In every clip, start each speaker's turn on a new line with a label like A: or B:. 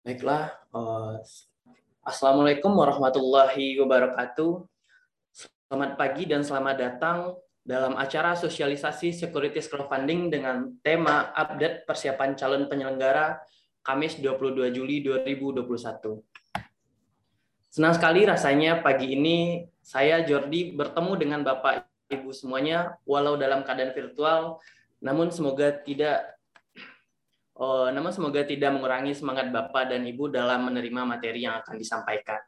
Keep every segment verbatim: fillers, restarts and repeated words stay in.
A: Baiklah, eh, Assalamualaikum warahmatullahi wabarakatuh. Selamat pagi dan selamat datang dalam acara sosialisasi Securities Crowdfunding dengan tema update persiapan calon penyelenggara Kamis dua puluh dua Juli dua ribu dua puluh satu. Senang sekali rasanya pagi ini saya Jordi bertemu dengan Bapak Ibu semuanya walau dalam keadaan virtual, namun semoga tidak Oh, namun semoga tidak mengurangi semangat Bapak dan Ibu dalam menerima materi yang akan disampaikan.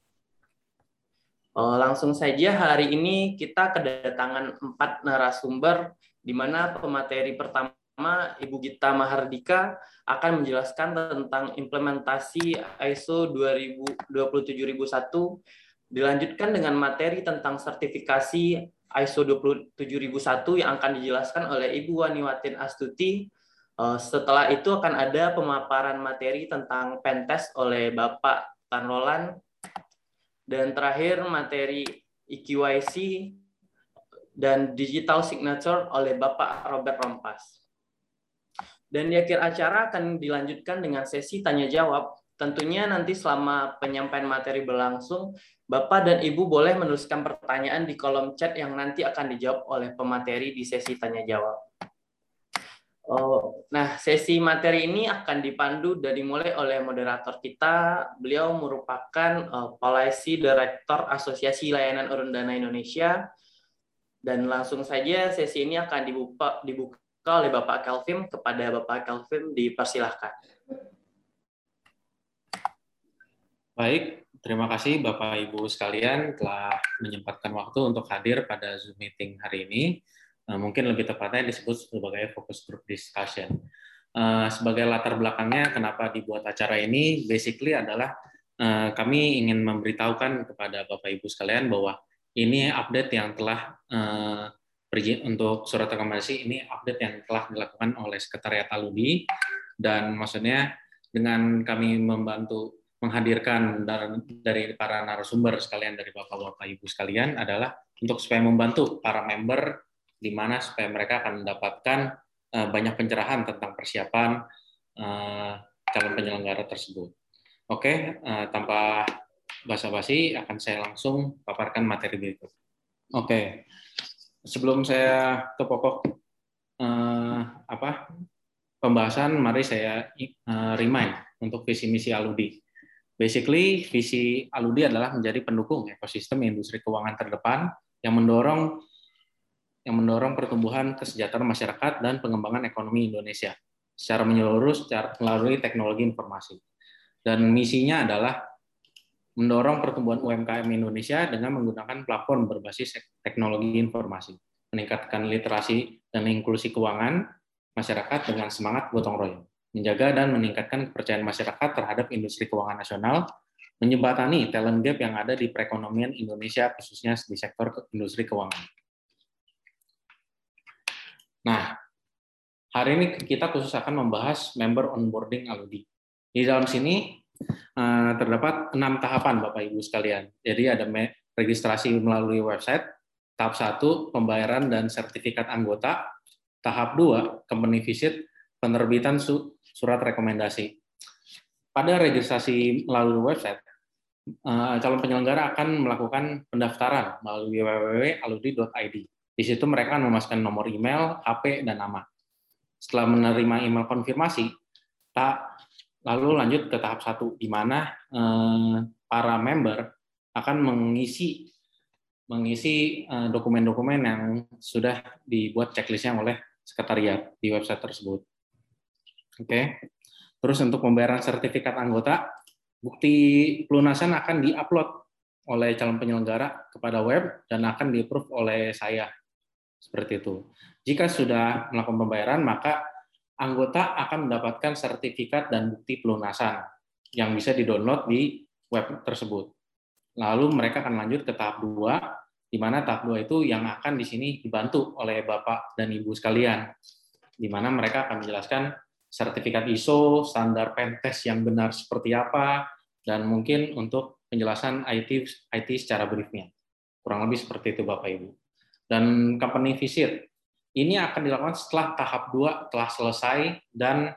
A: Oh, langsung saja hari ini kita kedatangan empat narasumber, di mana pemateri pertama Ibu Gita Mahardika akan menjelaskan tentang implementasi I S O dua puluh tujuh ribu satu, dilanjutkan dengan materi tentang sertifikasi I S O dua puluh tujuh ribu satu yang akan dijelaskan oleh Ibu Waniwatin Astuti. Setelah itu akan ada pemaparan materi tentang pentest oleh Bapak Tan Roland, dan terakhir materi E Q Y C dan digital signature oleh Bapak Robert Rompas. Dan di akhir acara akan dilanjutkan dengan sesi tanya jawab. Tentunya nanti selama penyampaian materi berlangsung, Bapak dan Ibu boleh menuliskan pertanyaan di kolom chat yang nanti akan dijawab oleh pemateri di sesi tanya jawab. Oh, nah, sesi materi ini akan dipandu dan dimulai oleh moderator kita. Beliau merupakan uh, Policy Director Asosiasi Layanan Urun Dana Indonesia. Dan langsung saja sesi ini akan dibuka, dibuka oleh Bapak Kelvin. Kepada Bapak Kelvin, dipersilahkan.
B: Baik, terima kasih Bapak Ibu sekalian telah menyempatkan waktu untuk hadir pada Zoom meeting hari ini. Mungkin lebih tepatnya disebut sebagai focus group discussion. Sebagai latar belakangnya kenapa dibuat acara ini, basically adalah kami ingin memberitahukan kepada Bapak Ibu sekalian bahwa ini update yang telah untuk surat rekomendasi, ini update yang telah dilakukan oleh Sekretariat Aludi, dan maksudnya dengan kami membantu menghadirkan dari para narasumber sekalian, dari Bapak-Bapak Ibu sekalian, adalah untuk supaya membantu para member, di mana supaya mereka akan mendapatkan uh, banyak pencerahan tentang persiapan uh, calon penyelenggara tersebut. Oke, uh, tanpa basa-basi akan saya langsung paparkan materi berikut. Oke, sebelum saya ke pokok uh, apa pembahasan, mari saya uh, remind untuk visi misi Aludi. Basically, visi Aludi adalah menjadi pendukung ekosistem industri keuangan terdepan yang mendorong yang mendorong pertumbuhan kesejahteraan masyarakat dan pengembangan ekonomi Indonesia secara menyeluruh secara melalui teknologi informasi. Dan misinya adalah mendorong pertumbuhan U M K M Indonesia dengan menggunakan platform berbasis teknologi informasi, meningkatkan literasi dan inklusi keuangan masyarakat dengan semangat gotong royong, menjaga dan meningkatkan kepercayaan masyarakat terhadap industri keuangan nasional, menjembatani talent gap yang ada di perekonomian Indonesia, khususnya di sektor industri keuangan. Nah, hari ini kita khusus akan membahas member onboarding Aludi. Di dalam sini terdapat enam tahapan, Bapak Ibu sekalian. Jadi ada registrasi melalui website, tahap satu, pembayaran dan sertifikat anggota, tahap dua, company visit, penerbitan surat rekomendasi. Pada registrasi melalui website, calon penyelenggara akan melakukan pendaftaran melalui w w w titik aludi titik i d. Di situ mereka akan memasukkan nomor email, H P, dan nama. Setelah menerima email konfirmasi, tak lalu lanjut ke tahap satu, di mana eh, para member akan mengisi mengisi dokumen-dokumen yang sudah dibuat checklistnya oleh sekretariat di website tersebut. Oke. Terus untuk pembayaran sertifikat anggota, bukti pelunasan akan diupload oleh calon penyelenggara kepada web dan akan di-approve oleh saya. Seperti itu. Jika sudah melakukan pembayaran, maka anggota akan mendapatkan sertifikat dan bukti pelunasan yang bisa di-download di web tersebut. Lalu mereka akan lanjut ke tahap dua, di mana tahap dua itu yang akan di sini dibantu oleh Bapak dan Ibu sekalian, di mana mereka akan menjelaskan sertifikat I S O, standar pentest yang benar seperti apa, dan mungkin untuk penjelasan I T I T secara briefnya. Kurang lebih seperti itu, Bapak Ibu. Dan company visit ini akan dilakukan setelah tahap dua telah selesai dan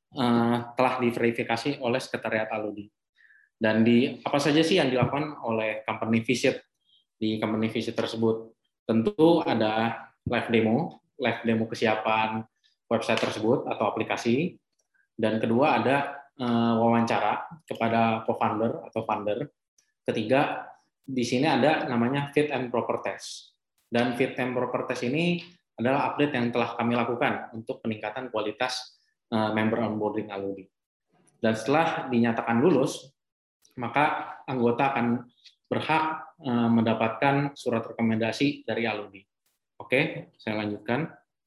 B: uh, telah diverifikasi oleh Sekretariat Aludi. Dan di apa saja sih yang dilakukan oleh company visit di company visit tersebut? Tentu ada live demo, live demo kesiapan website tersebut atau aplikasi. Dan kedua ada uh, wawancara kepada co-founder atau founder. Ketiga, di sini ada namanya fit and proper test. Dan fit and proper test ini adalah update yang telah kami lakukan untuk peningkatan kualitas uh, member onboarding Aludi. Dan setelah dinyatakan lulus, maka anggota akan berhak uh, mendapatkan surat rekomendasi dari Aludi. Oke, saya lanjutkan.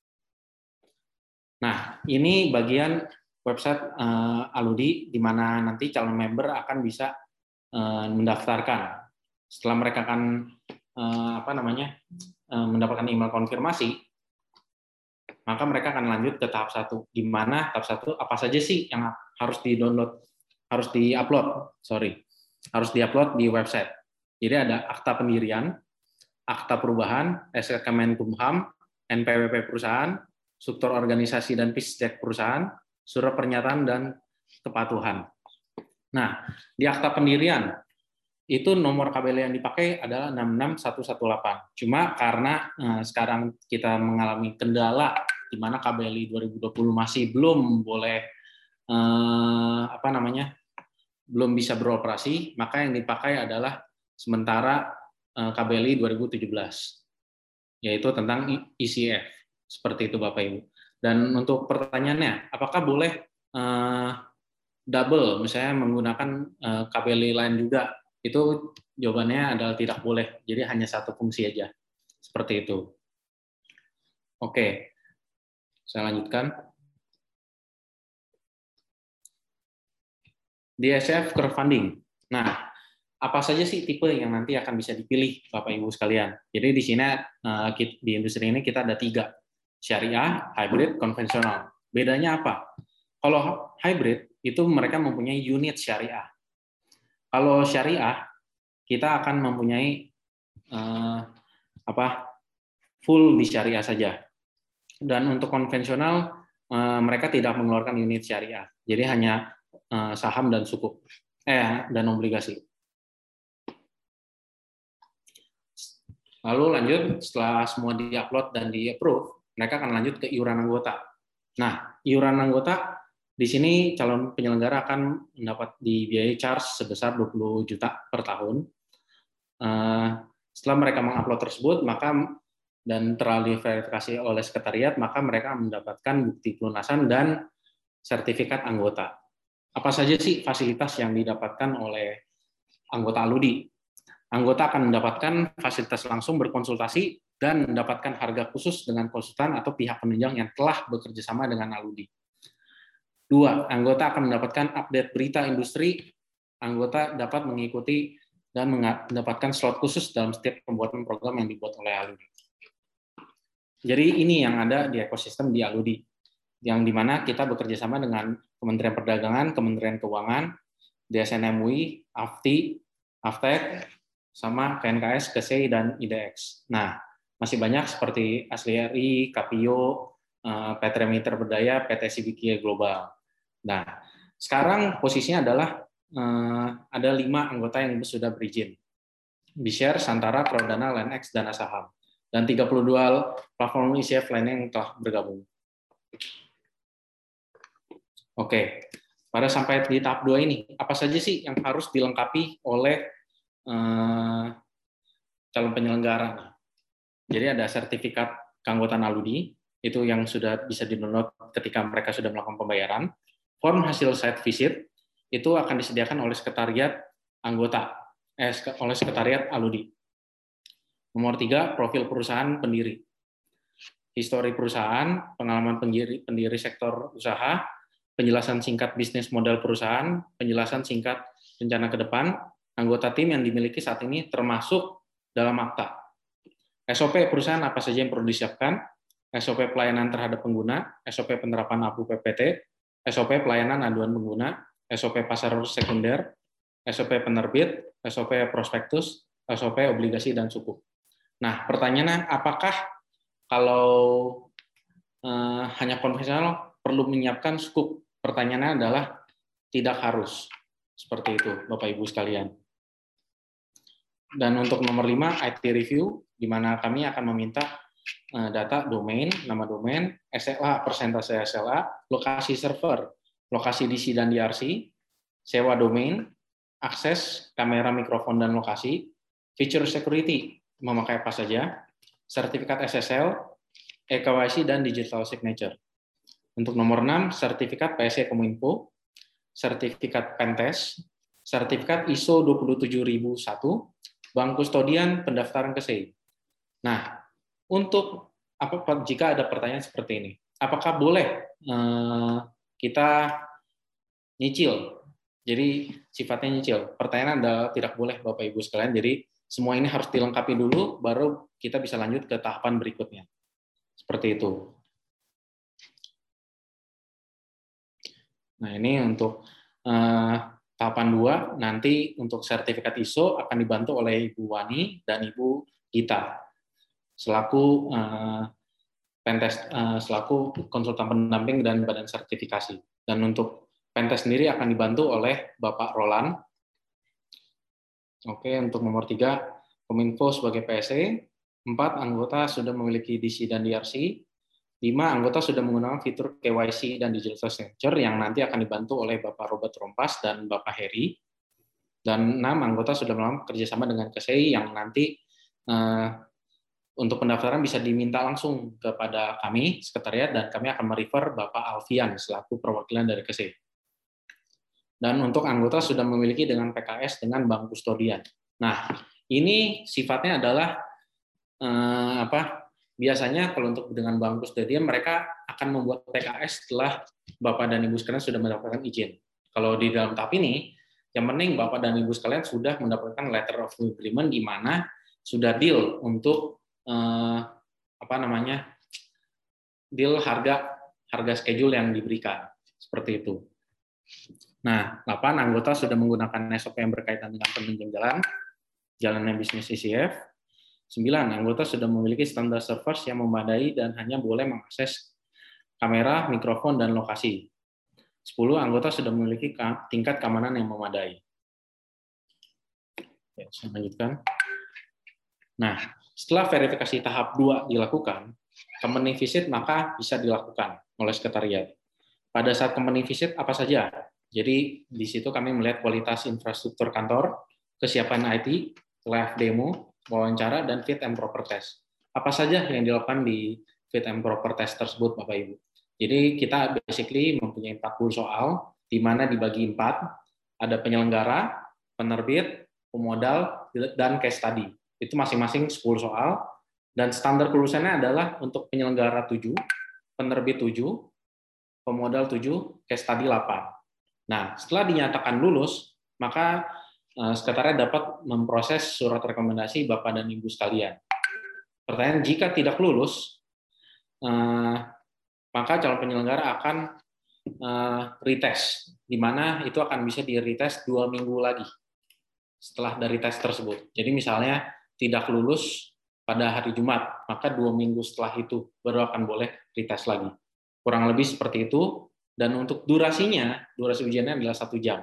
B: Nah, ini bagian website uh, Aludi, di mana nanti calon member akan bisa uh, mendaftarkan. Setelah mereka akan uh, apa namanya uh, mendapatkan email konfirmasi, maka mereka akan lanjut ke tahap satu, di mana tahap satu apa saja sih yang harus di-download, harus di-upload, sorry, harus di-upload di website. Jadi ada akta pendirian, akta perubahan, S K Kemenkumham, N P W P perusahaan, struktur organisasi dan pitch deck perusahaan, surat pernyataan dan kepatuhan. Nah, di akta pendirian itu nomor K B L I yang dipakai adalah enam enam satu satu delapan. Cuma karena eh, sekarang kita mengalami kendala di mana K B L I dua ribu dua puluh masih belum boleh eh, apa namanya? belum bisa beroperasi, maka yang dipakai adalah sementara eh, K B L I dua ribu tujuh belas, yaitu tentang E C F. Seperti itu Bapak Ibu. Dan untuk pertanyaannya, apakah boleh eh, double, misalnya menggunakan eh, K B L I lain juga? Itu jawabannya adalah tidak boleh. Jadi hanya satu fungsi aja. Seperti itu. Oke, saya lanjutkan. D S F crowdfunding. Nah, apa saja sih tipe yang nanti akan bisa dipilih Bapak Ibu sekalian? Jadi di sini di industri ini kita ada tiga, syariah, hybrid, konvensional. Bedanya apa? Kalau hybrid itu mereka mempunyai unit syariah. Kalau syariah kita akan mempunyai eh, apa full di syariah saja. Dan untuk konvensional eh, mereka tidak mengeluarkan unit syariah. Jadi hanya eh, saham dan sukuk, eh dan obligasi. Lalu lanjut, setelah semua di-upload dan di-approve, mereka akan lanjut ke iuran anggota. Nah, iuran anggota, di sini calon penyelenggara akan mendapat dibiayai charge sebesar dua puluh juta per tahun. Setelah mereka mengupload tersebut, maka dan telah diverifikasi oleh sekretariat, maka mereka mendapatkan bukti pelunasan dan sertifikat anggota. Apa saja sih fasilitas yang didapatkan oleh anggota Aludi? Anggota akan mendapatkan fasilitas langsung berkonsultasi dan mendapatkan harga khusus dengan konsultan atau pihak penunjang yang telah bekerja sama dengan Aludi. Dua, anggota akan mendapatkan update berita industri. Anggota dapat mengikuti dan mendapatkan slot khusus dalam setiap pembuatan program yang dibuat oleh Aludi. Jadi ini yang ada di ekosistem di Aludi, yang dimana kita bekerja sama dengan Kementerian Perdagangan, Kementerian Keuangan, D S N M U I, A F T I, A F T E C, sama K N K S, K S E I, dan I D X. Nah, masih banyak seperti Asli R I, Kapio, P T R Mitra Berdaya, P T Sibikia Global. Nah, sekarang posisinya adalah ada lima anggota yang sudah berizin. B-Share, Santara, Prodana, LendX, Dana Saham. Dan tiga puluh dua platform E C F lainnya yang telah bergabung. Oke, pada sampai di tahap dua ini, apa saja sih yang harus dilengkapi oleh eh, calon penyelenggara? Jadi ada sertifikat keanggotaan Aludi, itu yang sudah bisa di-download ketika mereka sudah melakukan pembayaran. Form hasil site visit, itu akan disediakan oleh sekretariat anggota, eh, oleh sekretariat Aludi. Nomor tiga, profil perusahaan pendiri. Histori perusahaan, pengalaman pendiri, pendiri sektor usaha, penjelasan singkat bisnis model perusahaan, penjelasan singkat rencana ke depan, anggota tim yang dimiliki saat ini termasuk dalam akta. S O P perusahaan apa saja yang perlu disiapkan, S O P pelayanan terhadap pengguna, S O P penerapan A P U P P T, S O P pelayanan aduan pengguna, S O P pasar sekunder, S O P penerbit, S O P prospektus, S O P obligasi dan sukuk. Nah, pertanyaannya, apakah kalau eh, hanya konvensional perlu menyiapkan sukuk pertanyaannya adalah tidak harus. Seperti itu, Bapak Ibu sekalian. Dan untuk nomor lima, I T review, di mana kami akan meminta data domain, nama domain, S L A, persentase S L A, lokasi server, lokasi D C dan D R C, sewa domain, akses, kamera, mikrofon, dan lokasi, feature security, memakai apa saja, sertifikat S S L, E K Y C, dan digital signature. Untuk nomor enam, sertifikat P S E Kominfo, sertifikat Pentest, sertifikat I S O dua puluh tujuh ribu satu, bank kustodian, pendaftaran ke S E I. Nah, untuk apa jika ada pertanyaan seperti ini, apakah boleh eh, kita nyicil? Jadi sifatnya nyicil. Pertanyaan adalah tidak boleh, Bapak Ibu sekalian. Jadi semua ini harus dilengkapi dulu, baru kita bisa lanjut ke tahapan berikutnya. Seperti itu. Nah, ini untuk eh, tahapan dua, nanti untuk sertifikat I S O akan dibantu oleh Ibu Wani dan Ibu Gita selaku eh, Pentest, eh, selaku konsultan pendamping dan badan sertifikasi. Dan untuk Pentest sendiri akan dibantu oleh Bapak Roland. Oke, untuk nomor tiga, Kominfo sebagai P S E. Empat, anggota sudah memiliki D C dan D R C. Lima, anggota sudah menggunakan fitur K Y C dan digital signature yang nanti akan dibantu oleh Bapak Robert Rompas dan Bapak Heri. Dan enam, anggota sudah melakukan kerjasama dengan K S E I yang nanti eh, untuk pendaftaran bisa diminta langsung kepada kami, sekretariat, dan kami akan merefer Bapak Alfian selaku perwakilan dari K S E I. Dan untuk anggota sudah memiliki dengan P K S dengan bank kustodian. Nah, ini sifatnya adalah eh, apa? Biasanya kalau untuk dengan bank kustodian mereka akan membuat P K S setelah Bapak dan Ibu sekalian sudah mendapatkan izin. Kalau di dalam tahap ini, yang penting Bapak dan Ibu sekalian sudah mendapatkan letter of agreement di mana sudah deal untuk eh, apa namanya? Deal harga harga schedule yang diberikan. Seperti itu. Nah, delapan, anggota sudah menggunakan S O P yang berkaitan dengan penunjang jalan, jalannya bisnis I C F. Sembilan, anggota sudah memiliki standar servers yang memadai dan hanya boleh mengakses kamera, mikrofon, dan lokasi. Sepuluh, anggota sudah memiliki tingkat keamanan yang memadai. Ya, saya lanjutkan. Nah, setelah verifikasi tahap dua dilakukan, company visit maka bisa dilakukan oleh sekretariat. Pada saat company visit apa saja? Jadi di situ kami melihat kualitas infrastruktur kantor, kesiapan I T, live demo, wawancara, dan fit and proper test. Apa saja yang dilakukan di fit and proper test tersebut, Bapak Ibu? Jadi kita basically mempunyai empat puluh soal, di mana dibagi empat, ada penyelenggara, penerbit, pemodal, dan case study. Itu masing-masing sepuluh soal, dan standar kelulusannya adalah untuk penyelenggara tujuh, penerbit tujuh, pemodal tujuh, case study delapan. Nah, setelah dinyatakan lulus, maka sekretariat dapat memproses surat rekomendasi Bapak dan Ibu sekalian. Pertanyaan, jika tidak lulus, maka calon penyelenggara akan retest, di mana itu akan bisa di-retest dua minggu lagi setelah dari tes tersebut. Jadi misalnya tidak lulus pada hari Jumat, maka dua minggu setelah itu baru akan boleh retest lagi. Kurang lebih seperti itu. Dan untuk durasinya, durasi ujiannya adalah satu jam.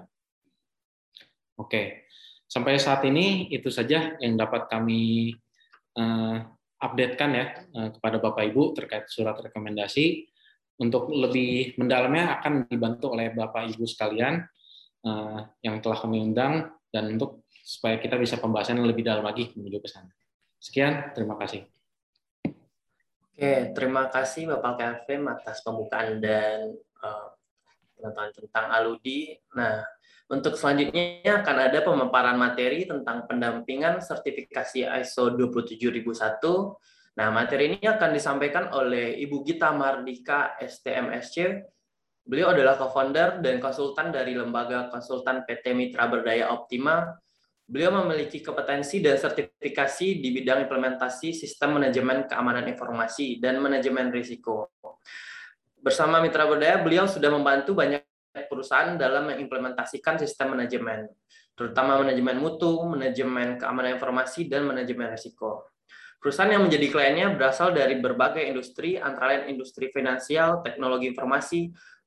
B: Oke, sampai saat ini itu saja yang dapat kami uh, updatekan ya uh, kepada Bapak Ibu terkait surat rekomendasi. Untuk lebih mendalamnya akan dibantu oleh Bapak Ibu sekalian uh, yang telah kami undang, dan untuk supaya kita bisa pembahasan lebih dalam lagi menuju ke sana. Sekian, terima kasih.
A: Oke, terima kasih Bapak Kevin atas pembukaan dan pengetahuan tentang Aludi. Nah, untuk selanjutnya akan ada pemaparan materi tentang pendampingan sertifikasi I S O dua puluh tujuh ribu satu. Nah, materi ini akan disampaikan oleh Ibu Gita Mardika, S T M S C. Beliau adalah co-founder dan konsultan dari lembaga konsultan P T Mitra Berdaya Optima. Beliau memiliki kompetensi dan sertifikasi di bidang implementasi sistem manajemen keamanan informasi dan manajemen risiko. Bersama Mitra Berdaya, beliau sudah membantu banyak perusahaan dalam mengimplementasikan sistem manajemen, terutama manajemen mutu, manajemen keamanan informasi, dan manajemen risiko. Perusahaan yang menjadi kliennya berasal dari berbagai industri, antara lain industri finansial, teknologi informasi,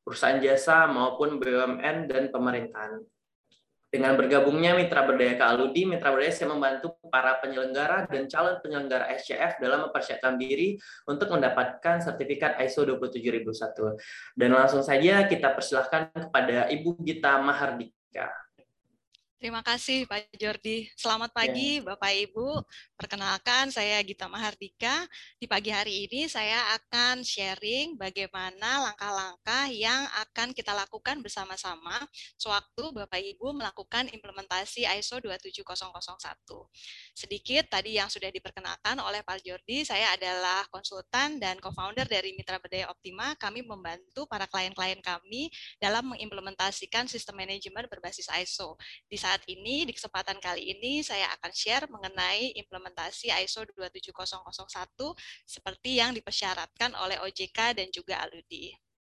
A: perusahaan jasa maupun B U M N dan pemerintahan. Dengan bergabungnya Mitra Berdaya ke Aludi, Mitra Berdaya saya membantu para penyelenggara dan calon penyelenggara S C F dalam mempersiapkan diri untuk mendapatkan sertifikat I S O dua puluh tujuh ribu satu. Dan langsung saja kita persilahkan kepada Ibu Gita Mahardika.
C: Terima kasih Pak Jordi. Selamat pagi Bapak Ibu. Perkenalkan saya Gita Mahardika. Di pagi hari ini saya akan sharing bagaimana langkah-langkah yang akan kita lakukan bersama-sama sewaktu Bapak Ibu melakukan implementasi I S O dua tujuh nol nol satu. Sedikit tadi yang sudah diperkenalkan oleh Pak Jordi, saya adalah konsultan dan co-founder dari Mitra Berdaya Optima. Kami membantu para klien-klien kami dalam mengimplementasikan sistem manajemen berbasis I S O. Di saat ini, di kesempatan kali ini, saya akan share mengenai implementasi I S O dua tujuh nol nol satu seperti yang dipersyaratkan oleh O J K dan juga Aludi.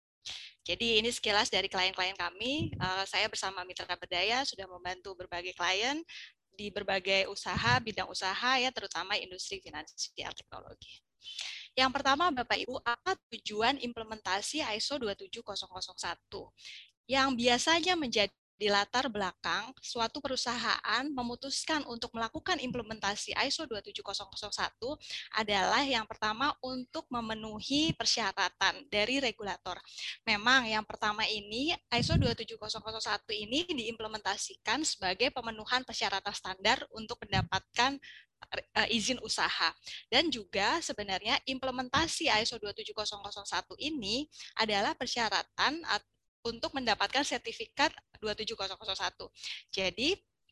C: Jadi ini sekilas dari klien-klien kami. Saya bersama Mitra Berdaya sudah membantu berbagai klien di berbagai usaha, bidang usaha ya, terutama industri finansial teknologi. Yang pertama, Bapak Ibu, apa tujuan implementasi I S O dua tujuh nol nol satu? Yang biasanya menjadi di latar belakang suatu perusahaan memutuskan untuk melakukan implementasi I S O dua tujuh nol nol satu adalah yang pertama untuk memenuhi persyaratan dari regulator. Memang yang pertama ini I S O dua tujuh nol nol satu ini diimplementasikan sebagai pemenuhan persyaratan standar untuk mendapatkan izin usaha. Dan juga sebenarnya implementasi I S O dua tujuh nol nol satu ini adalah persyaratan untuk mendapatkan sertifikat dua tujuh nol nol satu. Jadi,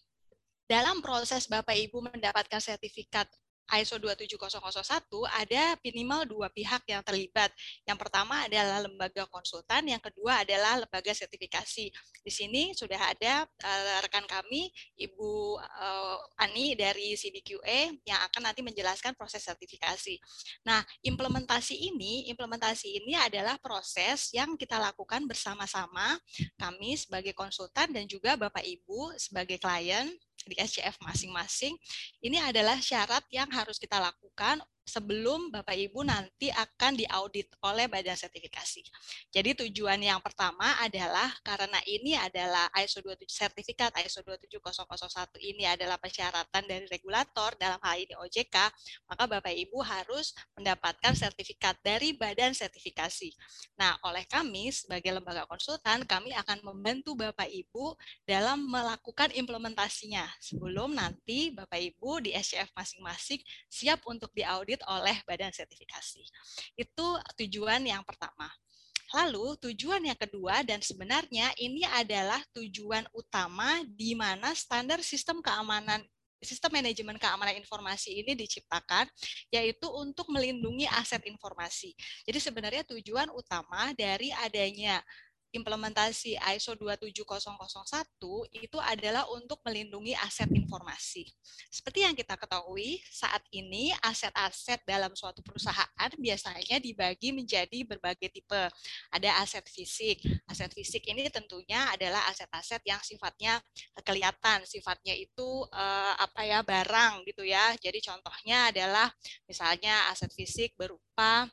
C: dalam proses Bapak Ibu mendapatkan sertifikat I S O dua tujuh nol nol satu, ada minimal dua pihak yang terlibat. Yang pertama adalah lembaga konsultan, yang kedua adalah lembaga sertifikasi. Di sini sudah ada uh, rekan kami, Ibu uh, Ani dari C D Q A, yang akan nanti menjelaskan proses sertifikasi. Nah, implementasi ini, implementasi ini adalah proses yang kita lakukan bersama-sama, kami sebagai konsultan dan juga Bapak Ibu sebagai klien di S C F masing-masing. Ini adalah syarat yang harus kita lakukan sebelum Bapak Ibu nanti akan diaudit oleh badan sertifikasi. Jadi tujuan yang pertama adalah karena ini adalah I S O dua puluh tujuh, sertifikat I S O dua tujuh nol nol satu ini adalah persyaratan dari regulator, dalam hal ini O J K, maka Bapak Ibu harus mendapatkan sertifikat dari badan sertifikasi. Nah, oleh kami sebagai lembaga konsultan, kami akan membantu Bapak Ibu dalam melakukan implementasinya sebelum nanti Bapak Ibu di S C F masing-masing siap untuk diaudit oleh badan sertifikasi. Itu tujuan yang pertama. Lalu tujuan yang kedua, dan sebenarnya ini adalah tujuan utama di mana standar sistem keamanan sistem manajemen keamanan informasi ini diciptakan, yaitu untuk melindungi aset informasi. Jadi sebenarnya tujuan utama dari adanya implementasi I S O dua tujuh nol nol satu itu adalah untuk melindungi aset informasi. Seperti yang kita ketahui, saat ini aset-aset dalam suatu perusahaan biasanya dibagi menjadi berbagai tipe. Ada aset fisik. Aset fisik ini tentunya adalah aset-aset yang sifatnya kelihatan, sifatnya itu eh, apa ya, barang gitu ya. Jadi contohnya adalah misalnya aset fisik berupa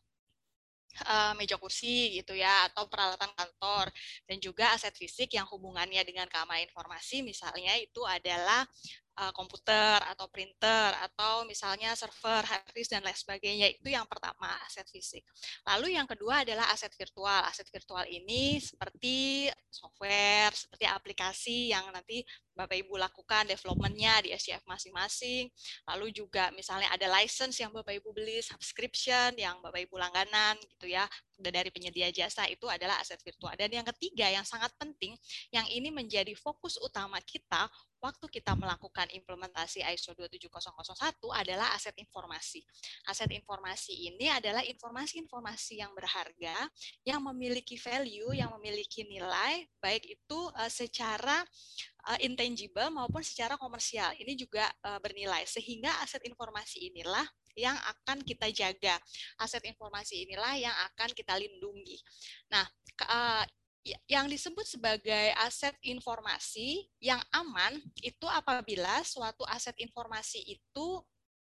C: Uh, meja kursi gitu ya, atau peralatan kantor, dan juga aset fisik yang hubungannya dengan keamanan informasi, misalnya itu adalah uh, komputer atau printer atau misalnya server, hard disk dan lain sebagainya. Itu yang pertama, aset fisik. Lalu yang kedua adalah aset virtual. Aset virtual ini seperti software, seperti aplikasi yang nanti Bapak Ibu lakukan development-nya di S C F masing-masing. Lalu juga misalnya ada license yang Bapak Ibu beli, subscription yang Bapak Ibu langganan gitu ya, dari penyedia jasa, itu adalah aset virtual. Dan yang ketiga yang sangat penting, yang ini menjadi fokus utama kita waktu kita melakukan implementasi I S O dua tujuh nol nol satu adalah aset informasi. Aset informasi ini adalah informasi-informasi yang berharga, yang memiliki value, yang memiliki nilai, baik itu uh, secara uh, intangible maupun secara komersial. Ini juga uh, bernilai, sehingga aset informasi inilah yang akan kita jaga. Aset informasi inilah yang akan kita lindungi. Nah, uh, yang disebut sebagai aset informasi yang aman itu apabila suatu aset informasi itu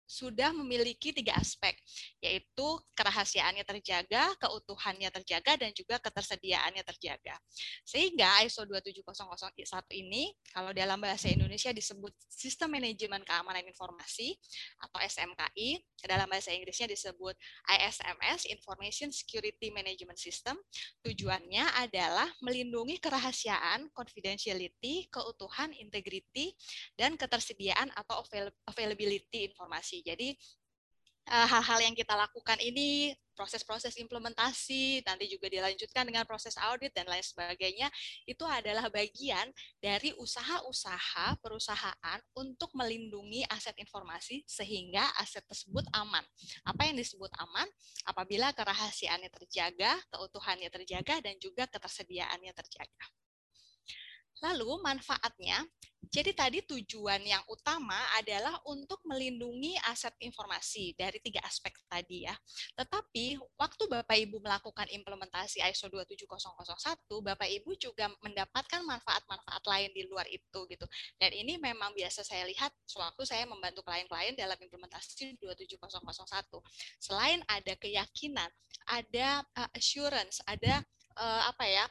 C: sudah memiliki tiga aspek, yaitu kerahasiaannya terjaga, keutuhannya terjaga, dan juga ketersediaannya terjaga. Sehingga I S O dua tujuh nol nol satu ini, kalau dalam bahasa Indonesia disebut Sistem Manajemen Keamanan Informasi atau S M K I, dalam bahasa Inggrisnya disebut I S M S, Information Security Management System. Tujuannya adalah melindungi kerahasiaan, confidentiality, keutuhan, integrity, dan ketersediaan atau availability informasi. Jadi hal-hal yang kita lakukan ini, proses-proses implementasi, nanti juga dilanjutkan dengan proses audit dan lain sebagainya, itu adalah bagian dari usaha-usaha perusahaan untuk melindungi aset informasi sehingga aset tersebut aman. Apa yang disebut aman? Apabila kerahasiaannya terjaga, keutuhannya terjaga, dan juga ketersediaannya terjaga. Lalu manfaatnya, jadi tadi tujuan yang utama adalah untuk melindungi aset informasi dari tiga aspek tadi ya. Tetapi waktu Bapak Ibu melakukan implementasi I S O dua tujuh nol nol satu, Bapak Ibu juga mendapatkan manfaat-manfaat lain di luar itu gitu. Dan ini memang biasa saya lihat sewaktu saya membantu klien-klien dalam implementasi dua tujuh nol nol satu. Selain ada keyakinan, ada uh, assurance, ada uh, apa ya?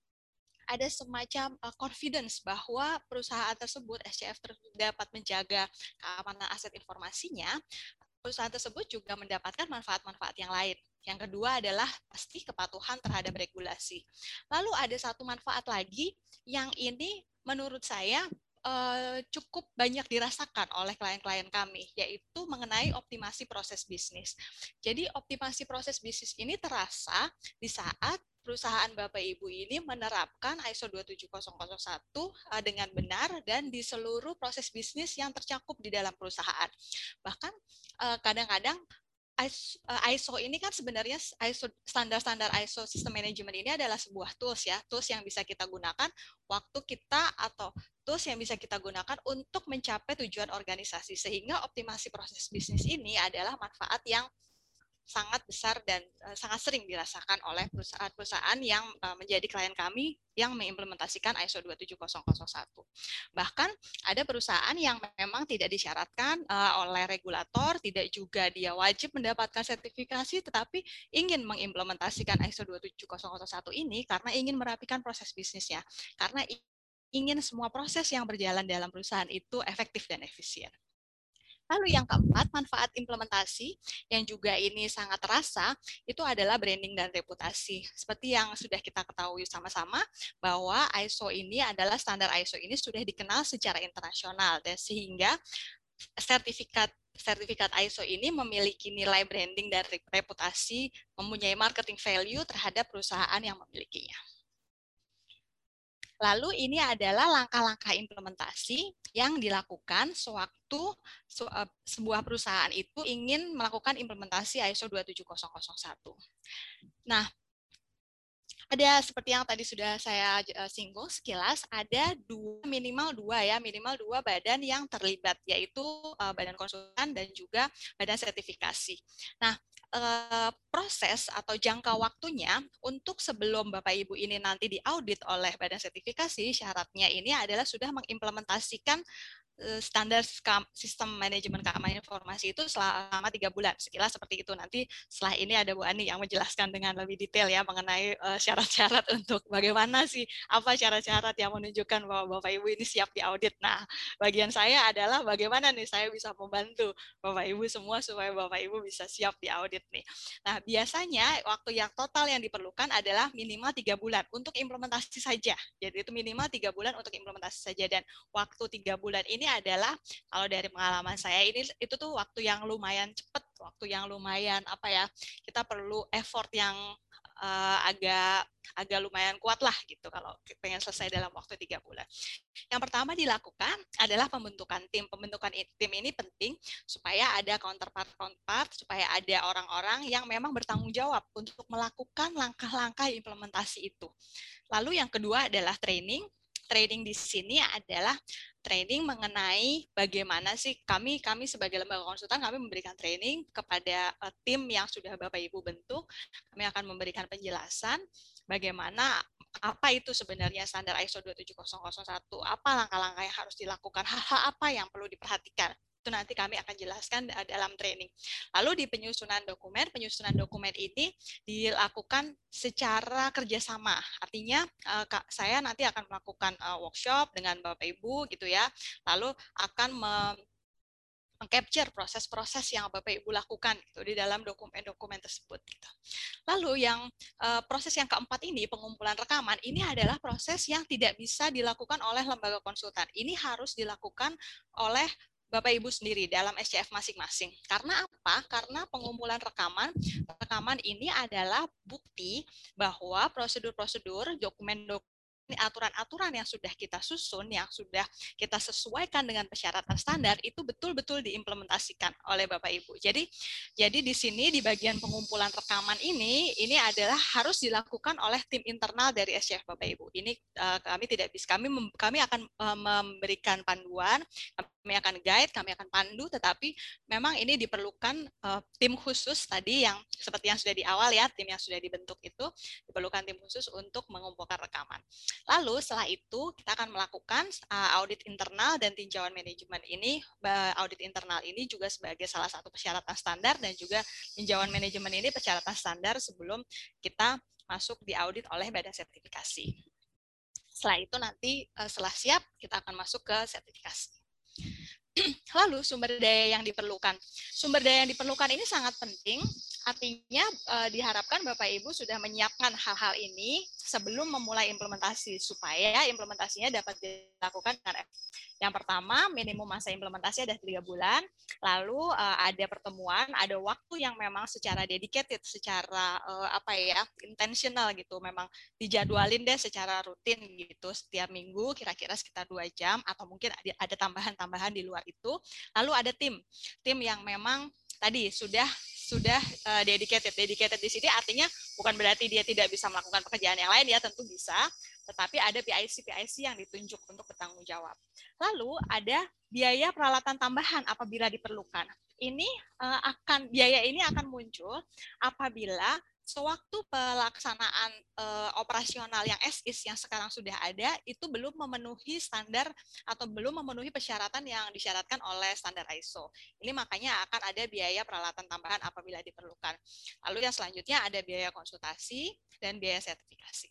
C: ada semacam uh, confidence bahwa perusahaan tersebut, S C F tersebut dapat menjaga keamanan aset informasinya, perusahaan tersebut juga mendapatkan manfaat-manfaat yang lain. Yang kedua adalah pasti kepatuhan terhadap regulasi. Lalu ada satu manfaat lagi yang ini menurut saya uh, cukup banyak dirasakan oleh klien-klien kami, yaitu mengenai optimasi proses bisnis. Jadi optimasi proses bisnis ini terasa di saat perusahaan Bapak Ibu ini menerapkan I S O dua tujuh nol nol satu dengan benar dan di seluruh proses bisnis yang tercakup di dalam perusahaan. Bahkan kadang-kadang I S O ini kan sebenarnya I S O, standar-standar I S O System Management ini adalah sebuah tools ya, tools yang bisa kita gunakan waktu kita atau tools yang bisa kita gunakan untuk mencapai tujuan organisasi, sehingga optimasi proses bisnis ini adalah manfaat yang sangat besar dan uh, sangat sering dirasakan oleh perusahaan-perusahaan yang uh, menjadi klien kami yang mengimplementasikan I S O dua tujuh nol nol satu. Bahkan ada perusahaan yang memang tidak disyaratkan uh, oleh regulator, tidak juga dia wajib mendapatkan sertifikasi, tetapi ingin mengimplementasikan I S O dua tujuh nol nol satu ini karena ingin merapikan proses bisnisnya, karena ingin semua proses yang berjalan dalam perusahaan itu efektif dan efisien. Lalu yang keempat, manfaat implementasi yang juga ini sangat terasa, itu adalah branding dan reputasi. Seperti yang sudah kita ketahui sama-sama, bahwa I S O ini adalah standar I S O ini sudah dikenal secara internasional, dan sehingga sertifikat sertifikat I S O ini memiliki nilai branding dan reputasi, mempunyai marketing value terhadap perusahaan yang memilikinya. Lalu ini adalah langkah-langkah implementasi yang dilakukan sewaktu sebuah perusahaan itu ingin melakukan implementasi I S O dua tujuh nol nol satu. Nah, ada seperti yang tadi sudah saya singgung sekilas, ada dua, minimal dua ya, minimal dua badan yang terlibat, yaitu badan konsultan dan juga badan sertifikasi. Nah, Uh, proses atau jangka waktunya untuk sebelum Bapak Ibu ini nanti diaudit oleh badan sertifikasi, syaratnya ini adalah sudah mengimplementasikan standar sistem manajemen keamanan informasi itu selama tiga bulan. Sekilas seperti itu. Nanti setelah ini ada Bu Ani yang menjelaskan dengan lebih detail ya mengenai syarat-syarat uh, untuk bagaimana sih, apa syarat-syarat yang menunjukkan bahwa Bapak Ibu ini siap diaudit. Nah, bagian saya adalah bagaimana nih saya bisa membantu Bapak Ibu semua supaya Bapak Ibu bisa siap diaudit nih. Nah, biasanya waktu yang total yang diperlukan adalah minimal tiga bulan untuk implementasi saja. Jadi itu minimal tiga bulan untuk implementasi saja, dan waktu tiga bulan ini adalah kalau dari pengalaman saya ini itu tuh waktu yang lumayan cepat, waktu yang lumayan apa ya, kita perlu effort yang uh, agak agak lumayan kuat lah gitu kalau pengen selesai dalam waktu tiga bulan. Yang pertama dilakukan adalah pembentukan tim. Pembentukan tim ini penting supaya ada counterpart-counterpart, supaya ada orang-orang yang memang bertanggung jawab untuk melakukan langkah-langkah implementasi itu. Lalu yang kedua adalah training. Training di sini adalah training mengenai bagaimana sih kami kami sebagai lembaga konsultan, kami memberikan training kepada uh, tim yang sudah Bapak Ibu bentuk. Kami akan memberikan penjelasan bagaimana apa itu sebenarnya standar I S O dua tujuh nol nol satu, apa langkah-langkah yang harus dilakukan, hal-hal apa yang perlu diperhatikan Itu nanti kami akan jelaskan dalam training. Lalu di penyusunan dokumen, penyusunan dokumen ini dilakukan secara kerjasama. Artinya saya nanti akan melakukan workshop dengan Bapak Ibu gitu ya. Lalu akan meng-capture proses-proses yang Bapak Ibu lakukan gitu di dalam dokumen-dokumen tersebut. Gitu. Lalu yang uh, proses yang keempat ini, pengumpulan rekaman, ini adalah proses yang tidak bisa dilakukan oleh lembaga konsultan. Ini harus dilakukan oleh Bapak Ibu sendiri dalam S C F masing-masing. Karena apa? Karena pengumpulan rekaman, rekaman ini adalah bukti bahwa prosedur-prosedur, dokumen-dokumen, aturan-aturan yang sudah kita susun, yang sudah kita sesuaikan dengan persyaratan standar, itu betul-betul diimplementasikan oleh Bapak Ibu. Jadi, jadi di sini di bagian pengumpulan rekaman ini, ini adalah harus dilakukan oleh tim internal dari S C F Bapak Ibu. Ini uh, kami tidak bisa, kami mem, kami akan uh, memberikan panduan, kami akan guide, kami akan pandu, tetapi memang ini diperlukan uh, tim khusus tadi yang seperti yang sudah di awal ya, tim yang sudah dibentuk itu diperlukan tim khusus untuk mengumpulkan rekaman. Lalu setelah itu kita akan melakukan uh, audit internal dan tinjauan manajemen ini. Audit internal ini juga sebagai salah satu persyaratan standar dan juga tinjauan manajemen ini persyaratan standar sebelum kita masuk di audit oleh badan sertifikasi. Setelah itu nanti uh, setelah siap kita akan masuk ke sertifikasi. Lalu sumber daya yang diperlukan. Sumber daya yang diperlukan ini sangat penting, artinya eh, diharapkan Bapak Ibu sudah menyiapkan hal-hal ini sebelum memulai implementasi, supaya implementasinya dapat dilakukan dengan efektif. Yang pertama, minimum masa implementasi ada tiga bulan, lalu eh, ada pertemuan, ada waktu yang memang secara dedicated, secara eh, apa ya, intentional gitu, memang dijadwalin deh secara rutin gitu, setiap minggu kira-kira sekitar dua jam, atau mungkin ada tambahan-tambahan di luar itu. Lalu ada tim, tim yang memang tadi sudah sudah uh, dedicated. Dedicated di sini artinya bukan berarti dia tidak bisa melakukan pekerjaan yang lain ya, tentu bisa, tetapi ada P I C P I C yang ditunjuk untuk bertanggung jawab. Lalu ada biaya peralatan tambahan apabila diperlukan. Ini uh, akan biaya ini akan muncul apabila sewaktu pelaksanaan e, operasional yang as is yang sekarang sudah ada itu belum memenuhi standar atau belum memenuhi persyaratan yang disyaratkan oleh standar I S O. Ini makanya akan ada biaya peralatan tambahan apabila diperlukan. Lalu yang selanjutnya ada biaya konsultasi dan biaya sertifikasi.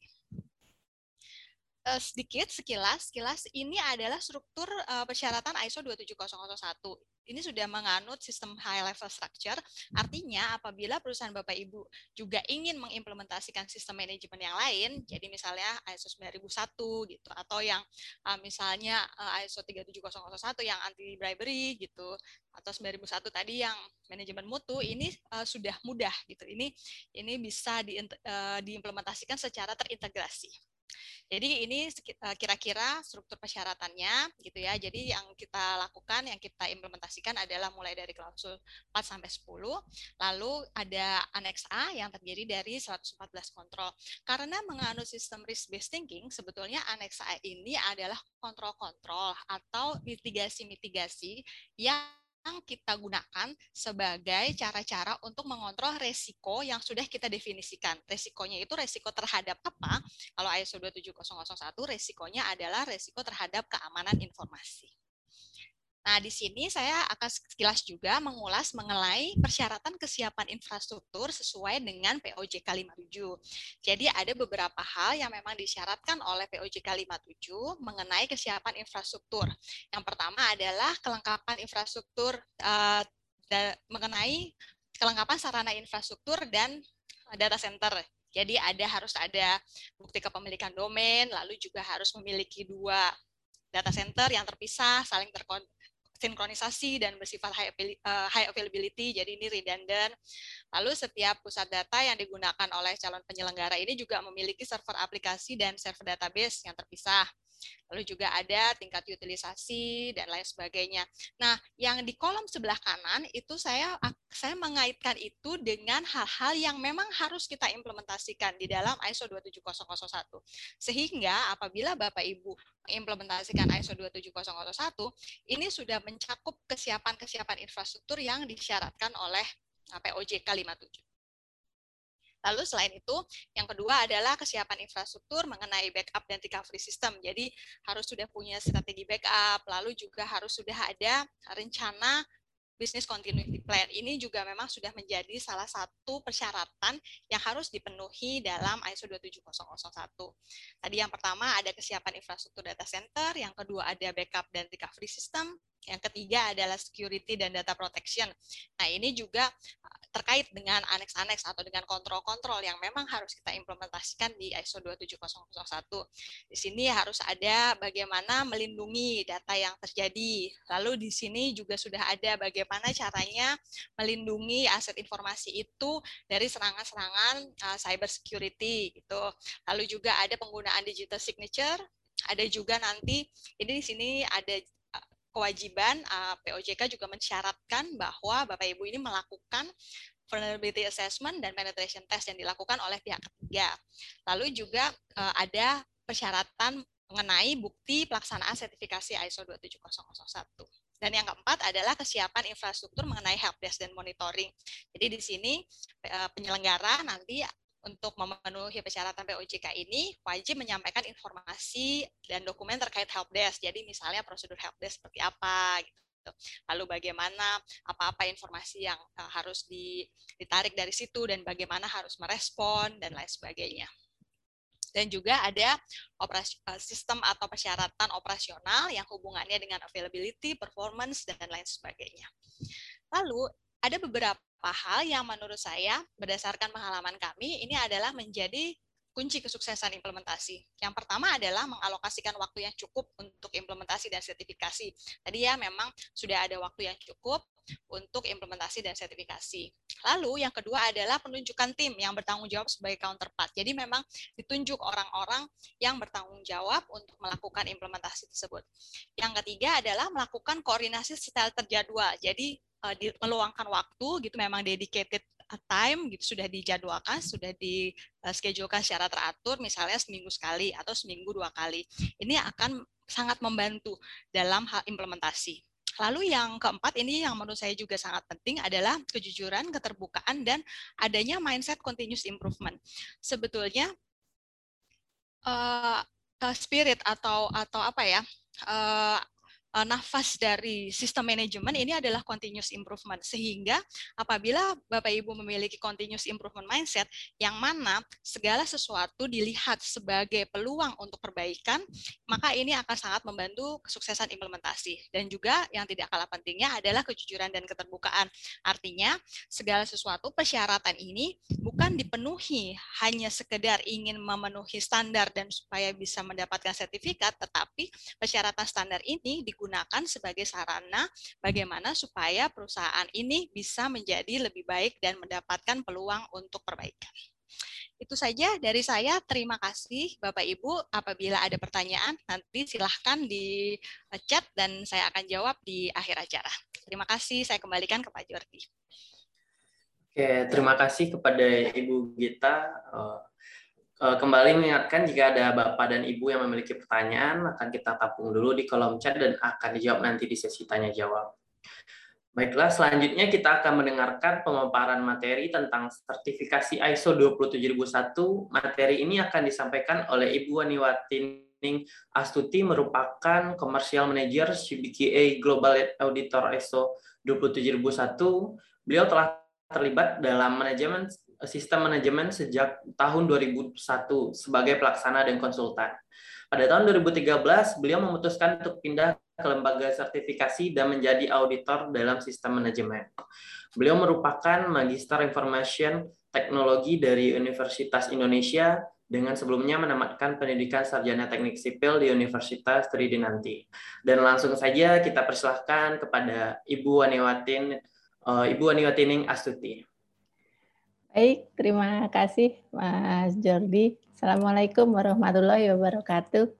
C: E, sedikit sekilas, sekilas ini adalah struktur e, persyaratan I S O dua tujuh nol nol satu. Ini sudah menganut sistem high level structure, artinya apabila perusahaan Bapak Ibu juga ingin mengimplementasikan sistem manajemen yang lain, jadi misalnya I S O sembilan ribu satu gitu, atau yang uh, misalnya uh, I S O tiga tujuh nol nol satu yang anti bribery gitu, atau sembilan ribu satu tadi yang manajemen mutu, ini uh, sudah mudah gitu. Ini ini bisa di, uh, diimplementasikan secara terintegrasi. Jadi ini kira-kira struktur persyaratannya gitu ya. Jadi yang kita lakukan, yang kita implementasikan adalah mulai dari klausul empat sampai sepuluh, lalu ada aneks A yang terdiri dari seratus empat belas kontrol. Karena menganut sistem risk based thinking, sebetulnya aneks A ini adalah kontrol-kontrol atau mitigasi-mitigasi yang yang kita gunakan sebagai cara-cara untuk mengontrol resiko yang sudah kita definisikan. Resikonya itu resiko terhadap apa? Kalau I S O dua tujuh nol nol satu, resikonya adalah resiko terhadap keamanan informasi. Nah, di sini saya akan sekilas juga mengulas mengenai persyaratan kesiapan infrastruktur sesuai dengan P O J K lima puluh tujuh. Jadi ada beberapa hal yang memang disyaratkan oleh P O J K lima puluh tujuh mengenai kesiapan infrastruktur. Yang pertama adalah kelengkapan infrastruktur uh, mengenai kelengkapan sarana infrastruktur dan data center. Jadi ada harus ada bukti kepemilikan domain, lalu juga harus memiliki dua data center yang terpisah, saling terkon sinkronisasi dan bersifat high availability, jadi ini redundant. Lalu setiap pusat data yang digunakan oleh calon penyelenggara ini juga memiliki server aplikasi dan server database yang terpisah. Lalu juga ada tingkat utilisasi dan lain sebagainya. Nah, yang di kolom sebelah kanan itu saya saya mengaitkan itu dengan hal-hal yang memang harus kita implementasikan di dalam I S O dua tujuh nol nol satu. Sehingga apabila Bapak Ibu mengimplementasikan I S O dua tujuh nol nol satu, ini sudah mencakup kesiapan-kesiapan infrastruktur yang disyaratkan oleh P O J K lima puluh tujuh. Lalu selain itu, yang kedua adalah kesiapan infrastruktur mengenai backup dan recovery system. Jadi harus sudah punya strategi backup, lalu juga harus sudah ada rencana business continuity plan. Ini juga memang sudah menjadi salah satu persyaratan yang harus dipenuhi dalam I S O dua tujuh nol nol satu. Tadi yang pertama ada kesiapan infrastruktur data center, yang kedua ada backup dan recovery system, yang ketiga adalah security dan data protection. Nah, ini juga terkait dengan aneks-aneks atau dengan kontrol-kontrol yang memang harus kita implementasikan di I S O dua tujuh nol nol satu. Di sini harus ada bagaimana melindungi data yang terjadi. Lalu di sini juga sudah ada bagaimana bagaimana caranya melindungi aset informasi itu dari serangan-serangan uh, cyber security gitu. Lalu juga ada penggunaan digital signature, ada juga nanti ini di sini ada uh, kewajiban uh, P O J K juga mensyaratkan bahwa Bapak Ibu ini melakukan vulnerability assessment dan penetration test yang dilakukan oleh pihak ketiga. Lalu juga uh, ada persyaratan mengenai bukti pelaksanaan sertifikasi I S O dua tujuh nol nol satu. Dan yang keempat adalah kesiapan infrastruktur mengenai helpdesk dan monitoring. Jadi di sini penyelenggara nanti untuk memenuhi persyaratan P O J K ini wajib menyampaikan informasi dan dokumen terkait helpdesk. Jadi misalnya prosedur helpdesk seperti apa gitu. Lalu bagaimana apa-apa informasi yang harus ditarik dari situ dan bagaimana harus merespon dan lain sebagainya. Dan juga ada operasi, sistem atau persyaratan operasional yang hubungannya dengan availability, performance, dan lain sebagainya. Lalu, ada beberapa hal yang menurut saya, berdasarkan pengalaman kami, ini adalah menjadi kunci kesuksesan implementasi. Yang pertama adalah mengalokasikan waktu yang cukup untuk implementasi dan sertifikasi. Tadi ya memang sudah ada waktu yang cukup untuk implementasi dan sertifikasi. Lalu yang kedua adalah penunjukan tim yang bertanggung jawab sebagai counterpart. Jadi memang ditunjuk orang-orang yang bertanggung jawab untuk melakukan implementasi tersebut. Yang ketiga adalah melakukan koordinasi secara terjadwal. Jadi meluangkan waktu gitu, memang dedicated time gitu, sudah dijadwalkan, sudah di schedulekan secara teratur, misalnya seminggu sekali atau seminggu dua kali. Ini akan sangat membantu dalam hal implementasi. Lalu yang keempat, ini yang menurut saya juga sangat penting adalah kejujuran, keterbukaan, dan adanya mindset continuous improvement. Sebetulnya uh, spirit atau atau apa ya? Uh, nafas dari sistem manajemen ini adalah continuous improvement, sehingga apabila Bapak Ibu memiliki continuous improvement mindset yang mana segala sesuatu dilihat sebagai peluang untuk perbaikan, maka ini akan sangat membantu kesuksesan implementasi. Dan juga yang tidak kalah pentingnya adalah kejujuran dan keterbukaan. Artinya segala sesuatu persyaratan ini bukan dipenuhi hanya sekedar ingin memenuhi standar dan supaya bisa mendapatkan sertifikat, tetapi persyaratan standar ini di gunakan sebagai sarana bagaimana supaya perusahaan ini bisa menjadi lebih baik dan mendapatkan peluang untuk perbaikan. Itu saja dari saya. Terima kasih Bapak Ibu. Apabila ada pertanyaan, nanti silahkan di chat dan saya akan jawab di akhir acara. Terima kasih. Saya kembalikan ke Pak Jordi.
A: Oke, terima kasih kepada Ibu Gita. Kembali mengingatkan jika ada Bapak dan Ibu yang memiliki pertanyaan, akan kita tampung dulu di kolom chat dan akan dijawab nanti di sesi tanya-jawab. Baiklah, selanjutnya kita akan mendengarkan pemaparan materi tentang sertifikasi I S O dua tujuh ribu satu. Materi ini akan disampaikan oleh Ibu Aniwatining Astuti, merupakan Commercial Manager C B Q A Global Auditor I S O dua tujuh ribu satu. Beliau telah terlibat dalam manajemen sistem manajemen sejak tahun dua ribu satu sebagai pelaksana dan konsultan. Pada tahun dua ribu tiga belas, beliau memutuskan untuk pindah ke lembaga sertifikasi dan menjadi auditor dalam sistem manajemen. Beliau merupakan Magister Information Teknologi dari Universitas Indonesia dengan sebelumnya menamatkan pendidikan sarjana teknik sipil di Universitas Tridinanti. Dan langsung saja kita persilahkan kepada Ibu Aniwatin, Ibu Aniwatining Astuti.
D: Baik, terima kasih Mas Jordi. Assalamualaikum warahmatullahi wabarakatuh.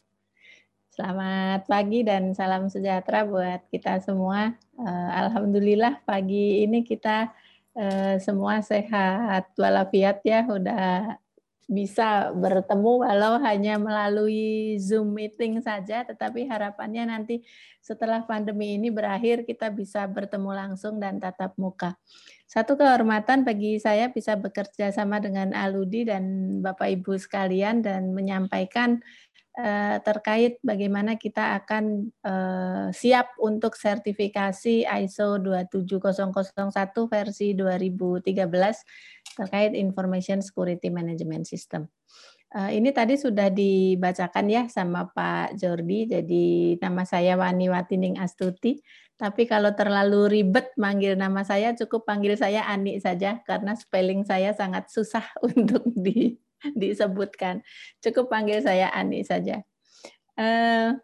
D: Selamat pagi dan salam sejahtera buat kita semua. Alhamdulillah pagi ini kita semua sehat walafiat ya, udah bisa bertemu walau hanya melalui Zoom meeting saja, tetapi harapannya nanti setelah pandemi ini berakhir kita bisa bertemu langsung dan tatap muka. Satu kehormatan bagi saya bisa bekerja sama dengan Aludi dan Bapak Ibu sekalian dan menyampaikan eh, terkait bagaimana kita akan eh, siap untuk sertifikasi I S O dua tujuh nol nol satu versi dua ribu tiga belas terkait Information Security Management System. Uh, ini tadi sudah dibacakan ya sama Pak Jordi, jadi nama saya Wani Watining Astuti, tapi kalau terlalu ribet manggil nama saya, cukup panggil saya Ani saja, karena spelling saya sangat susah untuk di, disebutkan. Cukup panggil saya Ani saja. Uh,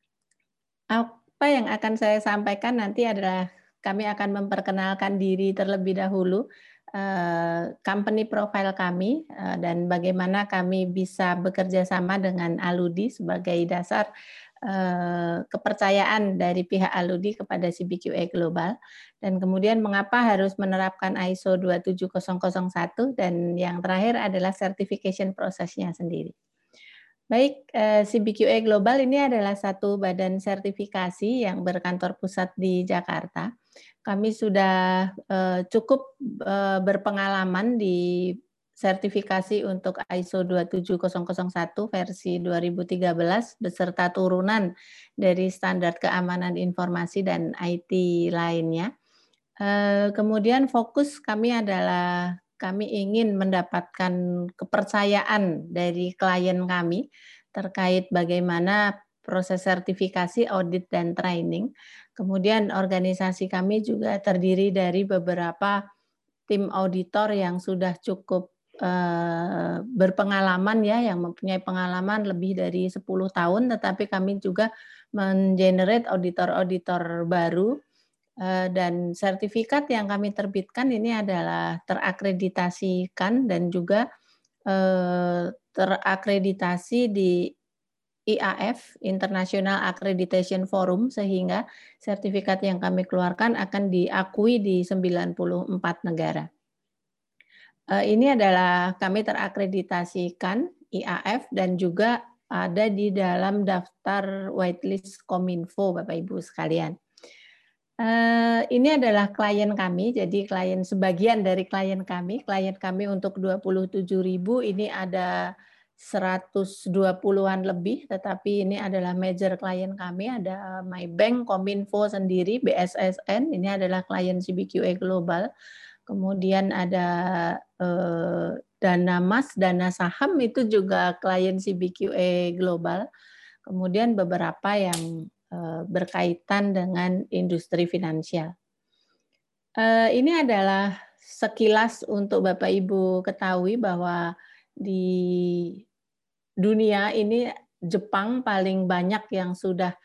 D: apa yang akan saya sampaikan nanti adalah kami akan memperkenalkan diri terlebih dahulu, Uh, company profile kami uh, dan bagaimana kami bisa bekerja sama dengan Aludi sebagai dasar uh, kepercayaan dari pihak Aludi kepada C B Q A Global, dan kemudian mengapa harus menerapkan I S O dua tujuh nol nol satu, dan yang terakhir adalah certification prosesnya sendiri. Baik, uh, C B Q A Global ini adalah satu badan sertifikasi yang berkantor pusat di Jakarta. Kami sudah uh, cukup uh, berpengalaman di sertifikasi untuk I S O dua tujuh nol nol satu versi dua ribu tiga belas beserta turunan dari standar keamanan informasi dan I T lainnya. Uh, kemudian fokus kami adalah kami ingin mendapatkan kepercayaan dari klien kami terkait bagaimana proses sertifikasi, audit, dan training. Kemudian organisasi kami juga terdiri dari beberapa tim auditor yang sudah cukup eh, berpengalaman ya, yang mempunyai pengalaman lebih dari sepuluh tahun, tetapi kami juga mengenerate auditor-auditor baru, eh, dan sertifikat yang kami terbitkan ini adalah terakreditasikan dan juga eh, terakreditasi di I A F, International Accreditation Forum, sehingga sertifikat yang kami keluarkan akan diakui di sembilan puluh empat negara. Ini adalah kami terakreditasikan I A F dan juga ada di dalam daftar whitelist Kominfo, Bapak Ibu sekalian. Ini adalah klien kami, jadi klien sebagian dari klien kami, klien kami untuk dua puluh tujuh ribu, ini ada seratus dua puluhan lebih, tetapi ini adalah major klien kami, ada MyBank, Kominfo sendiri, B S S N, ini adalah klien C B Q A Global, kemudian ada eh, Dana Mas, Dana Saham itu juga klien C B Q A Global, kemudian beberapa yang eh, berkaitan dengan industri finansial. Eh, ini adalah sekilas untuk Bapak Ibu ketahui bahwa di dunia ini Jepang paling banyak yang sudah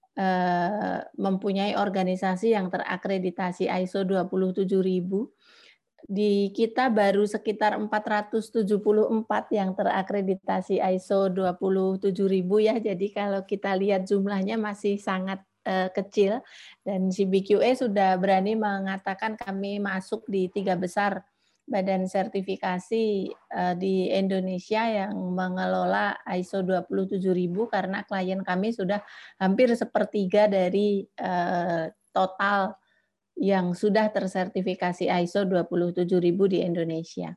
D: uh, mempunyai organisasi yang terakreditasi I S O dua puluh tujuh ribu. Di kita baru sekitar empat ratus tujuh puluh empat yang terakreditasi I S O dua puluh tujuh ribu ya. Jadi kalau kita lihat jumlahnya masih sangat uh, kecil, dan C B Q A sudah berani mengatakan kami masuk di tiga besar badan sertifikasi uh, di Indonesia yang mengelola I S O dua puluh tujuh ribu, karena klien kami sudah hampir sepertiga dari uh, total yang sudah tersertifikasi I S O dua puluh tujuh ribu di Indonesia.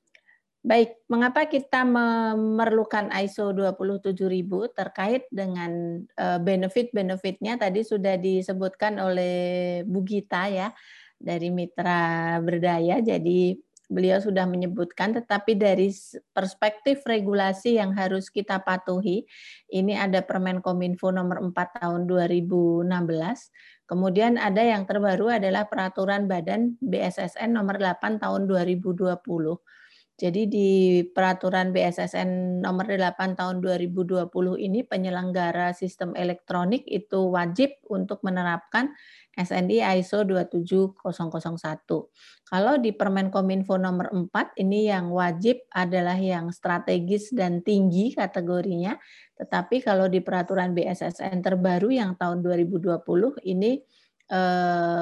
D: Baik, mengapa kita memerlukan I S O dua puluh tujuh ribu? Terkait dengan uh, benefit-benefitnya tadi sudah disebutkan oleh Bu Gita ya, dari Mitra Berdaya. Jadi beliau sudah menyebutkan, tetapi dari perspektif regulasi yang harus kita patuhi, ini ada Permen Kominfo nomor empat tahun dua ribu enam belas, kemudian ada yang terbaru adalah Peraturan Badan B S S N nomor delapan tahun dua ribu dua puluh. Jadi di Peraturan B S S N nomor delapan tahun dua ribu dua puluh ini penyelenggara sistem elektronik itu wajib untuk menerapkan S N I I S O dua tujuh nol nol satu. Kalau di Permen Kominfo nomor empat ini yang wajib adalah yang strategis dan tinggi kategorinya, tetapi kalau di Peraturan B S S N terbaru yang tahun dua ribu dua puluh ini eh,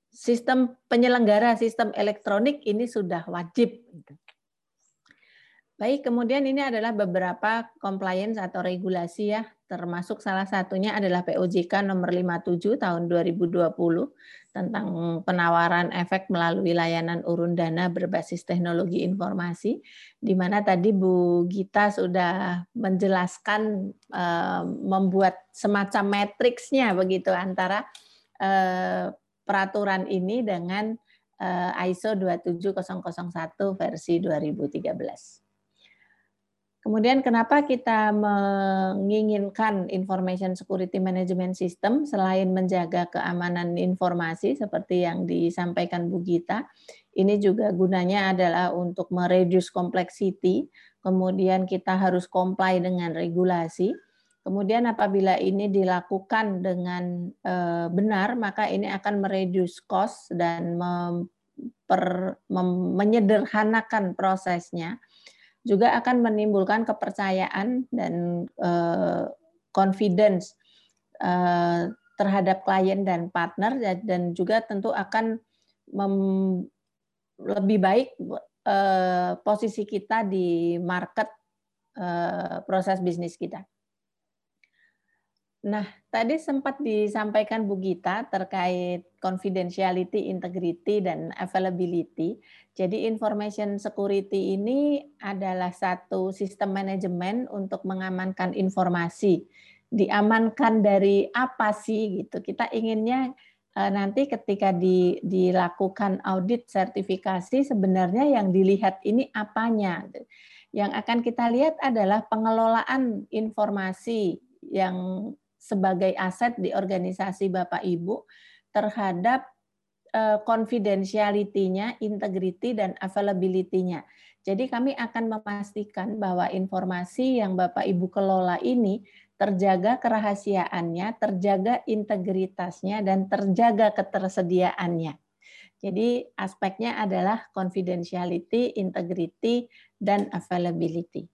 D: sistem penyelenggara sistem elektronik ini sudah wajib. Baik, kemudian ini adalah beberapa compliance atau regulasi ya, termasuk salah satunya adalah P O J K nomor lima puluh tujuh tahun dua ribu dua puluh tentang penawaran efek melalui layanan urun dana berbasis teknologi informasi, di mana tadi Bu Gita sudah menjelaskan eh, membuat semacam matriksnya begitu antara eh, peraturan ini dengan eh, I S O dua tujuh nol nol satu versi dua ribu tiga belas. Kemudian kenapa kita menginginkan Information Security Management System selain menjaga keamanan informasi seperti yang disampaikan Bu Gita, ini juga gunanya adalah untuk mereduce complexity, kemudian kita harus comply dengan regulasi, kemudian apabila ini dilakukan dengan benar, maka ini akan mereduce cost dan memper, mem, menyederhanakan prosesnya, juga akan menimbulkan kepercayaan dan uh, confidence uh, terhadap klien dan partner, dan juga tentu akan mem- lebih baik uh, posisi kita di market uh, proses bisnis kita. Nah, tadi sempat disampaikan Bu Gita terkait confidentiality, integrity, dan availability. Jadi information security ini adalah satu sistem manajemen untuk mengamankan informasi. Diamankan dari apa sih gitu? Kita inginnya nanti ketika di, dilakukan audit sertifikasi, sebenarnya yang dilihat ini apanya. Yang akan kita lihat adalah pengelolaan informasi yang sebagai aset di organisasi Bapak Ibu terhadap confidentiality-nya, integrity, dan availability-nya. Jadi kami akan memastikan bahwa informasi yang Bapak Ibu kelola ini terjaga kerahasiaannya, terjaga integritasnya, dan terjaga ketersediaannya. Jadi aspeknya adalah confidentiality, integrity, dan availability.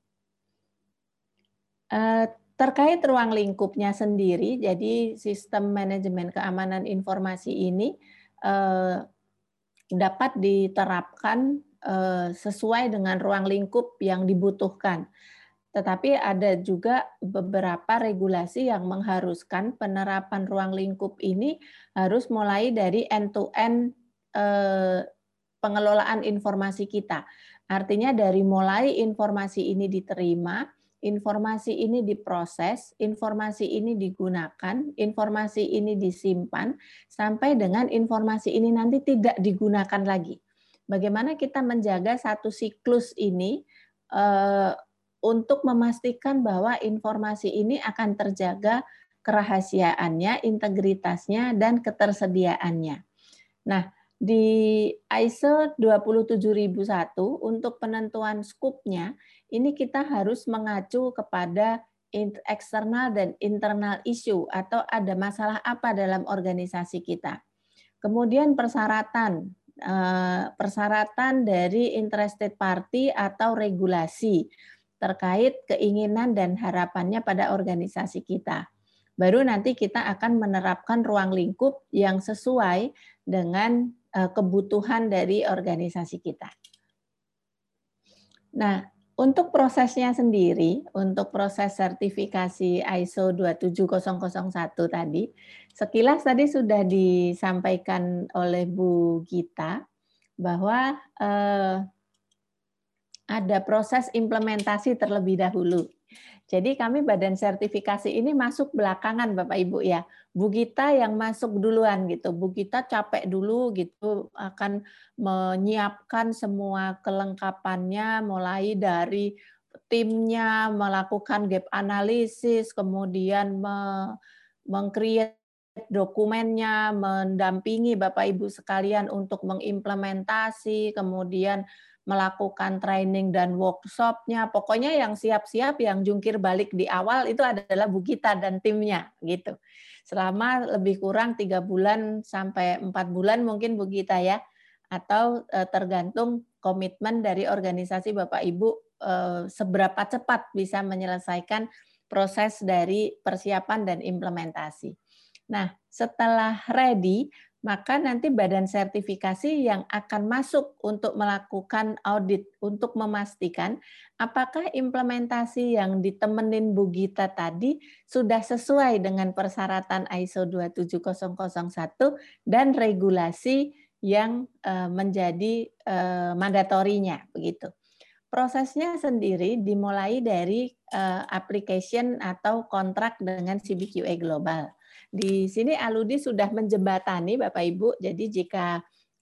D: Terkait ruang lingkupnya sendiri, jadi sistem manajemen keamanan informasi ini eh, dapat diterapkan eh, sesuai dengan ruang lingkup yang dibutuhkan. Tetapi ada juga beberapa regulasi yang mengharuskan penerapan ruang lingkup ini harus mulai dari end-to-end eh, pengelolaan informasi kita. Artinya dari mulai informasi ini diterima, informasi ini diproses, informasi ini digunakan, informasi ini disimpan, sampai dengan informasi ini nanti tidak digunakan lagi. Bagaimana kita menjaga satu siklus ini eh, untuk memastikan bahwa informasi ini akan terjaga kerahasiaannya, integritasnya, dan ketersediaannya. Nah, di I S O dua puluh tujuh ribu satu untuk penentuan skupnya, ini kita harus mengacu kepada eksternal dan internal issue atau ada masalah apa dalam organisasi kita. Kemudian persyaratan, persyaratan dari interested party atau regulasi terkait keinginan dan harapannya pada organisasi kita. Baru nanti kita akan menerapkan ruang lingkup yang sesuai dengan kebutuhan dari organisasi kita. Nah, untuk prosesnya sendiri, untuk proses sertifikasi I S O dua tujuh nol nol satu tadi, sekilas tadi sudah disampaikan oleh Bu Gita bahwa eh, ada proses implementasi terlebih dahulu. Jadi kami badan sertifikasi ini masuk belakangan Bapak Ibu ya. Bu Gita yang masuk duluan gitu. Bu Gita capek dulu gitu akan menyiapkan semua kelengkapannya mulai dari timnya melakukan gap analisis, kemudian meng-create dokumennya, mendampingi Bapak Ibu sekalian untuk mengimplementasi, kemudian melakukan training dan workshopnya, pokoknya yang siap-siap, yang jungkir balik di awal itu adalah Bu Gita dan timnya, gitu. Selama lebih kurang tiga bulan sampai empat bulan mungkin Bu Gita ya, atau tergantung komitmen dari organisasi Bapak Ibu seberapa cepat bisa menyelesaikan proses dari persiapan dan implementasi. Nah, setelah ready, maka nanti badan sertifikasi yang akan masuk untuk melakukan audit untuk memastikan apakah implementasi yang ditemenin Bu Gita tadi sudah sesuai dengan persyaratan I S O dua tujuh nol nol satu dan regulasi yang menjadi mandatorinya begitu. Prosesnya sendiri dimulai dari application atau kontrak dengan C B Q A Global. Di sini Aludi sudah menjembatani Bapak Ibu, jadi jika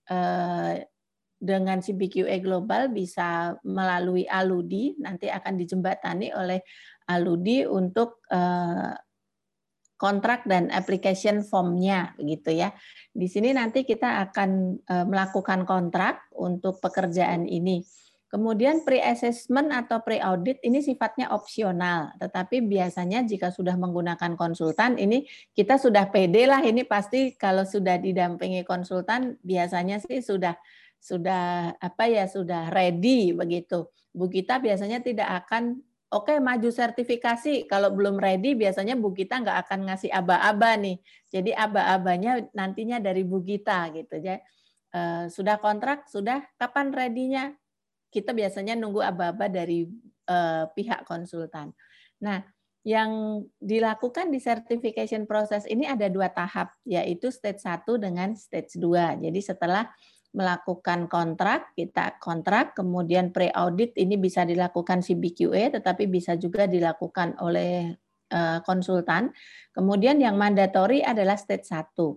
D: eh, dengan C B Q A Global bisa melalui Aludi, nanti akan dijembatani oleh Aludi untuk eh, kontrak dan application form-nya, begitu ya. Di sini nanti kita akan eh, melakukan kontrak untuk pekerjaan ini. Kemudian pre-assessment atau pre-audit ini sifatnya opsional, tetapi biasanya jika sudah menggunakan konsultan, ini kita sudah pede lah, ini pasti kalau sudah didampingi konsultan, biasanya sih sudah sudah apa ya sudah ready begitu. Bu Gita biasanya tidak akan, oke maju sertifikasi, kalau belum ready biasanya Bu Gita nggak akan ngasih aba-aba nih, jadi aba-abanya nantinya dari Bu Gita gitu ya. Eh, sudah kontrak, sudah kapan ready-nya? Kita biasanya nunggu aba-aba dari uh, pihak konsultan. Nah, yang dilakukan di certification process ini ada dua tahap, yaitu stage satu dengan stage dua. Jadi setelah melakukan kontrak, kita kontrak, kemudian pre-audit ini bisa dilakukan C B Q A, tetapi bisa juga dilakukan oleh uh, konsultan. Kemudian yang mandatori adalah stage satu.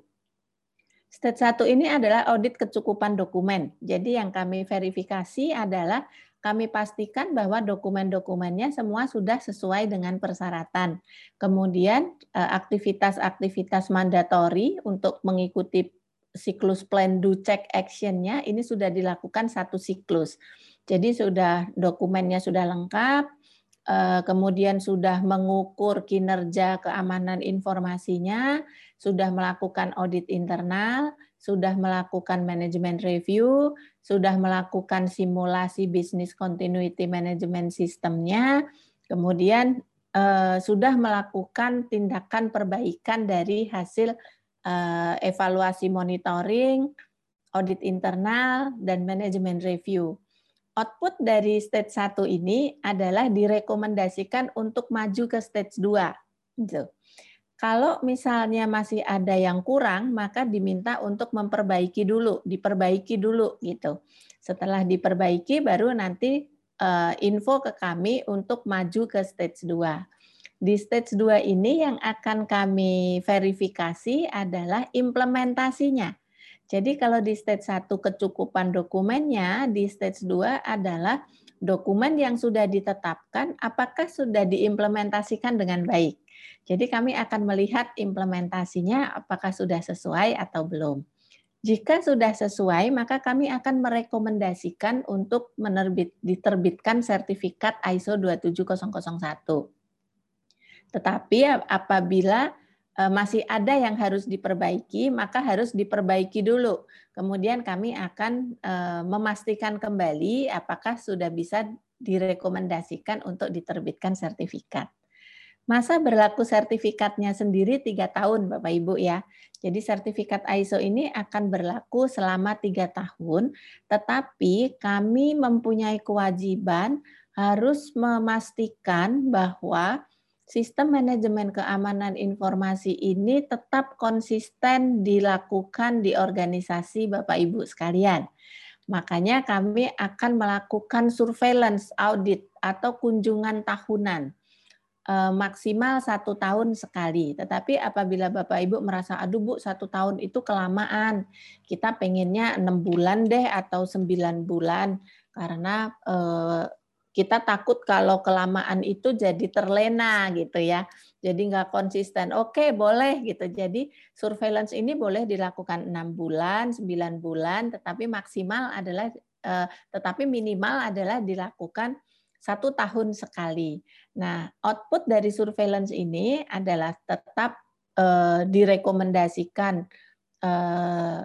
D: Stage satu ini adalah audit kecukupan dokumen. Jadi yang kami verifikasi adalah kami pastikan bahwa dokumen-dokumennya semua sudah sesuai dengan persyaratan. Kemudian aktivitas-aktivitas mandatori untuk mengikuti siklus plan do check action-nya ini sudah dilakukan satu siklus. Jadi sudah dokumennya sudah lengkap, kemudian sudah mengukur kinerja keamanan informasinya, sudah melakukan audit internal, sudah melakukan manajemen review, sudah melakukan simulasi business continuity management sistemnya, kemudian eh, sudah melakukan tindakan perbaikan dari hasil eh, evaluasi monitoring, audit internal, dan manajemen review. Output dari stage satu ini adalah direkomendasikan untuk maju ke stage dua. Gitu. Kalau misalnya masih ada yang kurang, maka diminta untuk memperbaiki dulu, diperbaiki dulu gitu. Setelah diperbaiki baru nanti uh, info ke kami untuk maju ke stage dua. Di stage dua ini yang akan kami verifikasi adalah implementasinya. Jadi kalau di stage satu kecukupan dokumennya, di stage dua adalah dokumen yang sudah ditetapkan apakah sudah diimplementasikan dengan baik. Jadi kami akan melihat implementasinya apakah sudah sesuai atau belum. Jika sudah sesuai, maka kami akan merekomendasikan untuk menerbit, diterbitkan sertifikat I S O dua tujuh nol nol satu. Tetapi apabila masih ada yang harus diperbaiki, maka harus diperbaiki dulu. Kemudian kami akan memastikan kembali apakah sudah bisa direkomendasikan untuk diterbitkan sertifikat. Masa berlaku sertifikatnya sendiri tiga tahun, Bapak Ibu ya. Jadi sertifikat I S O ini akan berlaku selama tiga tahun, tetapi kami mempunyai kewajiban harus memastikan bahwa sistem manajemen keamanan informasi ini tetap konsisten dilakukan di organisasi Bapak Ibu sekalian. Makanya kami akan melakukan surveillance audit atau kunjungan tahunan. Maksimal satu tahun sekali. Tetapi apabila Bapak Ibu merasa, aduh Bu, satu tahun itu kelamaan, kita pengennya enam bulan deh atau sembilan bulan, karena eh, kita takut kalau kelamaan itu jadi terlena gitu ya. Jadi nggak konsisten. Oke, boleh gitu. Jadi surveillance ini boleh dilakukan enam bulan, sembilan bulan, tetapi maksimal adalah, eh, tetapi minimal adalah dilakukan satu tahun sekali. Nah, output dari surveillance ini adalah tetap eh, direkomendasikan eh,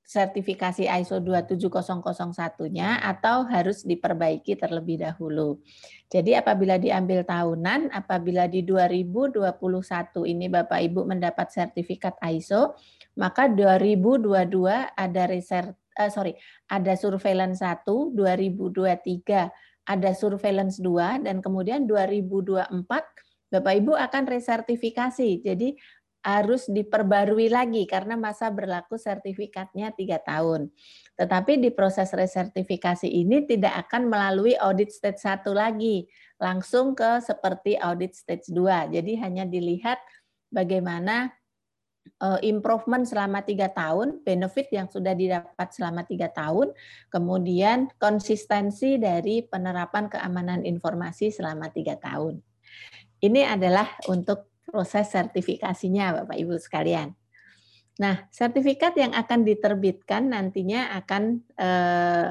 D: sertifikasi I S O dua tujuh nol nol satu-nya atau harus diperbaiki terlebih dahulu. Jadi apabila diambil tahunan, apabila di dua ribu dua puluh satu ini Bapak Ibu mendapat sertifikat I S O, maka dua ribu dua puluh dua ada reser, eh, sorry, ada surveillance satu, dua ribu dua puluh tiga ada surveillance dua, dan kemudian dua ribu dua puluh empat Bapak Ibu akan resertifikasi. Jadi harus diperbarui lagi karena masa berlaku sertifikatnya tiga tahun. Tetapi di proses resertifikasi ini tidak akan melalui audit stage satu lagi, langsung ke seperti audit stage dua. Jadi hanya dilihat bagaimana improvement selama tiga tahun, benefit yang sudah didapat selama tiga tahun, kemudian konsistensi dari penerapan keamanan informasi selama tiga tahun. Ini adalah untuk proses sertifikasinya Bapak Ibu sekalian. Nah, sertifikat yang akan diterbitkan nantinya akan eh,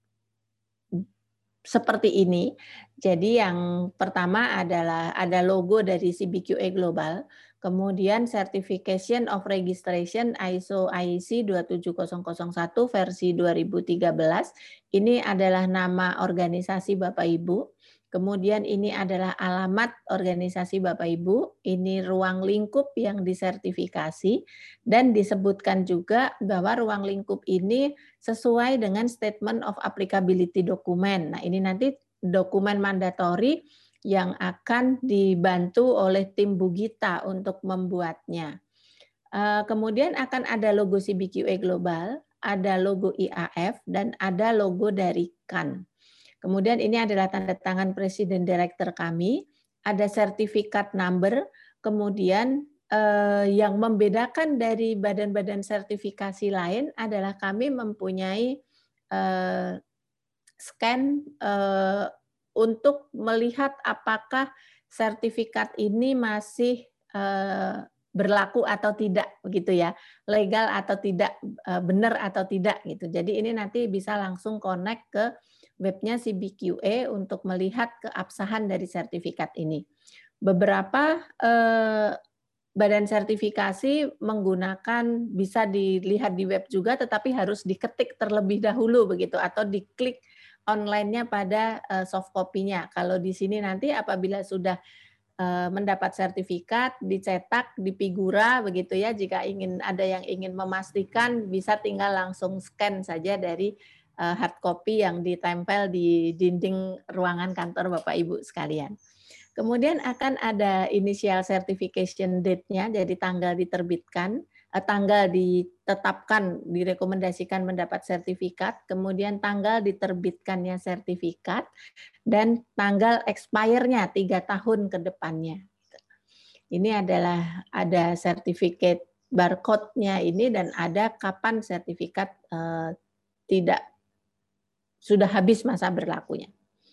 D: seperti ini. Jadi yang pertama adalah ada logo dari C B Q A Global, kemudian Certification of Registration I S O I E C dua tujuh nol nol satu versi dua ribu tiga belas. Ini adalah nama organisasi Bapak Ibu. Kemudian ini adalah alamat organisasi Bapak Ibu, ini ruang lingkup yang disertifikasi, dan disebutkan juga bahwa ruang lingkup ini sesuai dengan Statement of Applicability Document. Nah, ini nanti dokumen mandatori yang akan dibantu oleh tim Bu Gita untuk membuatnya. Kemudian akan ada logo C B Q A Global, ada logo I A F, dan ada logo dari C A N. Kemudian ini adalah tanda tangan Presiden Direktur kami, ada sertifikat number, kemudian eh, yang membedakan dari badan-badan sertifikasi lain adalah kami mempunyai eh, scan eh, untuk melihat apakah sertifikat ini masih eh, berlaku atau tidak, begitu ya, legal atau tidak, eh, benar atau tidak gitu. Jadi ini nanti bisa langsung connect ke webnya C B Q A untuk melihat keabsahan dari sertifikat ini. Beberapa eh, badan sertifikasi menggunakan, bisa dilihat di web juga, tetapi harus diketik terlebih dahulu begitu, atau diklik online-nya pada eh, soft copy-nya. Kalau di sini nanti apabila sudah eh, mendapat sertifikat, dicetak di Figura begitu ya, jika ingin ada yang ingin memastikan bisa tinggal langsung scan saja dari hard copy yang ditempel di dinding ruangan kantor Bapak Ibu sekalian. Kemudian akan ada initial certification date-nya, jadi tanggal diterbitkan, tanggal ditetapkan, direkomendasikan mendapat sertifikat, kemudian tanggal diterbitkannya sertifikat, dan tanggal expire-nya tiga tahun ke depannya. Ini adalah ada sertifikat barcode-nya ini, dan ada kapan sertifikat eh, tidak sudah habis masa berlakunya.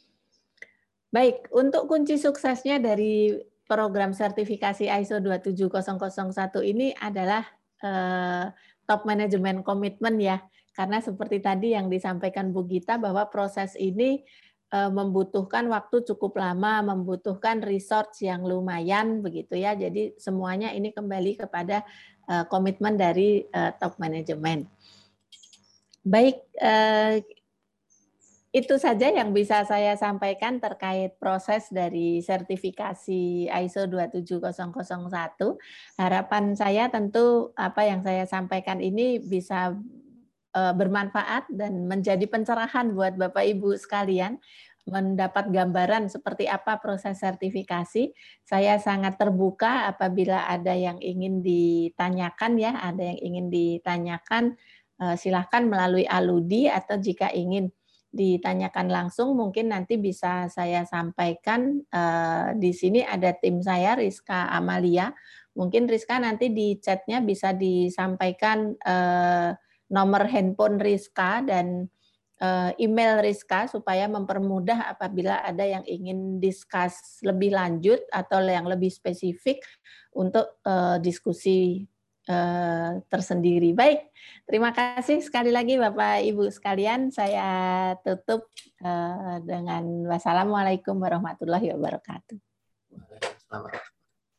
D: Baik, untuk kunci suksesnya dari program sertifikasi I S O dua tujuh nol nol satu ini adalah eh, top management commitment ya, karena seperti tadi yang disampaikan Bu Gita bahwa proses ini eh, membutuhkan waktu cukup lama, membutuhkan resource yang lumayan begitu ya. Jadi semuanya ini kembali kepada eh, komitmen dari eh, top management. Baik, eh, itu saja yang bisa saya sampaikan terkait proses dari sertifikasi I S O dua tujuh nol nol satu. Harapan saya tentu apa yang saya sampaikan ini bisa bermanfaat dan menjadi pencerahan buat Bapak Ibu sekalian, mendapat gambaran seperti apa proses sertifikasi. Saya sangat terbuka apabila ada yang ingin ditanyakan ya, ada yang ingin ditanyakan, silahkan melalui Aludi, atau jika ingin ditanyakan langsung mungkin nanti bisa saya sampaikan. Uh, di sini ada tim saya, Rizka Amalia. Mungkin Rizka nanti di chatnya bisa disampaikan uh, nomor handphone Rizka dan uh, email Rizka supaya mempermudah apabila ada yang ingin discuss lebih lanjut atau yang lebih spesifik untuk uh, diskusi Uh, tersendiri. Baik, terima kasih sekali lagi Bapak Ibu sekalian. Saya tutup uh, dengan wassalamualaikum warahmatullahi wabarakatuh.
A: Oke.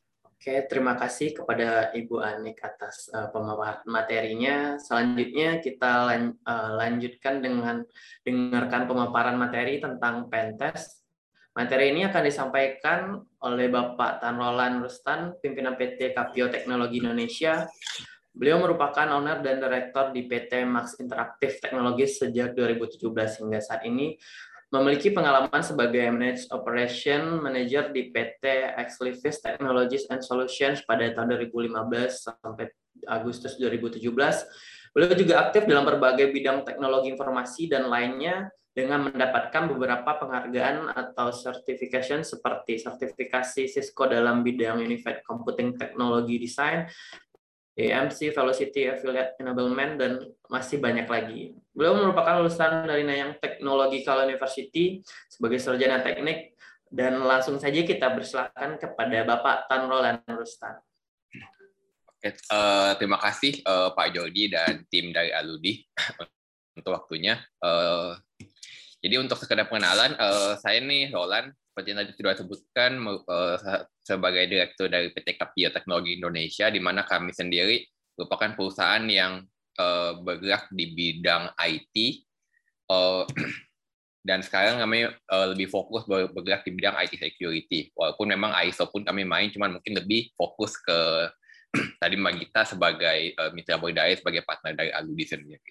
A: Oke, terima kasih kepada Ibu Anik atas uh, pemaparan materinya. Selanjutnya kita lan, uh, lanjutkan dengan dengarkan pemaparan materi tentang Pentest. Materi ini akan disampaikan oleh Bapak Tan Roland Rustan, pimpinan P T Capio Teknologi Indonesia. Beliau merupakan owner dan direktur di P T Max Interactive Technologies sejak dua ribu tujuh belas hingga saat ini. Memiliki pengalaman sebagai Managed Operation Manager di P T Exlivis Technologies and Solutions pada tahun dua ribu lima belas sampai Agustus dua ribu tujuh belas. Beliau juga aktif dalam berbagai bidang teknologi informasi dan lainnya dengan mendapatkan beberapa penghargaan atau certification seperti sertifikasi Cisco dalam bidang Unified Computing Technology Design, A M C, Velocity Affiliate Enablement, dan masih banyak lagi. Beliau merupakan lulusan dari Nanyang Technological University sebagai sarjana teknik, dan langsung saja kita bersilakan kepada Bapak Tan Roland Rustan.
E: Oke, uh, terima kasih uh, Pak Jordi dan tim dari Aludi untuk waktunya. Uh, jadi untuk sekedar pengenalan, uh, saya nih Roland, seperti yang tadi sudah disebutkan, uh, sebagai direktur dari P T Capio Teknologi Indonesia, di mana kami sendiri merupakan perusahaan yang uh, bergerak di bidang I T, uh, dan sekarang kami uh, lebih fokus bergerak di bidang I T security. Walaupun memang I S O pun kami main, cuman mungkin lebih fokus ke tadi Mbak Gita sebagai uh, mitra berdaya, sebagai partner dari Aludi sendiri.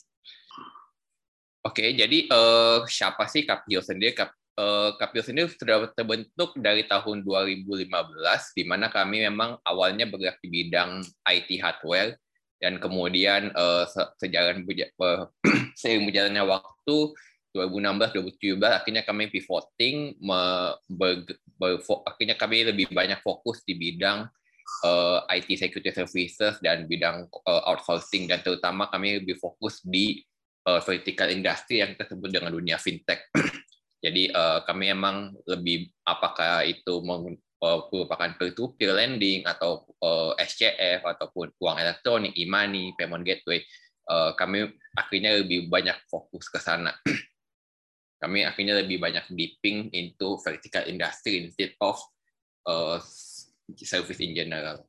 E: Oke, jadi uh, siapa sih Capio sendiri? Cap Uh, Capio sendiri sudah terbentuk dari tahun dua ribu lima belas, di mana kami memang awalnya bergerak di bidang I T hardware, dan kemudian uh, sejalan uh, seiring berjalannya waktu dua ribu enam belas dua ribu tujuh belas akhirnya kami pivoting, me, ber, ber, akhirnya kami lebih banyak fokus di bidang uh, I T security services dan bidang uh, outsourcing, dan terutama kami lebih fokus di uh, vertical industry yang kita sebut dengan dunia fintech. Jadi uh, kami emang lebih, apakah itu merupakan peer-to-peer lending atau uh, S C F ataupun uang elektronik, e-money, payment gateway, uh, kami akhirnya lebih banyak fokus ke sana. Kami akhirnya lebih banyak dipping into vertical industry instead of uh, service in general.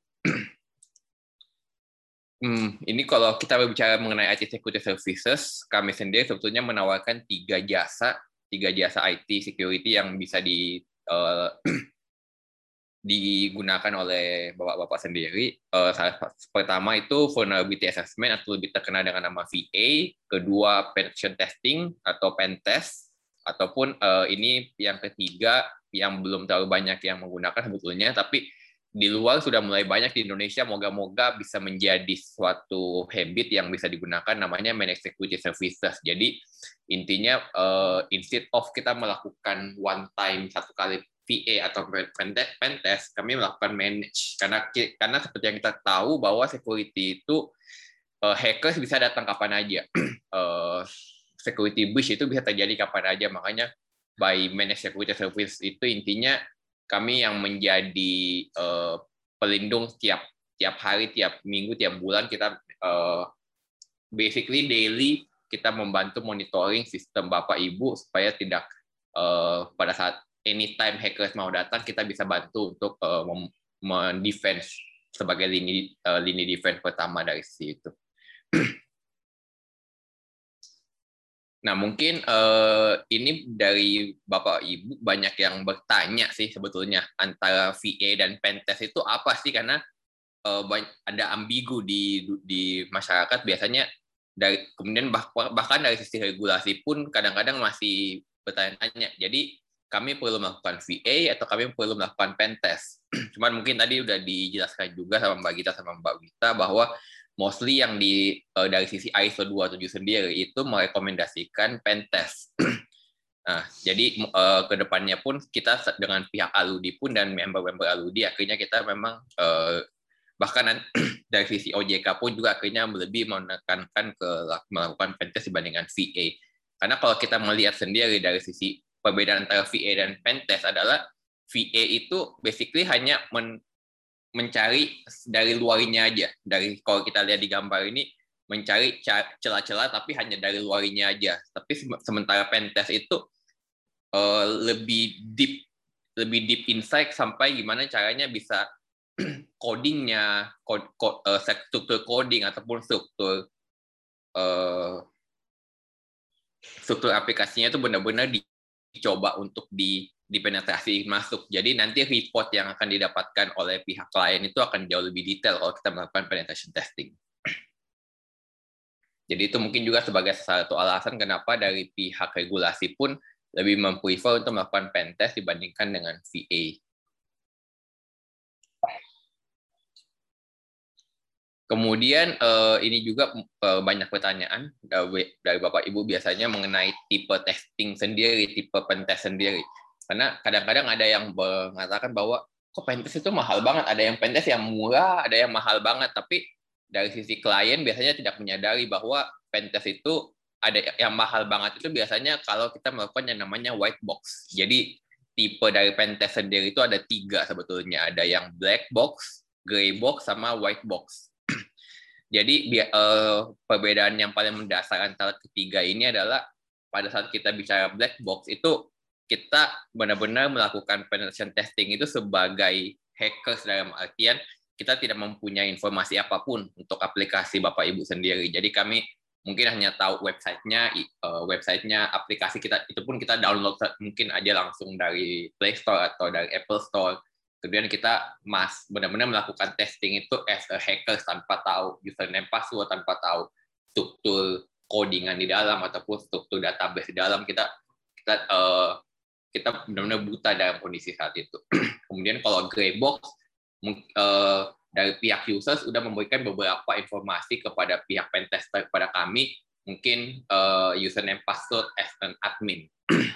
E: Hmm, ini kalau kita berbicara mengenai I T security services, kami sendiri sebetulnya menawarkan tiga jasa tiga jasa I T security yang bisa di, uh, digunakan oleh bapak-bapak sendiri. Uh, pertama itu vulnerability assessment atau lebih terkenal dengan nama V A, kedua penetration testing atau pen test, ataupun uh, ini yang ketiga yang belum terlalu banyak yang menggunakan sebetulnya, tapi di luar sudah mulai banyak di Indonesia, moga-moga bisa menjadi suatu habit yang bisa digunakan, namanya managed security services. Jadi intinya uh, instead of kita melakukan one time satu kali V A atau pen test, kami melakukan manage, karena karena seperti yang kita tahu bahwa security itu uh, hackers bisa datang kapan aja, uh, security breach itu bisa terjadi kapan aja, makanya by managed security service itu intinya kami yang menjadi uh, pelindung tiap tiap hari, tiap minggu, tiap bulan kita uh, basically daily kita membantu monitoring sistem Bapak Ibu supaya tidak uh, pada saat anytime hackers mau datang kita bisa bantu untuk uh, mendefense sebagai lini uh, lini defense pertama dari situ. Nah, mungkin uh, ini dari Bapak Ibu banyak yang bertanya sih sebetulnya antara V A dan pentest itu apa sih, karena uh, ada ambigu di di masyarakat biasanya, dari kemudian bah, bahkan dari sisi regulasi pun kadang-kadang masih bertanya-tanya. Jadi kami perlu melakukan V A atau kami perlu melakukan pentest. Cuman mungkin tadi udah dijelaskan juga sama Mbak Gita sama Mbak Gita bahwa mostly yang di uh, dari sisi I S O dua puluh tujuh sendiri itu merekomendasikan pentest. Nah, jadi uh, ke depannya pun kita dengan pihak Aludi pun dan member-member Aludi akhirnya kita memang uh, bahkan dari sisi O J K pun juga akhirnya lebih menekankan ke melakukan pentest dibandingkan V A. Karena kalau kita melihat sendiri dari sisi perbedaan antara V A dan pentest adalah V A itu basically hanya men mencari dari luarnya aja. Dari kalau kita lihat di gambar ini mencari celah-celah tapi hanya dari luarnya aja. Tapi sementara pentest itu uh, lebih deep, lebih deep insight sampai gimana caranya bisa codingnya, kod, kod, uh, struktur coding ataupun struktur uh, struktur aplikasinya itu benar-benar dicoba untuk di dipenetrasi masuk. Jadi nanti report yang akan didapatkan oleh pihak klien itu akan jauh lebih detail kalau kita melakukan penetration testing. Jadi itu mungkin juga sebagai salah satu alasan kenapa dari pihak regulasi pun lebih memprefer untuk melakukan pen test dibandingkan dengan V A. Kemudian ini juga banyak pertanyaan dari Bapak Ibu biasanya mengenai tipe testing sendiri, tipe pen test sendiri. Karena kadang-kadang ada yang mengatakan bahwa kok pen test itu mahal banget, ada yang pen test yang murah, ada yang mahal banget, tapi dari sisi klien biasanya tidak menyadari bahwa pen test itu ada yang mahal banget itu biasanya kalau kita melakukan yang namanya white box. Jadi tipe dari pen test sendiri itu ada tiga sebetulnya, ada yang black box, gray box, sama white box. Jadi uh, perbedaan yang paling mendasar antara ketiga ini adalah pada saat kita bicara black box itu kita benar-benar melakukan penetration testing itu sebagai hackers dalam artian kita tidak mempunyai informasi apapun untuk aplikasi Bapak Ibu sendiri. Jadi kami mungkin hanya tahu websitenya, uh, websitenya aplikasi kita itu pun kita download mungkin aja langsung dari Play Store atau dari Apple Store. Kemudian kita mas benar-benar melakukan testing itu as a hacker tanpa tahu username password, tanpa tahu struktur codingan di dalam ataupun struktur database di dalam. Kita kita uh, kita benar-benar buta dalam kondisi saat itu. Kemudian kalau gray box uh, dari pihak users sudah memberikan beberapa informasi kepada pihak pentester kepada kami, mungkin uh, username password as an admin.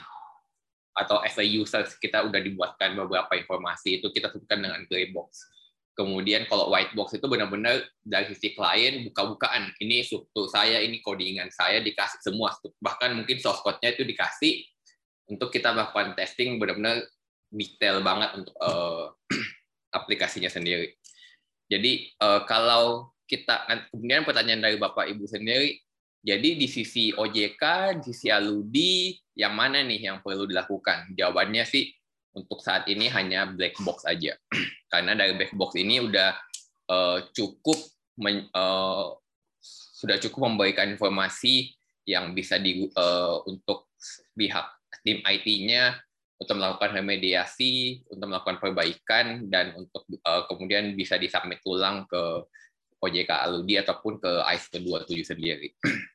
E: Atau as a user kita udah dibuatkan beberapa informasi, itu kita sebutkan dengan gray box. Kemudian kalau white box itu benar-benar dari sisi klien buka-bukaan, ini struktur saya, ini codingan saya dikasih semua, bahkan mungkin source code-nya itu dikasih untuk kita melakukan testing benar-benar detail banget untuk uh, aplikasinya sendiri. Jadi uh, kalau kita, kemudian pertanyaan dari Bapak Ibu sendiri, jadi di sisi O J K, di sisi Aludi, yang mana nih yang perlu dilakukan? Jawabannya sih untuk saat ini hanya black box aja. Karena dari black box ini udah uh, cukup men, uh, sudah cukup memberikan informasi yang bisa di uh, untuk pihak tim I T-nya untuk melakukan remediasi, untuk melakukan perbaikan, dan untuk uh, kemudian bisa disubmit ulang ke O J K Aludi ataupun ke I S O dua puluh tujuh sendiri.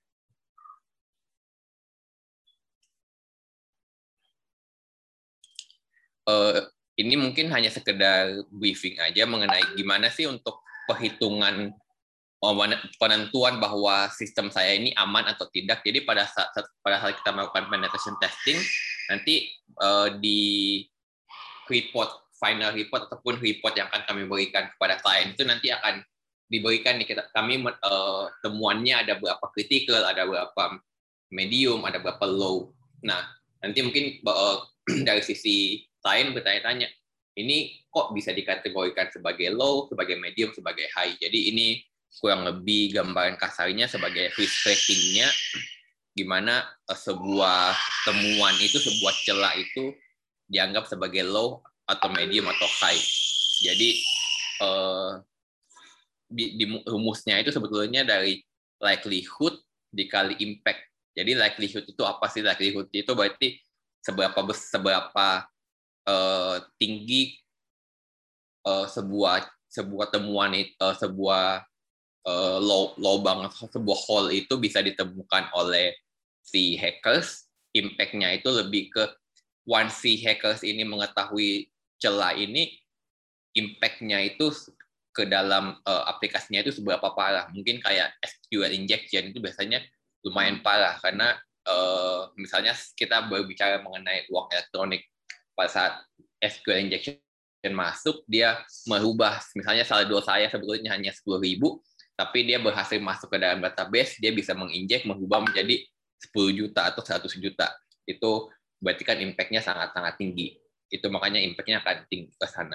E: Uh, ini mungkin hanya sekedar briefing aja mengenai gimana sih untuk perhitungan penentuan bahwa sistem saya ini aman atau tidak. Jadi pada saat pada saat kita melakukan penetration testing, nanti uh, di report final report ataupun report yang akan kami berikan kepada klien itu nanti akan diberikan nih kita kami uh, temuannya ada berapa critical, ada berapa medium, ada berapa low. Nah, nanti mungkin uh, dari sisi klien bertanya-tanya, ini kok bisa dikategorikan sebagai low, sebagai medium, sebagai high. Jadi ini kurang lebih gambaran kasarnya sebagai risk rating-nya, gimana sebuah temuan itu, sebuah celah itu dianggap sebagai low atau medium atau high. Jadi uh, di, di rumusnya itu sebetulnya dari likelihood dikali impact. Jadi likelihood itu apa sih? Likelihood itu berarti seberapa seberapa uh, tinggi uh, sebuah sebuah temuan itu, uh, sebuah uh, low low banget sebuah hole itu bisa ditemukan oleh si hackers. Impact-nya itu lebih ke once si hackers ini mengetahui celah ini, impact-nya itu ke dalam uh, aplikasinya itu seberapa parah. Mungkin kayak S Q L injection itu biasanya lumayan parah karena uh, misalnya kita berbicara mengenai uang elektronik, pada saat S Q L injection masuk dia merubah, misalnya saldo saya sebetulnya hanya sepuluh ribu, tapi dia berhasil masuk ke dalam database, dia bisa menginjek merubah menjadi sepuluh juta atau seratus juta. Itu berarti kan impact-nya sangat-sangat tinggi. Itu makanya impact-nya akan tinggi ke sana.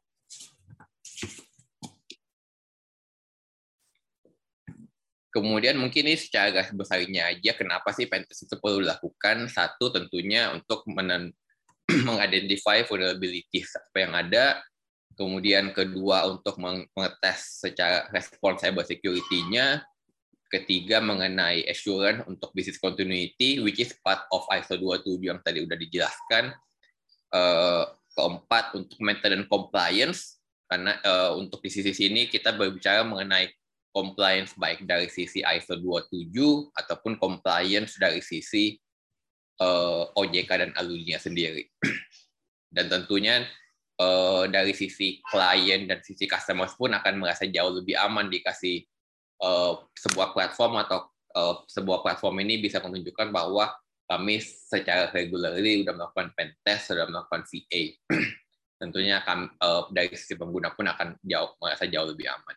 E: Kemudian mungkin ini secara garis besarnya aja kenapa sih pentest itu perlu dilakukan. Satu tentunya untuk mengidentifikasi vulnerabilities apa yang ada. Kemudian kedua untuk mengetes secara respon cyber security-nya. Ketiga mengenai assurance untuk business continuity, which is part of I S O dua puluh tujuh yang tadi udah dijelaskan. Keempat untuk maintenance compliance, karena untuk di sisi sini kita berbicara mengenai compliance baik dari sisi I S O dua puluh tujuh ataupun compliance dari sisi O J K dan alumni sendiri. Dan tentunya Uh, dari sisi klien dan sisi customer pun akan merasa jauh lebih aman dikasih uh, sebuah platform atau uh, sebuah platform ini bisa menunjukkan bahwa kami secara regularly sudah melakukan pen test, sudah melakukan V A. Tentunya kami, uh, dari sisi pengguna pun akan jauh merasa jauh lebih aman.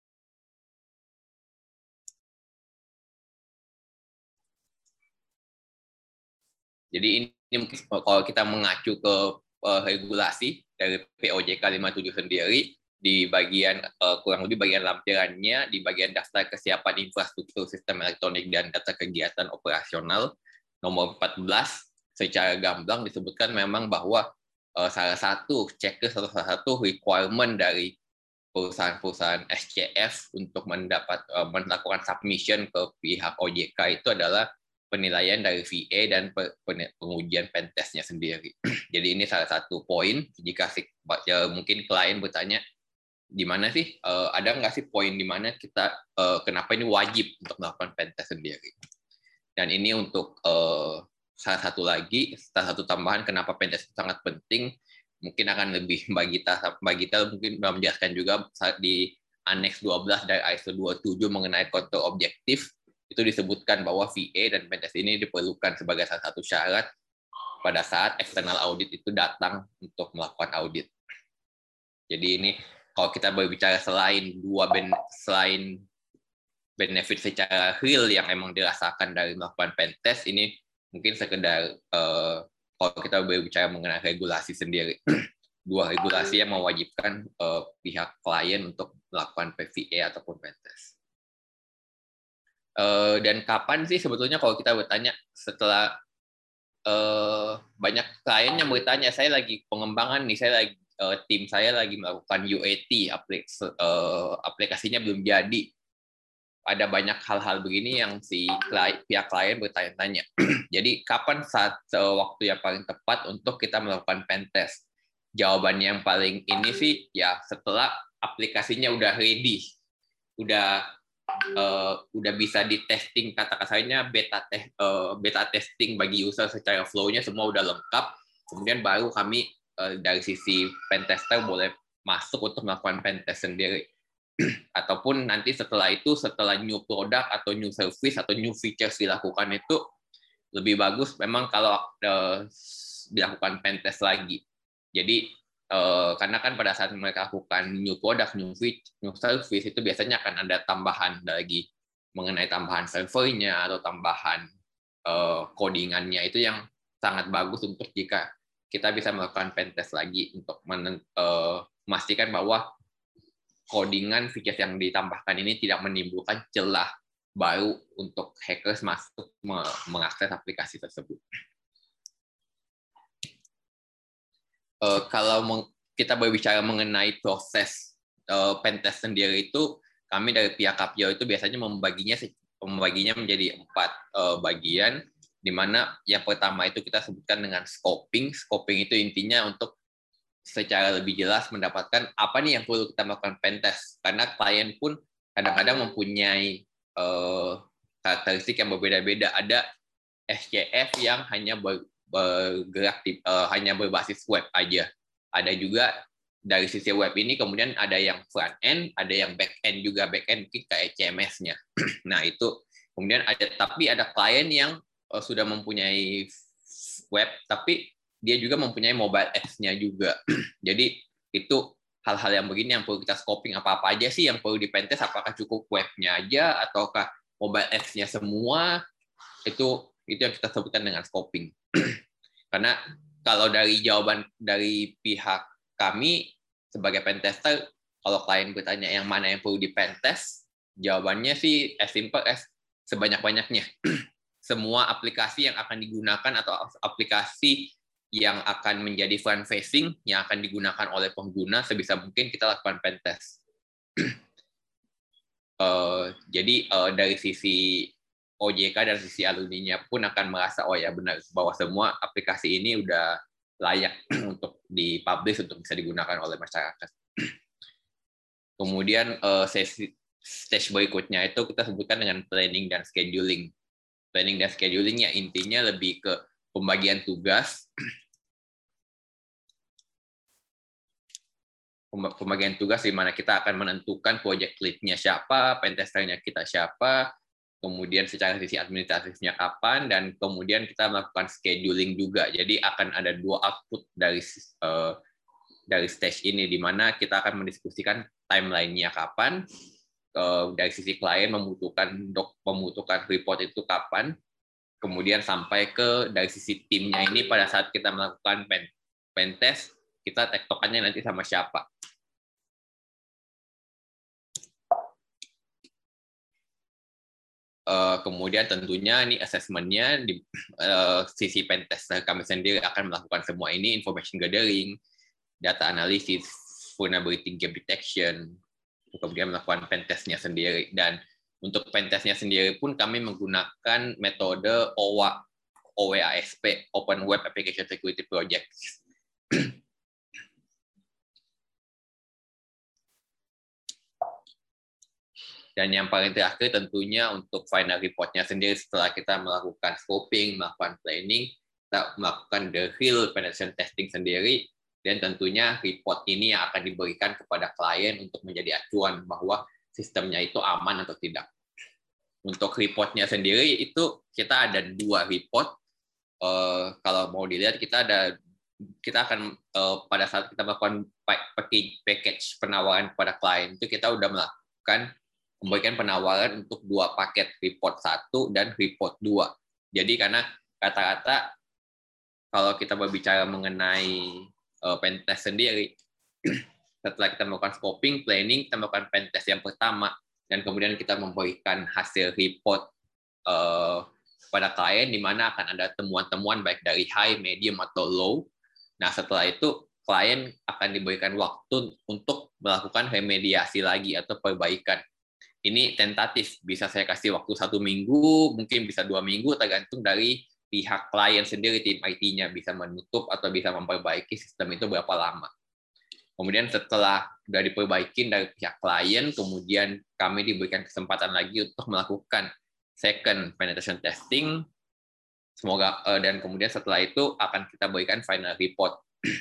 E: Jadi ini, ini mungkin kalau kita mengacu ke uh, regulasi dari P O J K lima puluh tujuh sendiri, di bagian uh, kurang lebih bagian lampirannya, di bagian daftar kesiapan infrastruktur sistem elektronik dan data kegiatan operasional nomor empat belas, secara gamblang disebutkan memang bahwa uh, salah satu checklist atau salah satu requirement dari perusahaan-perusahaan S C F untuk mendapat uh, melakukan submission ke pihak O J K itu adalah penilaian dari V A dan pengujian pen testnya sendiri. Jadi ini salah satu poin jika ya, mungkin klien bertanya di mana sih uh, ada nggak sih poin di mana kita uh, kenapa ini wajib untuk melakukan pen test sendiri. Dan ini untuk uh, salah satu lagi salah satu tambahan kenapa pen test itu sangat penting, mungkin akan lebih bagi kita bagi kita mungkin menjelaskan juga di Annex dua belas dari I S O dua puluh tujuh mengenai kontrol objektif. Itu disebutkan bahwa V A dan pen test ini diperlukan sebagai salah satu syarat pada saat external audit itu datang untuk melakukan audit. Jadi ini kalau kita berbicara selain dua ben, selain benefit secara real yang emang dirasakan dari melakukan pen test, ini mungkin sekedar uh, kalau kita berbicara mengenai regulasi sendiri, dua regulasi yang mewajibkan uh, pihak klien untuk melakukan P V A ataupun pen test. Uh, dan kapan sih sebetulnya kalau kita bertanya setelah uh, banyak klien yang bertanya, saya lagi pengembangan nih, saya lagi uh, tim saya lagi melakukan U A T, aplik, uh, aplikasinya belum jadi. Ada banyak hal-hal begini yang si klien, pihak klien bertanya-tanya. Jadi kapan saat uh, waktu yang paling tepat untuk kita melakukan pen test? Jawabannya yang paling ini sih ya setelah aplikasinya udah ready, udah Uh, udah bisa di testing, kata kasarnya beta teh uh, beta testing bagi user secara flow-nya semua udah lengkap, kemudian baru kami uh, dari sisi pen tester boleh masuk untuk melakukan pen test sendiri. Ataupun nanti setelah itu, setelah new product atau new service atau new features dilakukan, itu lebih bagus memang kalau uh, dilakukan pen test lagi. Jadi Uh, karena kan pada saat mereka lakukan new product, new feature, new service, itu biasanya akan ada tambahan lagi mengenai tambahan servernya atau tambahan uh, codingannya, itu yang sangat bagus untuk jika kita bisa melakukan pen test lagi untuk uh, memastikan bahwa codingan features yang ditambahkan ini tidak menimbulkan celah baru untuk hackers masuk mengakses aplikasi tersebut. Uh, kalau kita berbicara mengenai proses uh, pen test sendiri itu, kami dari pihak Capgeo itu biasanya membaginya membaginya menjadi empat uh, bagian, di mana yang pertama itu kita sebutkan dengan scoping. Scoping itu intinya untuk secara lebih jelas mendapatkan apa nih yang perlu kita melakukan pen test, karena klien pun kadang-kadang mempunyai uh, karakteristik yang berbeda-beda. Ada S C F yang hanya ber bergerak di, uh, hanya berbasis web aja. Ada juga dari sisi web ini kemudian ada yang front end, ada yang back end juga, back end mungkin kayak C M S-nya. Nah itu kemudian ada, tapi ada klien yang uh, sudah mempunyai web, tapi dia juga mempunyai mobile apps-nya juga. Jadi itu hal-hal yang begini yang perlu kita scoping, apa-apa aja sih yang perlu dipentes, apakah cukup webnya aja ataukah mobile apps-nya semua, itu itu yang kita sebutkan dengan scoping. Karena kalau dari jawaban dari pihak kami sebagai pentester, kalau klien bertanya yang mana yang perlu di pentest, jawabannya sih as simple as sebanyak-banyaknya. Semua aplikasi yang akan digunakan atau aplikasi yang akan menjadi front facing yang akan digunakan oleh pengguna, sebisa mungkin kita lakukan pentest. uh, jadi uh, dari sisi O J K dan sisi alumninya pun akan merasa oh ya benar bahwa semua aplikasi ini udah layak untuk dipublish untuk bisa digunakan oleh masyarakat. Kemudian uh, sesi stage berikutnya itu kita sebutkan dengan planning dan scheduling. Planning dan scheduling ya intinya lebih ke pembagian tugas. Pembagian tugas di mana kita akan menentukan project lead-nya siapa, pentesternya kita siapa, kemudian secara sisi administratifnya kapan, dan kemudian kita melakukan scheduling juga. Jadi akan ada dua output dari uh, dari stage ini, di mana kita akan mendiskusikan timeline-nya kapan, uh, dari sisi klien membutuhkan dok membutuhkan report itu kapan, kemudian sampai ke dari sisi timnya ini pada saat kita melakukan pen pentest, kita tektokannya nanti sama siapa. Uh, kemudian tentunya ini assessment-nya di uh, sisi pentester kami sendiri akan melakukan semua ini, information gathering, data analysis, vulnerability gap detection, kemudian melakukan pentestnya sendiri. Dan untuk pentestnya sendiri pun kami menggunakan metode O W A, O W A S P, Open Web Application Security Project. Dan yang paling terakhir tentunya untuk final report-nya sendiri, setelah kita melakukan scoping, melakukan planning, kita melakukan the real penetration testing sendiri, dan tentunya report ini yang akan diberikan kepada klien untuk menjadi acuan bahwa sistemnya itu aman atau tidak. Untuk report-nya sendiri itu kita ada dua report. Uh, kalau mau dilihat kita ada kita akan uh, pada saat kita melakukan package penawaran kepada klien itu kita udah melakukan memberikan penawaran untuk dua paket, report satu dan report dua. Jadi karena kata-kata kalau kita berbicara mengenai uh, pentest sendiri, setelah kita melakukan scoping, planning, kita melakukan pentest yang pertama, dan kemudian kita memberikan hasil report uh, pada klien, di mana akan ada temuan-temuan baik dari high, medium, atau low. Nah setelah itu klien akan diberikan waktu untuk melakukan remediasi lagi atau perbaikan. Ini tentatif, bisa saya kasih waktu satu minggu, mungkin bisa dua minggu, tergantung dari pihak klien sendiri, tim I T-nya bisa menutup atau bisa memperbaiki sistem itu berapa lama. Kemudian setelah sudah diperbaiki dari pihak klien, kemudian kami diberikan kesempatan lagi untuk melakukan second penetration testing, semoga dan kemudian setelah itu akan kita berikan final report.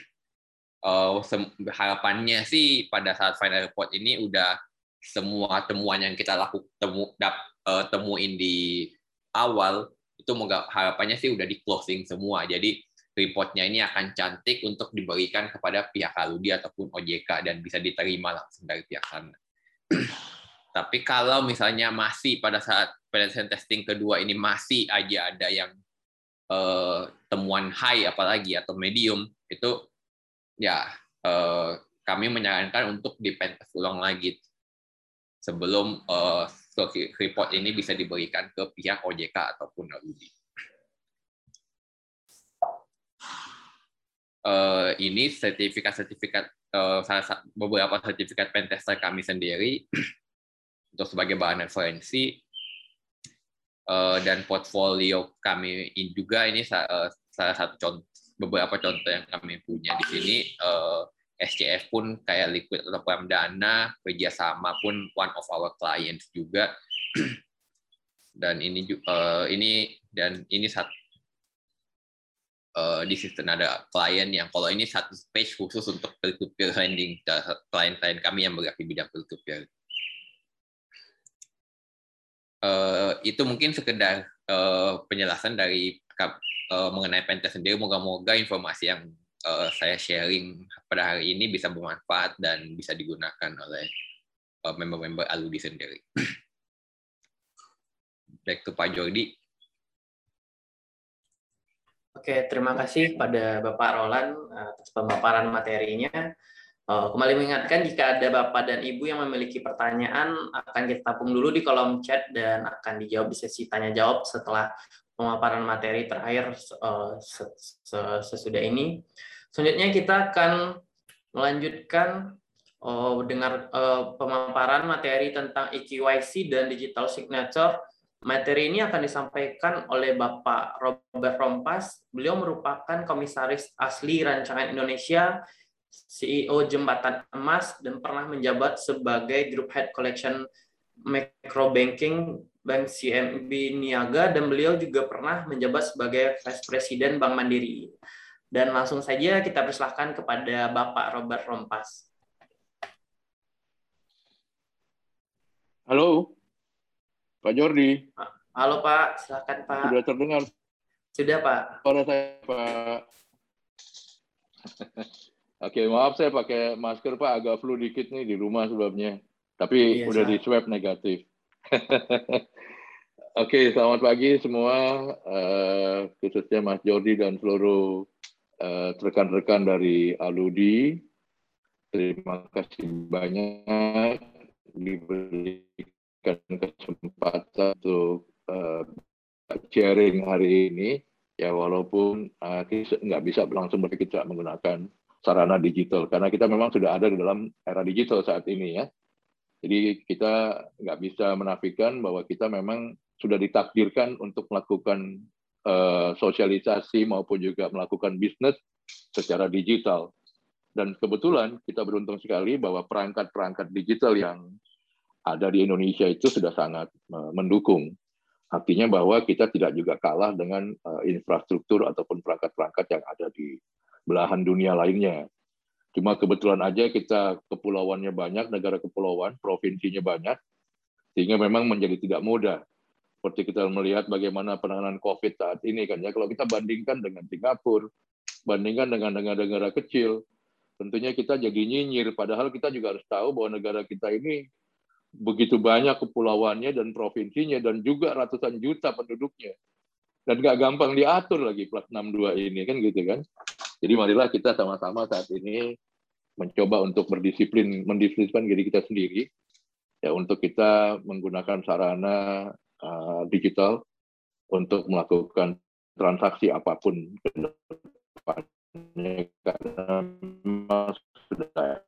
E: Harapannya sih pada saat final report ini udah semua temuan yang kita lakukan temu, dap, uh, temuin di awal itu moga harapannya sih udah di closing semua. Jadi reportnya ini akan cantik untuk diberikan kepada pihak Aludi ataupun O J K dan bisa diterima langsung dari pihak sana. Tapi kalau misalnya masih pada saat penetration testing kedua ini masih aja ada yang uh, temuan high apalagi atau medium, itu ya uh, kami menyarankan untuk di pentest ulang lagi sebelum uh, report ini bisa diberikan ke pihak O J K ataupun Aludi. Uh, ini sertifikat-sertifikat uh, beberapa sertifikat pentester kami sendiri untuk sebagai bahan referensi, uh, dan portfolio kami ini juga ini uh, salah satu contoh, beberapa contoh yang kami punya di sini. Uh, S C F pun kayak Liquid atau Pramdana, kerjasama pun one of our clients juga. Dan ini uh, ini dan ini satu uh, di sistem ada klien yang kalau ini satu page khusus untuk peer-to-peer lending, klien-klien kami yang bergerak di bidang peer-to-peer. Uh, itu mungkin sekedar uh, penjelasan dari uh, mengenai pentest sendiri. Moga-moga informasi yang Uh, saya sharing pada hari ini bisa bermanfaat dan bisa digunakan oleh uh, member-member Aludi sendiri. Back to Pak Jordi.
A: Oke, terima kasih pada Bapak Roland atas pemaparan materinya. Uh, kembali mengingatkan jika ada Bapak dan Ibu yang memiliki pertanyaan akan kita tampung dulu di kolom chat dan akan dijawab di sesi tanya jawab setelah pemaparan materi terakhir uh, sesudah ini. Selanjutnya kita akan melanjutkan uh, dengar uh, pemaparan materi tentang E K Y C dan digital signature. Materi ini akan disampaikan oleh Bapak Robert Rompas. Beliau merupakan komisaris asli Rancangan Indonesia, C E O Jembatan Emas, dan pernah menjabat sebagai Group Head Collection Micro Banking Bank C M B Niaga, dan beliau juga pernah menjabat sebagai Vice President Bank Mandiri. Dan langsung saja kita persilahkan kepada Bapak Robert Rompas.
F: Halo, Pak Jordi.
A: Halo Pak, silakan Pak.
F: Sudah terdengar?
A: Sudah Pak.
F: Suara saya Pak. Oke, maaf saya pakai masker Pak, agak flu dikit nih di rumah sebabnya. Tapi iya, udah di swab negatif. Oke, selamat pagi semua, uh, khususnya Mas Jordi dan seluruh rekan-rekan uh, dari Aludi. Terima kasih banyak diberikan kesempatan untuk uh, sharing hari ini. Ya walaupun uh, kita nggak bisa langsung berpikir menggunakan sarana digital, karena kita memang sudah ada di dalam era digital saat ini ya. Jadi kita nggak bisa menafikan bahwa kita memang sudah ditakdirkan untuk melakukan uh, sosialisasi maupun juga melakukan bisnis secara digital. Dan kebetulan kita beruntung sekali bahwa perangkat-perangkat digital yang ada di Indonesia itu sudah sangat uh, mendukung. Artinya bahwa kita tidak juga kalah dengan uh, infrastruktur ataupun perangkat-perangkat yang ada di belahan dunia lainnya. Cuma kebetulan aja kita kepulauannya banyak, negara kepulauan, provinsinya banyak, sehingga memang menjadi tidak mudah. Seperti kita melihat bagaimana penanganan COVID saat ini kan ya, kalau kita bandingkan dengan Singapura, bandingkan dengan negara-negara kecil, tentunya kita jadi nyinyir. Padahal kita juga harus tahu bahwa negara kita ini begitu banyak kepulauannya dan provinsinya dan juga ratusan juta penduduknya. Dan nggak gampang diatur lagi plus enam puluh dua ini kan gitu kan. Jadi marilah kita sama-sama saat ini mencoba untuk berdisiplin, mendisiplinkan diri kita sendiri ya untuk kita menggunakan sarana uh, digital untuk melakukan transaksi apapun ke depannya, karena memang sudah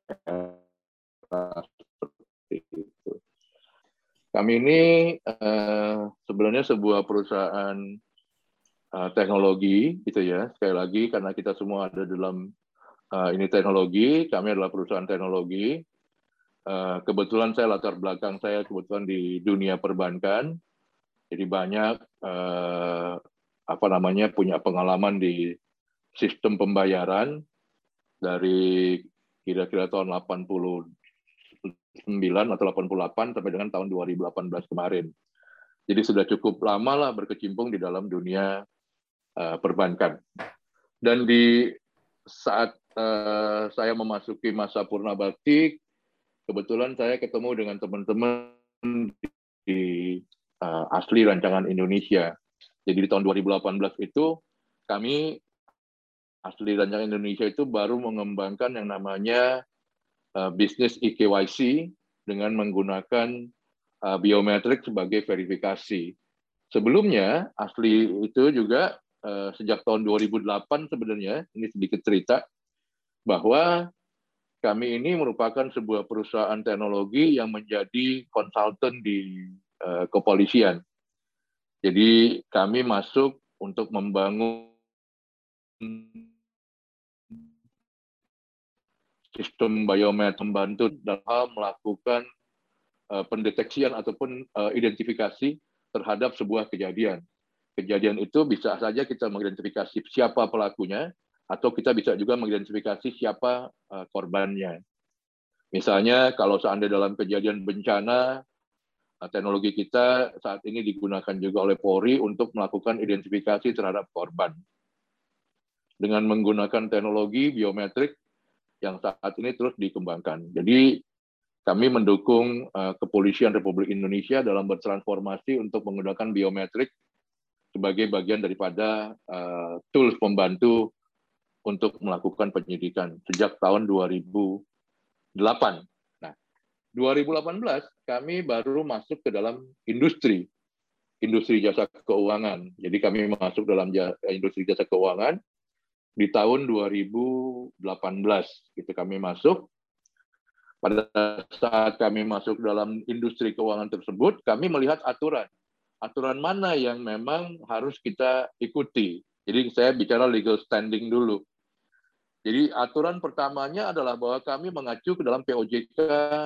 F: seperti itu. Kami ini uh, sebenarnya sebuah perusahaan uh, teknologi gitu ya. Sekali lagi karena kita semua ada dalam uh, ini teknologi, kami adalah perusahaan teknologi. Uh, kebetulan saya latar belakang saya kebetulan di dunia perbankan, jadi banyak uh, apa namanya punya pengalaman di sistem pembayaran dari kira-kira tahun delapan puluh sembilan atau delapan puluh delapan sampai dengan tahun dua ribu delapan belas kemarin. Jadi sudah cukup lama lah berkecimpung di dalam dunia uh, perbankan. Dan di saat uh, saya memasuki masa purna bakti, kebetulan saya ketemu dengan teman-teman di uh, asli Rancangan Indonesia. Jadi di tahun dua ribu delapan belas itu kami asli Rancangan Indonesia itu baru mengembangkan yang namanya uh, bisnis E K Y C dengan menggunakan uh, biometrik sebagai verifikasi. Sebelumnya asli itu juga uh, sejak tahun dua ribu delapan sebenarnya, ini sedikit cerita, bahwa kami ini merupakan sebuah perusahaan teknologi yang menjadi konsultan di uh, kepolisian. Jadi kami masuk untuk membangun sistem biometrik, membantu dalam hal melakukan uh, pendeteksian ataupun uh, identifikasi terhadap sebuah kejadian. Kejadian itu bisa saja kita mengidentifikasi siapa pelakunya, atau kita bisa juga mengidentifikasi siapa uh, korbannya. Misalnya kalau seandainya dalam kejadian bencana, uh, teknologi kita saat ini digunakan juga oleh Polri untuk melakukan identifikasi terhadap korban. Dengan menggunakan teknologi biometrik yang saat ini terus dikembangkan. Jadi kami mendukung uh, Kepolisian Republik Indonesia dalam bertransformasi untuk menggunakan biometrik sebagai bagian daripada uh, tools pembantu untuk melakukan penyidikan sejak tahun dua ribu delapan. Nah, dua ribu delapan belas kami baru masuk ke dalam industri. industri jasa keuangan. Jadi kami masuk dalam industri jasa keuangan di tahun dua ribu delapan belas. Gitu kami masuk. Pada saat kami masuk dalam industri keuangan tersebut, kami melihat aturan. Aturan mana yang memang harus kita ikuti. Jadi saya bicara legal standing dulu. Jadi aturan pertamanya adalah bahwa kami mengacu ke dalam P O J K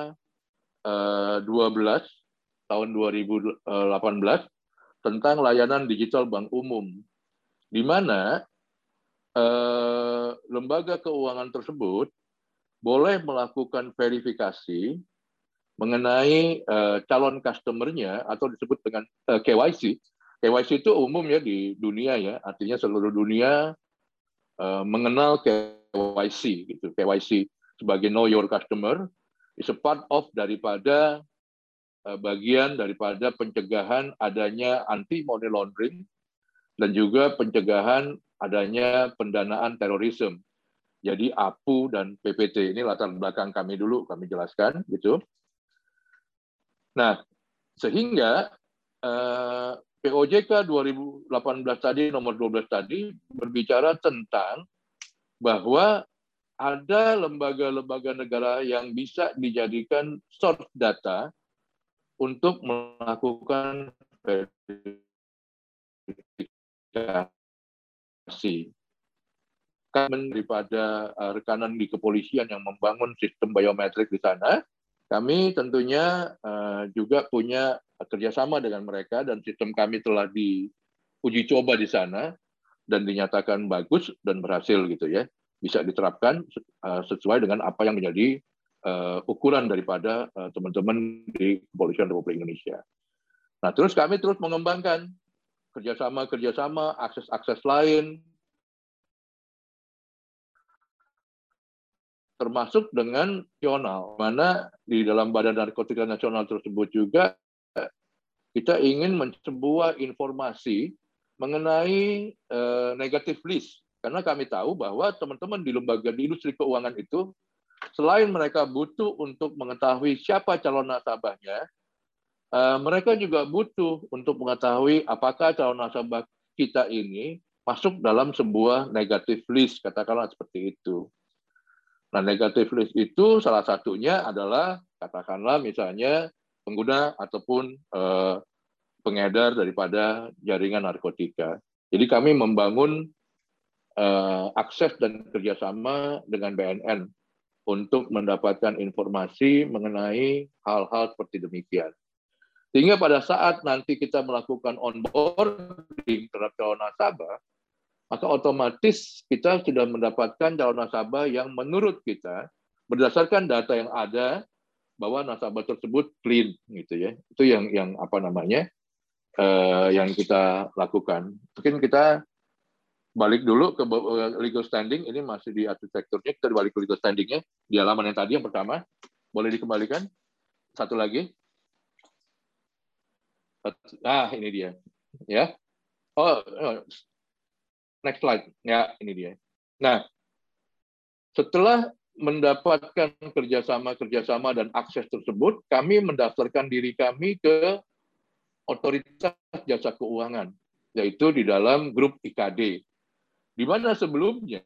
F: dua belas tahun dua ribu delapan belas tentang layanan digital bank umum, di mana eh, lembaga keuangan tersebut boleh melakukan verifikasi mengenai uh, calon customer-nya atau disebut dengan uh, K Y C. K Y C itu umum ya di dunia ya, artinya seluruh dunia uh, mengenal K Y C gitu. K Y C sebagai know your customer is a part of daripada uh, bagian daripada pencegahan adanya anti money laundering dan juga pencegahan adanya pendanaan terorisme. Jadi A P U dan P P T ini latar belakang kami dulu kami jelaskan gitu. Nah, sehingga eh, P O J K dua ribu delapan belas tadi nomor dua belas tadi berbicara tentang bahwa ada lembaga-lembaga negara yang bisa dijadikan source data untuk melakukan verifikasi. Kami daripada rekanan di kepolisian yang membangun sistem biometrik di sana, kami tentunya juga punya kerjasama dengan mereka dan sistem kami telah diuji coba di sana dan dinyatakan bagus dan berhasil gitu ya, bisa diterapkan sesuai dengan apa yang menjadi ukuran daripada teman-teman di Kepolisian Republik Indonesia. Nah, terus kami terus mengembangkan kerjasama-kerjasama, akses-akses lain, termasuk dengan nasional, mana di dalam Badan Narkotika Nasional tersebut juga kita ingin sebuah informasi mengenai eh, negative list, karena kami tahu bahwa teman-teman di lembaga di industri keuangan itu selain mereka butuh untuk mengetahui siapa calon nasabahnya, eh, mereka juga butuh untuk mengetahui apakah calon nasabah kita ini masuk dalam sebuah negative list, katakanlah seperti itu. Nah, negative list itu salah satunya adalah katakanlah misalnya pengguna ataupun eh, pengedar daripada jaringan narkotika. Jadi kami membangun eh, akses dan kerjasama dengan B N N untuk mendapatkan informasi mengenai hal-hal seperti demikian. Sehingga pada saat nanti kita melakukan onboarding terhadap calon nasabah, maka otomatis kita sudah mendapatkan calon nasabah yang menurut kita berdasarkan data yang ada bahwa nasabah tersebut clean gitu ya. Itu yang yang apa namanya eh, yang kita lakukan. Mungkin kita balik dulu ke legal standing, ini masih di arsitekturnya, kita balik ke legal standingnya di halaman yang tadi yang pertama. Boleh dikembalikan satu lagi. Nah, ini dia ya. Oh, next slide. Ya, ini dia. Nah, setelah mendapatkan kerjasama-kerjasama dan akses tersebut, kami mendaftarkan diri kami ke Otoritas Jasa Keuangan, yaitu di dalam grup I K D. Di mana sebelumnya,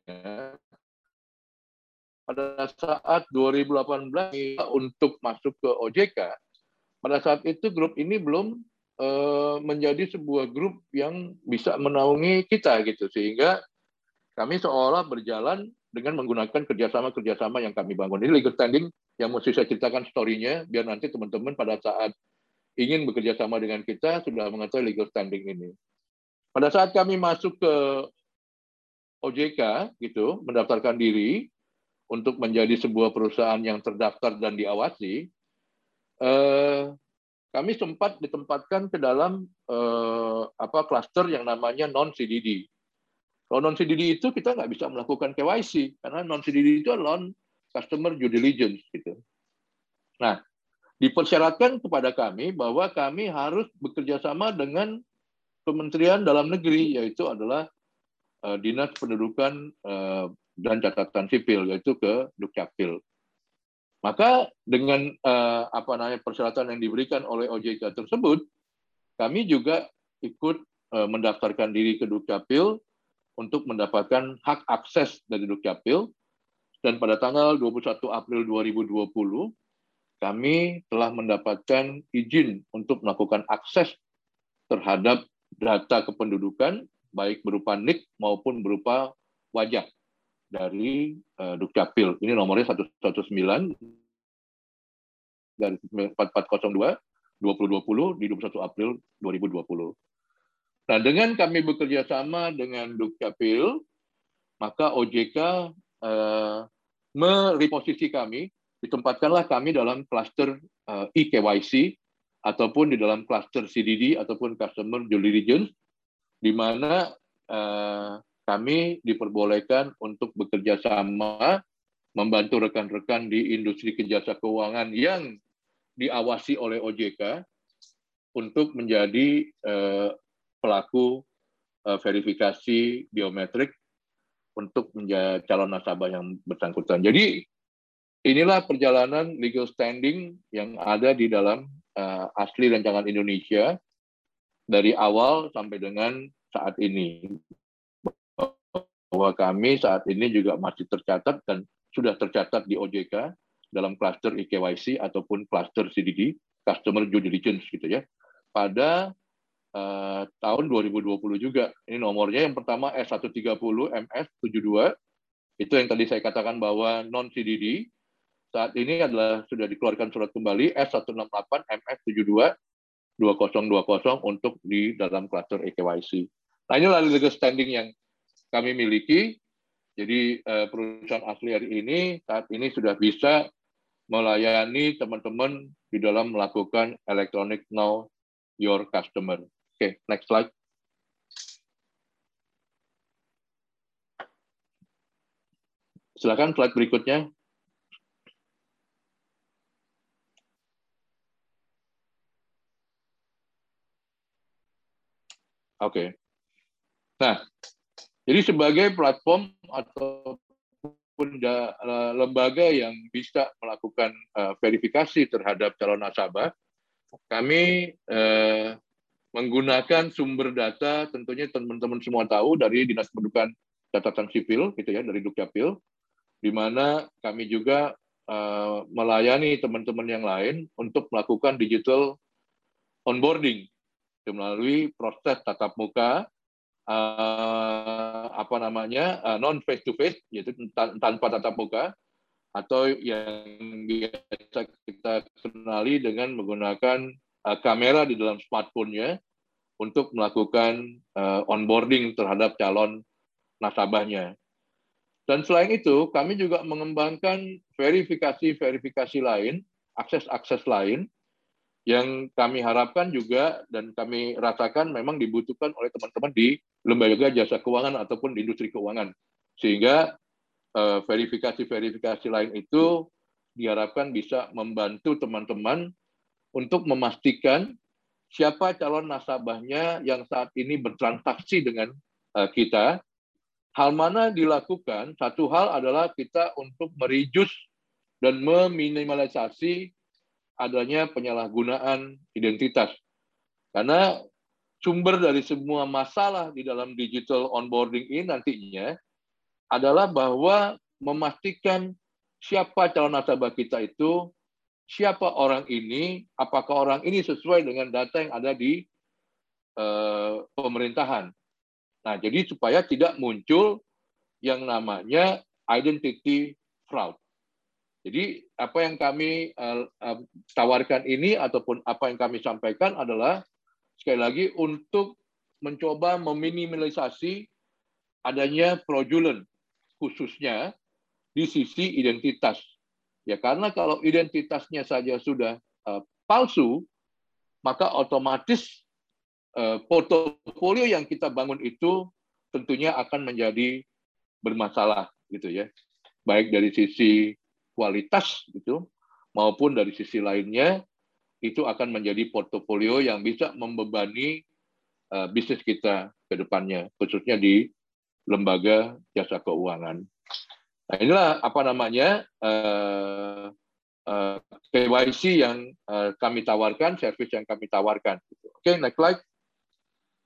F: pada saat dua ribu delapan belas untuk masuk ke O J K, pada saat itu grup ini belum menjadi sebuah grup yang bisa menaungi kita gitu, sehingga kami seolah berjalan dengan menggunakan kerjasama-kerjasama yang kami bangun. Ini legal standing yang mesti saya ceritakan story-nya biar nanti teman-teman pada saat ingin bekerja sama dengan kita sudah mengetahui legal standing ini. Pada saat kami masuk ke O J K gitu, mendaftarkan diri untuk menjadi sebuah perusahaan yang terdaftar dan diawasi, eh, kami sempat ditempatkan ke dalam eh, apa klaster yang namanya non C D D. Kalau non C D D itu kita nggak bisa melakukan K Y C karena non C D D itu adalah non customer due diligence gitu. Nah, dipersyaratkan kepada kami bahwa kami harus bekerja sama dengan Kementerian Dalam Negeri, yaitu adalah eh, Dinas Pendudukan eh, dan Catatan Sipil, yaitu ke Dukcapil. Maka dengan eh, apa namanya persyaratan yang diberikan oleh O J K tersebut, kami juga ikut uh, mendaftarkan diri ke Dukcapil untuk mendapatkan hak akses dari Dukcapil. Dan pada tanggal dua puluh satu April dua ribu dua puluh, kami telah mendapatkan izin untuk melakukan akses terhadap data kependudukan, baik berupa N I K maupun berupa wajah dari uh, Dukcapil. Ini nomornya seratus sembilan dari empat empat nol dua dua ribu dua puluh di dua puluh satu April dua ribu dua puluh. Nah, dengan kami bekerja sama dengan Dukcapil, maka O J K eh, mereposisi kami, ditempatkanlah kami dalam klaster eh, e K Y C ataupun di dalam klaster C D D ataupun Customer Due Diligence, di mana eh, kami diperbolehkan untuk bekerja sama membantu rekan-rekan di industri jasa keuangan yang diawasi oleh O J K untuk menjadi eh, pelaku eh, verifikasi biometrik untuk menjadi calon nasabah yang bersangkutan. Jadi inilah perjalanan legal standing yang ada di dalam uh, asli rancangan Indonesia dari awal sampai dengan saat ini. Bahwa kami saat ini juga masih tercatat dan sudah tercatat di O J K dalam klaster E K Y C ataupun klaster C D D, Customer Due Diligence gitu ya. Pada Uh, tahun dua ribu dua puluh juga. Ini nomornya yang pertama S seratus tiga puluh M S tujuh dua. Itu yang tadi saya katakan bahwa non-C D D. Saat ini adalah sudah dikeluarkan surat kembali S seratus enam puluh delapan M S tujuh dua dua nol dua nol untuk di dalam klaster E K Y C. Nah, inilah legal standing yang kami miliki. Jadi uh, perusahaan asli hari ini saat ini sudah bisa melayani teman-teman di dalam melakukan electronic know your customer. Oke, okay, next slide. Silakan slide berikutnya. Oke. Okay. Nah, jadi sebagai platform ataupun lembaga yang bisa melakukan uh, verifikasi terhadap calon nasabah, kami uh, menggunakan sumber data, tentunya teman-teman semua tahu dari Dinas Kependudukan Catatan Sipil, gitu ya, dari Dukcapil, di mana kami juga uh, melayani teman-teman yang lain untuk melakukan digital onboarding melalui proses tatap muka, uh, apa namanya, uh, non face to face, yaitu tanpa tatap muka, atau yang biasa kita kenali dengan menggunakan uh, kamera di dalam smartphone-nya untuk melakukan uh, onboarding terhadap calon nasabahnya. Dan selain itu, kami juga mengembangkan verifikasi-verifikasi lain, akses-akses lain, yang kami harapkan juga dan kami rasakan memang dibutuhkan oleh teman-teman di lembaga jasa keuangan ataupun di industri keuangan. Sehingga verifikasi-verifikasi lain itu diharapkan bisa membantu teman-teman untuk memastikan siapa calon nasabahnya yang saat ini bertransaksi dengan kita. Hal mana dilakukan, satu hal adalah kita untuk mereduce dan meminimalisasi adanya penyalahgunaan identitas. Karena sumber dari semua masalah di dalam digital onboarding ini nantinya adalah bahwa memastikan siapa calon nasabah kita itu, siapa orang ini, apakah orang ini sesuai dengan data yang ada di uh, pemerintahan. Nah, jadi supaya tidak muncul yang namanya identity fraud. Jadi apa yang kami uh, uh, tawarkan ini ataupun apa yang kami sampaikan adalah sekali lagi untuk mencoba meminimalisasi adanya fraudulent, khususnya di sisi identitas. Ya, karena kalau identitasnya saja sudah uh, palsu, maka otomatis uh, portofolio yang kita bangun itu tentunya akan menjadi bermasalah, gitu ya. Baik dari sisi kualitas gitu maupun dari sisi lainnya, itu akan menjadi portofolio yang bisa membebani uh, bisnis kita ke depannya, khususnya di lembaga jasa keuangan. Nah, inilah apa namanya uh, uh, K Y C yang uh, kami tawarkan, service yang kami tawarkan. Oke, okay, next slide.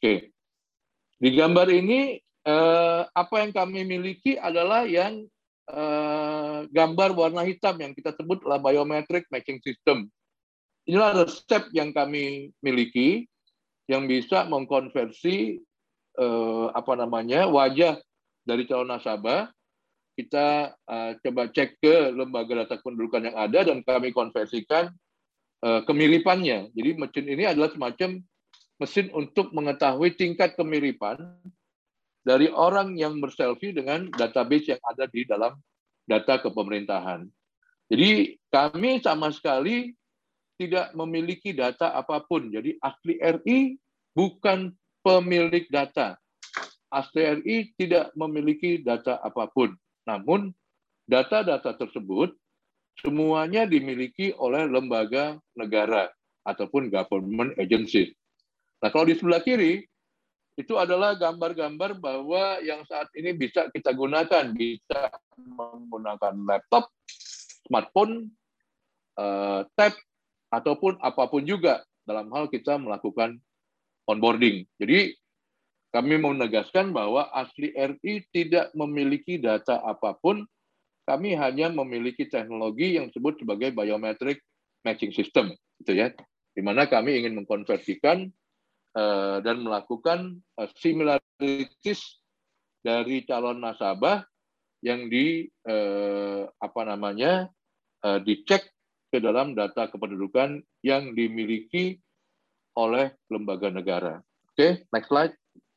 F: Oke. Di gambar ini eh, apa yang kami miliki adalah yang eh, gambar warna hitam yang kita sebut adalah biometric matching system. Inilah resep yang kami miliki yang bisa mengkonversi eh, apa namanya wajah dari calon nasabah. Kita uh, coba cek ke lembaga data kependudukan yang ada dan kami konversikan uh, kemiripannya. Jadi mesin ini adalah semacam mesin untuk mengetahui tingkat kemiripan dari orang yang berselfie dengan database yang ada di dalam data kepemerintahan. Jadi kami sama sekali tidak memiliki data apapun. Jadi Asli R I bukan pemilik data. Asli R I tidak memiliki data apapun. Namun, data-data tersebut semuanya dimiliki oleh lembaga negara ataupun government agency. Nah, kalau di sebelah kiri, itu adalah gambar-gambar bahwa yang saat ini bisa kita gunakan. Bisa menggunakan laptop, smartphone, uh, tab, ataupun apapun juga dalam hal kita melakukan onboarding. Jadi, kami mau menegaskan bahwa Asli R I tidak memiliki data apapun, kami hanya memiliki teknologi yang disebut sebagai biometric matching system, gitu ya, di mana kami ingin mengkonversikan uh, dan melakukan uh, similarities dari calon nasabah yang di uh, apa namanya uh, dicek ke dalam data kependudukan yang dimiliki oleh lembaga negara. Oke, okay, next slide.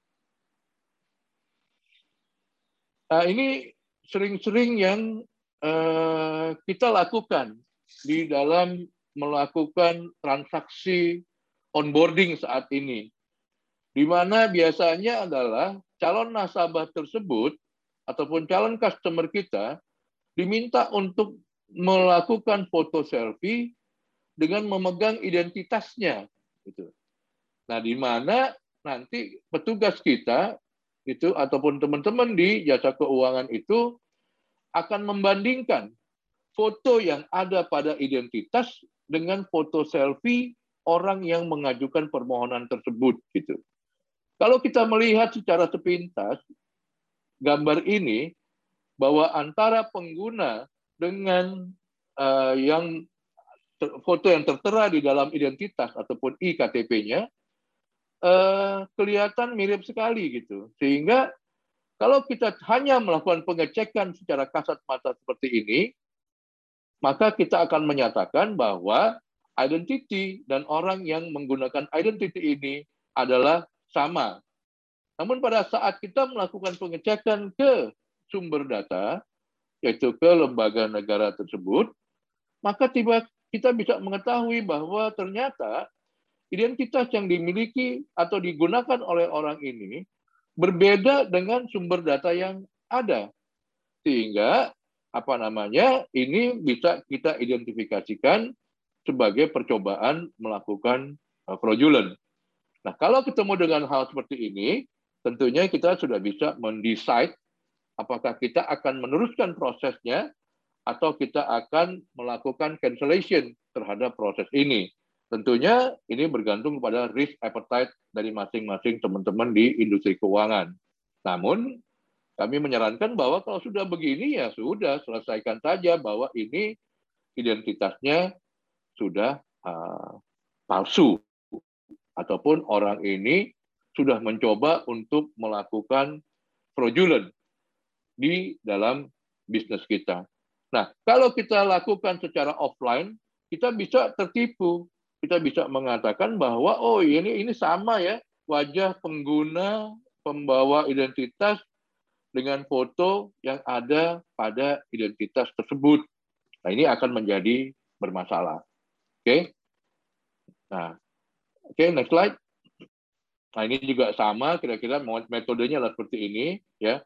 F: Nah, ini sering-sering yang uh, kita lakukan di dalam melakukan transaksi onboarding saat ini, di mana biasanya adalah calon nasabah tersebut ataupun calon customer kita diminta untuk melakukan foto selfie dengan memegang identitasnya. Gitu. Nah, di mana nanti petugas kita itu ataupun teman-teman di jasa keuangan itu akan membandingkan foto yang ada pada identitas dengan foto selfie orang yang mengajukan permohonan tersebut gitu. Kalau kita melihat secara sepintas gambar ini bahwa antara pengguna dengan uh, yang foto yang tertera di dalam identitas ataupun I K T P-nya Uh, kelihatan mirip sekali gitu, sehingga kalau kita hanya melakukan pengecekan secara kasat mata seperti ini, maka kita akan menyatakan bahwa identity dan orang yang menggunakan identity ini adalah sama. Namun pada saat kita melakukan pengecekan ke sumber data, yaitu ke lembaga negara tersebut, maka tiba kita bisa mengetahui bahwa ternyata identitas yang dimiliki atau digunakan oleh orang ini berbeda dengan sumber data yang ada. Sehingga apa namanya ini bisa kita identifikasikan sebagai percobaan melakukan fraudulent. Nah, kalau ketemu dengan hal seperti ini, tentunya kita sudah bisa mendecide apakah kita akan meneruskan prosesnya atau kita akan melakukan cancellation terhadap proses ini. Tentunya ini bergantung kepada risk appetite dari masing-masing teman-teman di industri keuangan. Namun, kami menyarankan bahwa kalau sudah begini, ya sudah, selesaikan saja bahwa ini identitasnya sudah uh, palsu. Ataupun orang ini sudah mencoba untuk melakukan fraudulent di dalam bisnis kita. Nah, kalau kita lakukan secara offline, kita bisa tertipu. Kita bisa mengatakan bahwa oh ini ini sama ya wajah pengguna pembawa identitas dengan foto yang ada pada identitas tersebut. Nah, ini akan menjadi bermasalah. Oke. Okay? Nah, oke, okay, next slide. Nah, ini juga sama kira-kira metodenya adalah seperti ini ya.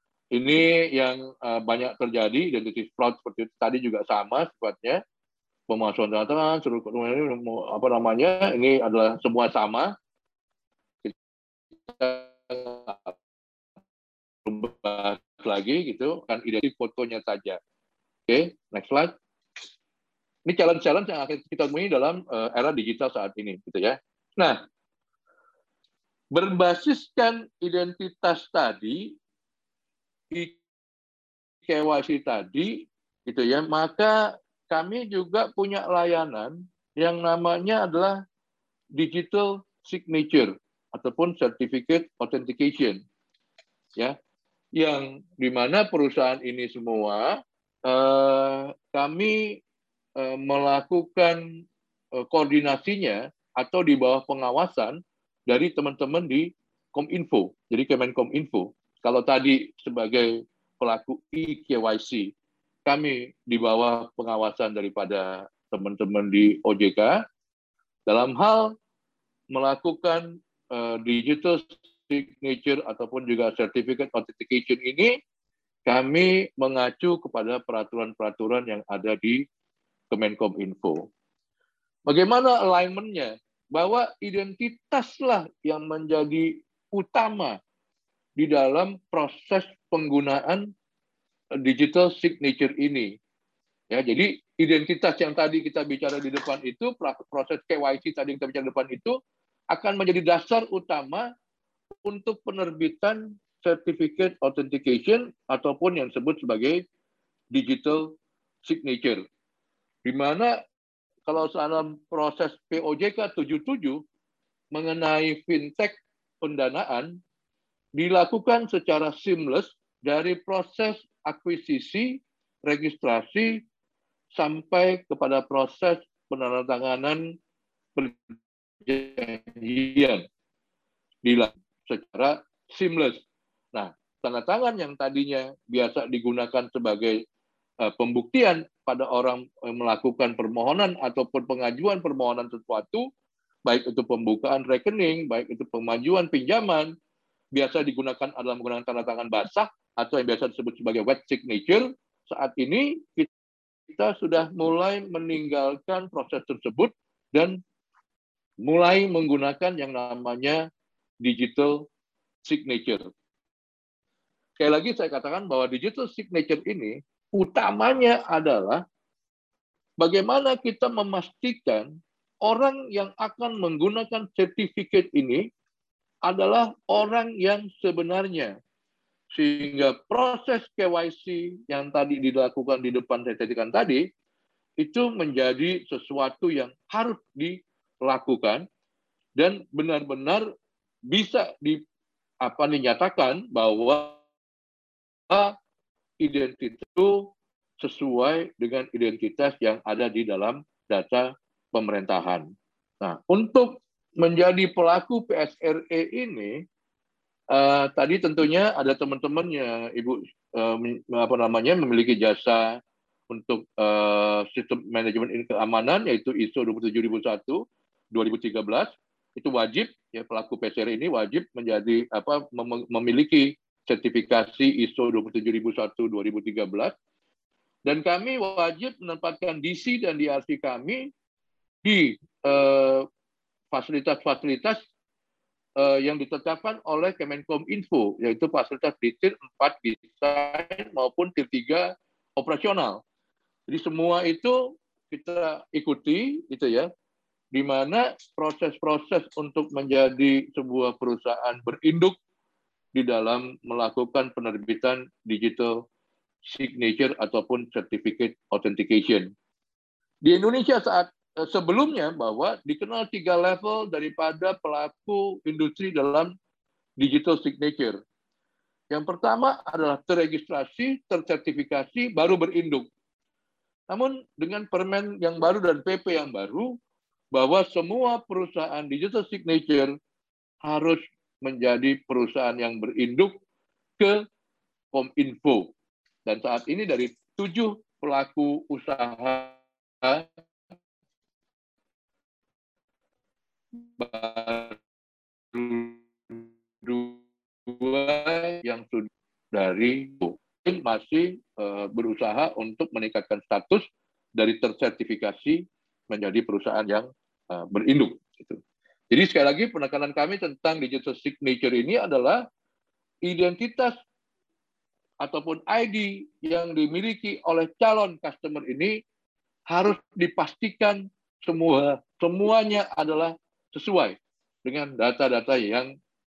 F: Ini yang uh, banyak terjadi identity fraud seperti itu. Tadi juga sama sifatnya. Pemalsuan data, suruh apa namanya, ini adalah semua sama. Kita bahas lagi gitu, kan identitas fotonya saja. Oke, okay, next slide. Ini challenge-challenge yang akan kita temui dalam uh, era digital saat ini, gitu ya. Nah, berbasiskan identitas tadi, I K Y C tadi, gitu ya, maka kami juga punya layanan yang namanya adalah digital signature ataupun certificate authentication, ya, yang dimana perusahaan ini semua eh, kami eh, melakukan eh, koordinasinya atau di bawah pengawasan dari teman-teman di Kominfo, jadi Kemenkominfo. Kalau tadi sebagai pelaku E K Y C, kami di bawah pengawasan daripada teman-teman di O J K dalam hal melakukan uh, digital signature ataupun juga certificate authentication ini, kami mengacu kepada peraturan-peraturan yang ada di Kemenkominfo. Bagaimana alignment-nya? Bahwa identitaslah yang menjadi utama di dalam proses penggunaan digital signature ini. Ya, jadi identitas yang tadi kita bicara di depan itu, proses K Y C tadi yang kita bicara di depan itu, akan menjadi dasar utama untuk penerbitan certificate authentication ataupun yang disebut sebagai digital signature. Di mana kalau dalam proses P O J K tujuh puluh tujuh mengenai fintech pendanaan dilakukan secara seamless dari proses akuisisi, registrasi, sampai kepada proses penandatanganan perjanjian dilakukan secara seamless. Nah, tanda tangan yang tadinya biasa digunakan sebagai uh, pembuktian pada orang yang melakukan permohonan ataupun pengajuan permohonan sesuatu, baik itu pembukaan rekening, baik itu pemajuan pinjaman, biasa digunakan adalah menggunakan tanda tangan basah atau yang biasa disebut sebagai wet signature. Saat ini kita sudah mulai meninggalkan proses tersebut dan mulai menggunakan yang namanya digital signature. Sekali lagi saya katakan bahwa digital signature ini utamanya adalah bagaimana kita memastikan orang yang akan menggunakan sertifikat ini adalah orang yang sebenarnya. Sehingga proses K Y C yang tadi dilakukan di depan saya ceritakan tadi, itu menjadi sesuatu yang harus dilakukan dan benar-benar bisa di, apa, dinyatakan bahwa identitas itu sesuai dengan identitas yang ada di dalam data pemerintahan. Nah, untuk menjadi pelaku P S R E ini, uh, tadi tentunya ada teman-teman yang Ibu uh, apa namanya memiliki jasa untuk uh, sistem manajemen keamanan, yaitu I S O dua puluh tujuh ribu satu dua ribu tiga belas. Itu wajib, ya, pelaku P S R E ini wajib menjadi apa mem memiliki sertifikasi I S O dua puluh tujuh ribu satu dua ribu tiga belas. Dan kami wajib menempatkan D C dan D R C kami di fasilitas-fasilitas uh, uh, yang ditetapkan oleh Kemenkominfo, yaitu fasilitas di Tier empat desain maupun Tier tiga operasional. Jadi semua itu kita ikuti, gitu ya, di mana proses-proses untuk menjadi sebuah perusahaan berinduk di dalam melakukan penerbitan digital signature ataupun certificate authentication. Di Indonesia saat sebelumnya bahwa dikenal tiga level daripada pelaku industri dalam digital signature. Yang pertama adalah terregistrasi, tersertifikasi, baru berinduk. Namun dengan permen yang baru dan P P yang baru, bahwa semua perusahaan digital signature harus menjadi perusahaan yang berinduk ke Kominfo. Dan saat ini dari tujuh pelaku usaha baru dua yang sudah dari masih uh, berusaha untuk meningkatkan status dari tersertifikasi menjadi perusahaan yang uh, berinduk. Gitu. Jadi sekali lagi penekanan kami tentang digital signature ini adalah identitas ataupun I D yang dimiliki oleh calon customer ini harus dipastikan semua semuanya adalah sesuai dengan data-data yang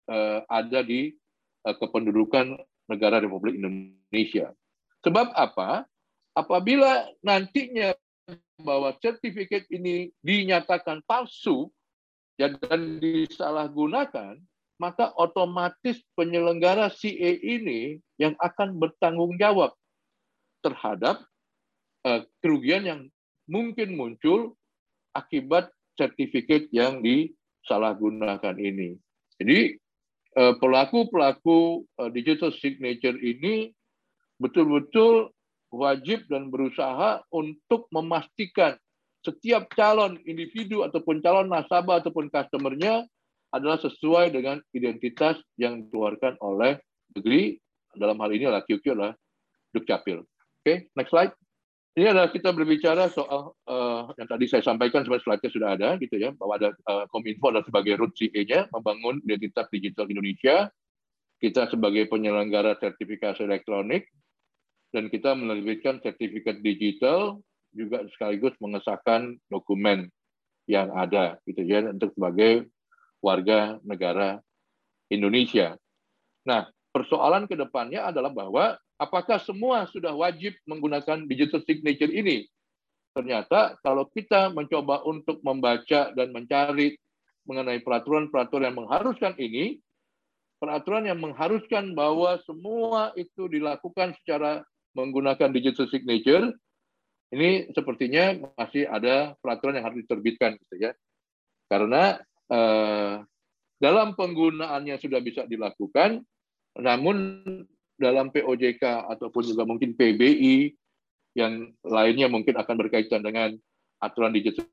F: uh, ada di uh, kependudukan negara Republik Indonesia. Sebab apa? Apabila nantinya bahwa sertifikat ini dinyatakan palsu dan disalahgunakan, maka otomatis penyelenggara C A ini yang akan bertanggung jawab terhadap uh, kerugian yang mungkin muncul akibat sertifikat yang disalahgunakan ini. Jadi pelaku-pelaku digital signature ini betul-betul wajib dan berusaha untuk memastikan setiap calon individu ataupun calon nasabah ataupun customer-nya adalah sesuai dengan identitas yang dikeluarkan oleh negeri. Dalam hal ini adalah Q Q adalah Dukcapil. Oke, okay, next slide. Ini adalah kita berbicara soal uh, yang tadi saya sampaikan, sebenarnya slide-nya sudah ada, gitu ya, bahwa ada uh, Kominfo adalah sebagai root C A-nya, membangun identitas digital Indonesia. Kita sebagai penyelenggara sertifikasi elektronik, dan kita menerbitkan sertifikat digital, juga sekaligus mengesahkan dokumen yang ada, gitu ya, untuk sebagai warga negara Indonesia. Nah, persoalan ke depannya adalah bahwa apakah semua sudah wajib menggunakan digital signature ini? Ternyata kalau kita mencoba untuk membaca dan mencari mengenai peraturan-peraturan yang mengharuskan ini, peraturan yang mengharuskan bahwa semua itu dilakukan secara menggunakan digital signature, ini sepertinya masih ada peraturan yang harus diterbitkan, gitu ya. Karena eh, dalam penggunaannya sudah bisa dilakukan, namun dalam P O J K ataupun juga mungkin P B I yang lainnya mungkin akan berkaitan dengan aturan digital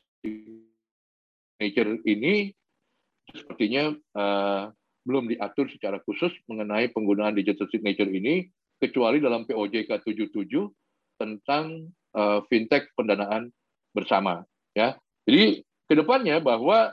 F: signature ini sepertinya uh, belum diatur secara khusus mengenai penggunaan digital signature ini, kecuali dalam P O J K tujuh puluh tujuh tentang uh, fintech pendanaan bersama. Ya, jadi kedepannya bahwa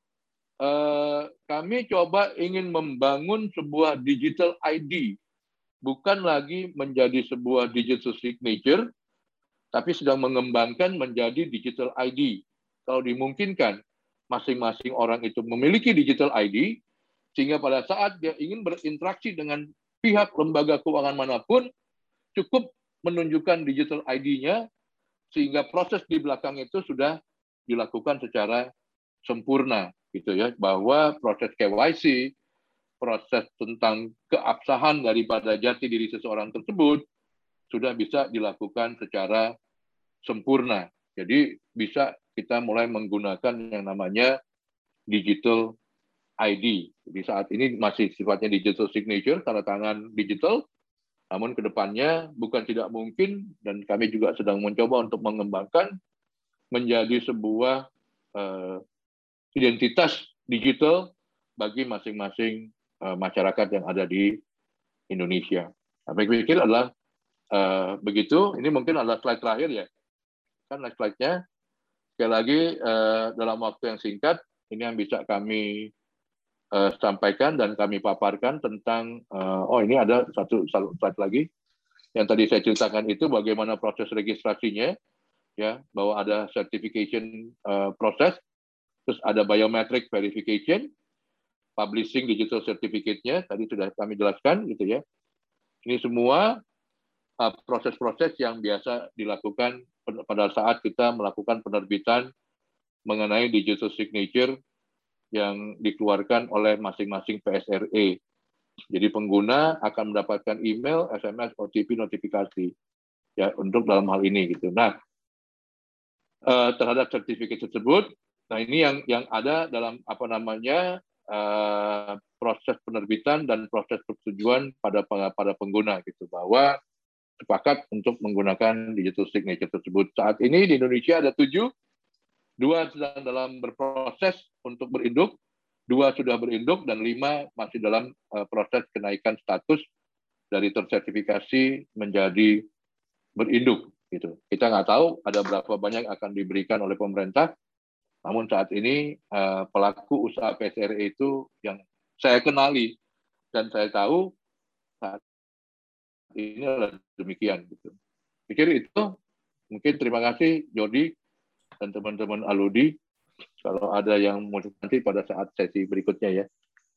F: uh, kami coba ingin membangun sebuah digital I D, bukan lagi menjadi sebuah digital signature, tapi sedang mengembangkan menjadi digital I D. Kalau dimungkinkan, masing-masing orang itu memiliki digital I D, sehingga pada saat dia ingin berinteraksi dengan pihak lembaga keuangan manapun, cukup menunjukkan digital I D-nya, sehingga proses di belakang itu sudah dilakukan secara sempurna, gitu ya, bahwa proses K Y C, proses tentang keabsahan daripada jati diri seseorang tersebut sudah bisa dilakukan secara sempurna. Jadi bisa kita mulai menggunakan yang namanya digital I D. Jadi saat ini masih sifatnya digital signature, tanda tangan digital, namun kedepannya bukan tidak mungkin, dan kami juga sedang mencoba untuk mengembangkan menjadi sebuah uh, identitas digital bagi masing-masing masyarakat yang ada di Indonesia. Nah, saya pikir adalah uh, begitu. Ini mungkin adalah slide terakhir ya. Kan slide-nya sekali lagi uh, dalam waktu yang singkat ini yang bisa kami uh, sampaikan dan kami paparkan tentang uh, oh ini ada satu slide lagi yang tadi saya ceritakan itu bagaimana proses registrasinya, ya, bahwa ada certification uh, proses, terus ada biometric verification, publishing digital certificate-nya, tadi sudah kami jelaskan, gitu ya. Ini semua proses-proses uh, yang biasa dilakukan pada saat kita melakukan penerbitan mengenai digital signature yang dikeluarkan oleh masing-masing P S R E. Jadi pengguna akan mendapatkan email, S M S, O T P, notifikasi, ya, untuk dalam hal ini, gitu. Nah, uh, terhadap sertifikat tersebut, nah ini yang yang ada dalam apa namanya Uh, proses penerbitan dan proses persetujuan pada para pengguna, gitu, bahwa sepakat untuk menggunakan digital signature tersebut. Saat ini di Indonesia ada tujuh, dua sedang dalam berproses untuk berinduk, dua sudah berinduk, dan lima masih dalam uh, proses kenaikan status dari tersertifikasi menjadi berinduk, gitu. Kita nggak tahu ada berapa banyak akan diberikan oleh pemerintah. Namun saat ini pelaku usaha P S R E itu yang saya kenali dan saya tahu saat ini adalah demikian, gitu. Pikir itu mungkin. Terima kasih Jordi dan teman-teman Aludi. Kalau ada yang mau nanti pada saat sesi berikutnya, ya.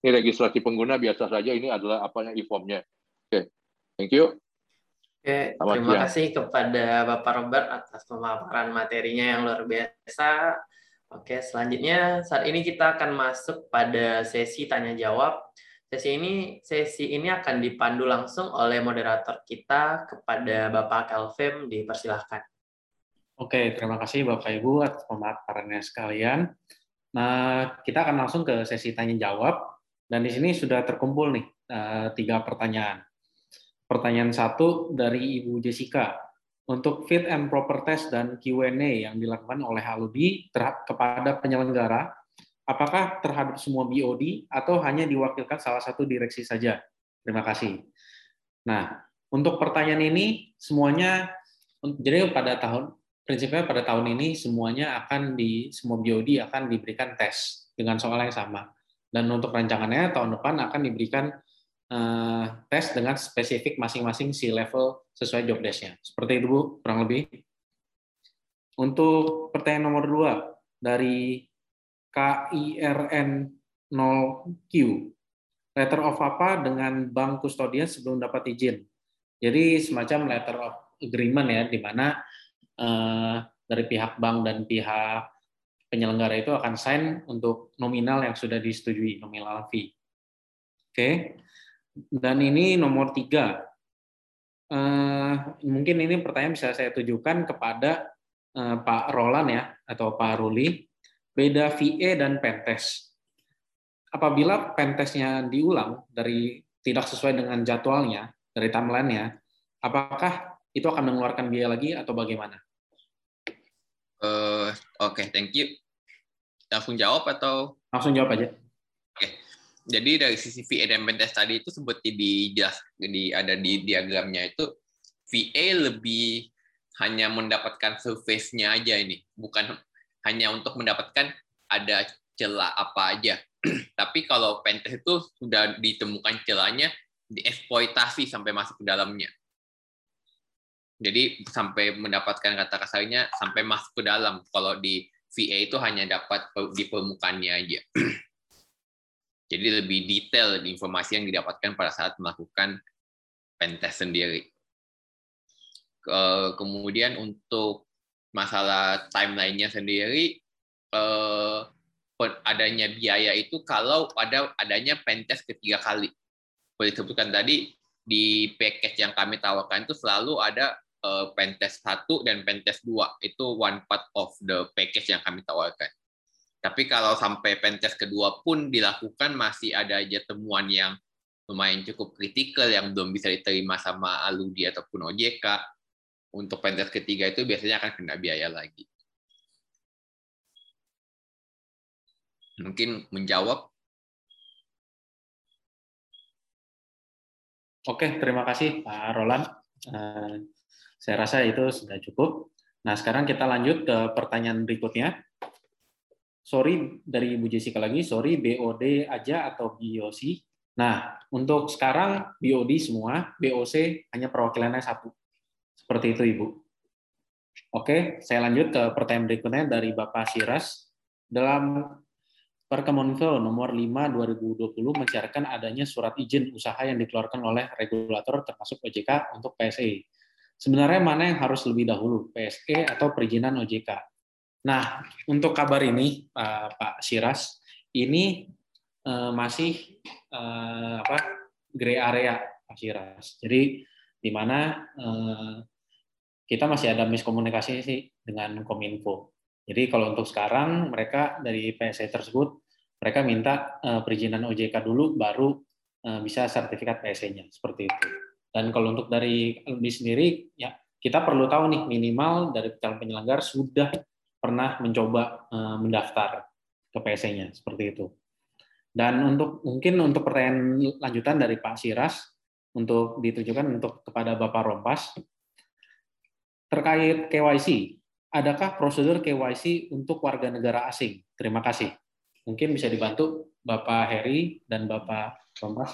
F: Ini registrasi pengguna biasa saja, ini adalah apanya e-form-nya. Oke, thank you.
A: Oke,
F: Selamat
A: terima
F: siang.
A: kasih kepada Bapak Robert atas pemaparan materinya yang luar biasa. Oke, selanjutnya saat ini kita akan masuk pada sesi tanya jawab. Sesi ini sesi ini akan dipandu langsung oleh moderator kita kepada Bapak Kelvin, dipersilahkan.
B: Oke, terima kasih Bapak Ibu atas pemaparannya sekalian. Nah, kita akan langsung ke sesi tanya jawab dan di sini sudah terkumpul nih uh, tiga pertanyaan. Pertanyaan satu dari Ibu Jessica. Untuk fit and proper test dan Q and A yang dilakukan oleh alumni kepada penyelenggara, apakah terhadap semua B O D atau hanya diwakilkan salah satu direksi saja? Terima kasih. Nah, untuk pertanyaan ini semuanya, jadi pada tahun prinsipnya pada tahun ini semuanya akan di semua B O D akan diberikan tes dengan soal yang sama. Dan untuk rancangannya tahun depan akan diberikan Uh, tes dengan spesifik masing-masing C-level sesuai job desk-nya. Seperti itu, Bu, kurang lebih. Untuk pertanyaan nomor dua, dari K I R N nol Q, letter of apa dengan bank kustodian sebelum dapat izin. Jadi semacam letter of agreement ya, di mana uh, dari pihak bank dan pihak penyelenggara itu akan sign untuk nominal yang sudah disetujui, nominal fee. Oke. Okay. Dan ini nomor tiga, eh, mungkin ini pertanyaan bisa saya tujukan kepada eh, Pak Roland ya, atau Pak Ruli, beda V A dan pentest. Apabila pentestnya diulang dari tidak sesuai dengan jadwalnya, dari timeline-nya, apakah itu akan mengeluarkan biaya lagi atau bagaimana?
E: Uh, Oke, okay, thank you. Langsung jawab atau?
B: Langsung jawab aja.
E: Oke. Okay. Jadi dari sisi V A dan pentest tadi itu seperti dijelas di ada di diagramnya itu, V A lebih hanya mendapatkan surface-nya aja ini, bukan hanya untuk mendapatkan ada celah apa aja. Tapi kalau pentest itu sudah ditemukan celahnya, dieksploitasi sampai masuk ke dalamnya. Jadi sampai mendapatkan kata kasarnya sampai masuk ke dalam. Kalau di V A itu hanya dapat di permukaannya aja. Jadi lebih detail informasi yang didapatkan pada saat melakukan pentest sendiri. Kemudian untuk masalah timeline-nya sendiri, adanya biaya itu kalau ada adanya pentest ketiga kali. Seperti disebutkan tadi, di package yang kami tawarkan itu selalu ada pentest satu dan pentest dua. Itu one part of the package yang kami tawarkan. Tapi kalau sampai pentest kedua pun dilakukan, masih ada aja temuan yang lumayan cukup kritikal yang belum bisa diterima sama alumni ataupun O J K. Untuk pentest ketiga itu biasanya akan kena biaya lagi. Mungkin menjawab.
B: Oke, terima kasih Pak Roland. Uh, saya rasa itu sudah cukup. Nah, sekarang kita lanjut ke pertanyaan berikutnya. Sorry, dari Ibu Jessica lagi, sorry B O D aja atau B O C. Nah, untuk sekarang B O D semua, B O C hanya perwakilannya satu. Seperti itu, Ibu. Oke, saya lanjut ke pertanyaan berikutnya dari Bapak Siras. Dalam Perkemenko nomor lima dua ribu dua puluh mencairkan adanya surat izin usaha yang dikeluarkan oleh regulator termasuk O J K untuk P S E. Sebenarnya mana yang harus lebih dahulu, P S E atau perizinan O J K? Nah, untuk kabar ini, Pak Siras, ini masih apa gray area, Pak Siras. Jadi, di mana kita masih ada miskomunikasi sih dengan Kominfo. Jadi, kalau untuk sekarang, mereka dari P S E tersebut, mereka minta perizinan O J K dulu, baru bisa sertifikat P S E-nya, seperti itu. Dan kalau untuk dari alumni sendiri, ya kita perlu tahu nih, minimal dari calon penyelenggara sudah pernah mencoba uh, mendaftar ke P S E-nya, seperti itu. Dan untuk mungkin untuk pertanyaan lanjutan dari Pak Siras, untuk ditujukan untuk kepada Bapak Rompas, terkait K Y C, adakah prosedur K Y C untuk warga negara asing? Terima kasih. Mungkin bisa dibantu Bapak Heri dan Bapak Rompas.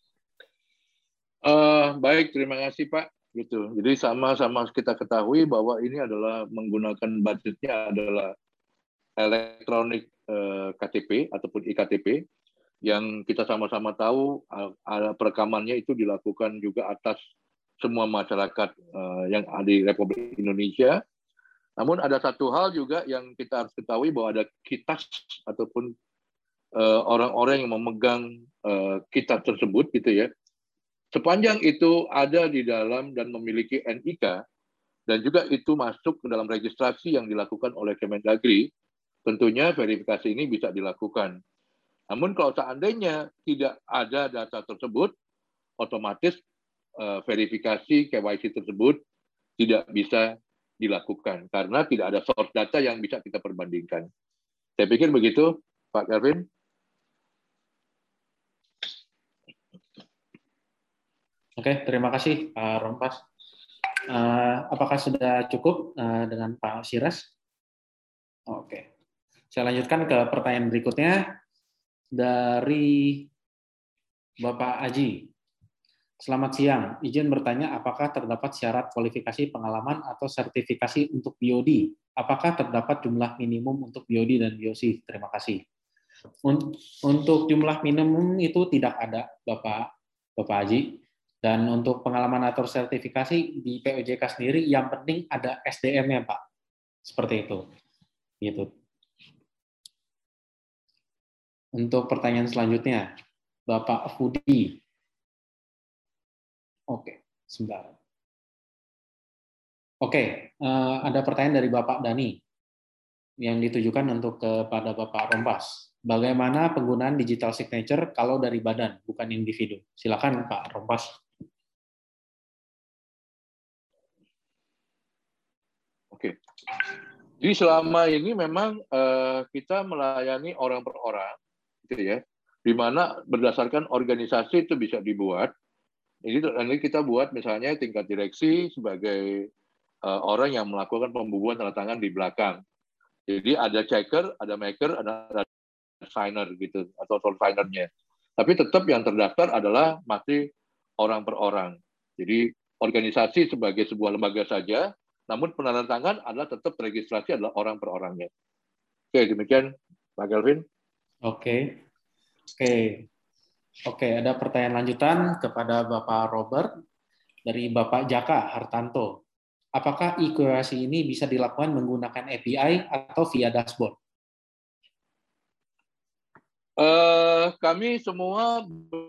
F: Uh, baik, terima kasih Pak. Gitu. Jadi sama-sama kita ketahui bahwa ini adalah menggunakan budgetnya adalah elektronik eh, K T P ataupun I K T P. yang kita sama-sama tahu perekamannya itu dilakukan juga atas semua masyarakat yang ada di Republik Indonesia. Namun ada satu hal juga yang kita harus ketahui bahwa ada kitas ataupun orang-orang yang memegang kitas tersebut gitu ya. Sepanjang itu ada di dalam dan memiliki N I K dan juga itu masuk ke dalam registrasi yang dilakukan oleh Kemendagri, tentunya verifikasi ini bisa dilakukan. Namun kalau seandainya tidak ada data tersebut, otomatis uh, verifikasi K Y C tersebut tidak bisa dilakukan karena tidak ada source data yang bisa kita perbandingkan. Saya pikir begitu, Pak Kelvin.
B: Oke, terima kasih Pak Rompas. Uh, apakah sudah cukup uh, dengan Pak Siras? Oke, saya lanjutkan ke pertanyaan berikutnya. Dari Bapak Aji. Selamat siang, izin bertanya apakah terdapat syarat kualifikasi pengalaman atau sertifikasi untuk B O D? Apakah terdapat jumlah minimum untuk B O D dan B O C? Terima kasih. Untuk jumlah minimum itu tidak ada, Bapak Bapak Aji. Dan untuk pengalaman atau sertifikasi di P O J K sendiri, yang penting ada S D M-nya, Pak. Seperti itu. Gitu. Untuk pertanyaan selanjutnya, Bapak Fudi. Oke, sebentar. Oke, ada pertanyaan dari Bapak Dani yang ditujukan untuk kepada Bapak Rompas. Bagaimana penggunaan digital signature kalau dari badan, bukan individu? Silakan Pak Rompas.
F: Oke. Jadi selama ini memang uh, kita melayani orang per orang, gitu ya, di mana berdasarkan organisasi itu bisa dibuat. Jadi nanti kita buat misalnya tingkat direksi sebagai uh, orang yang melakukan pembubuhan tanda tangan di belakang. Jadi ada checker, ada maker, ada signer gitu atau soul signernya. Tapi tetap yang terdaftar adalah masih orang per orang. Jadi organisasi sebagai sebuah lembaga saja, namun penandatangan adalah tetap registrasi adalah orang per orangnya. Oke, demikian Pak Kelvin.
B: Oke. Oke. Oke, ada pertanyaan lanjutan kepada Bapak Robert dari Bapak Jaka Hartanto. Apakah E K Y C ini bisa dilakukan menggunakan A P I atau via dashboard?
F: Uh, kami semua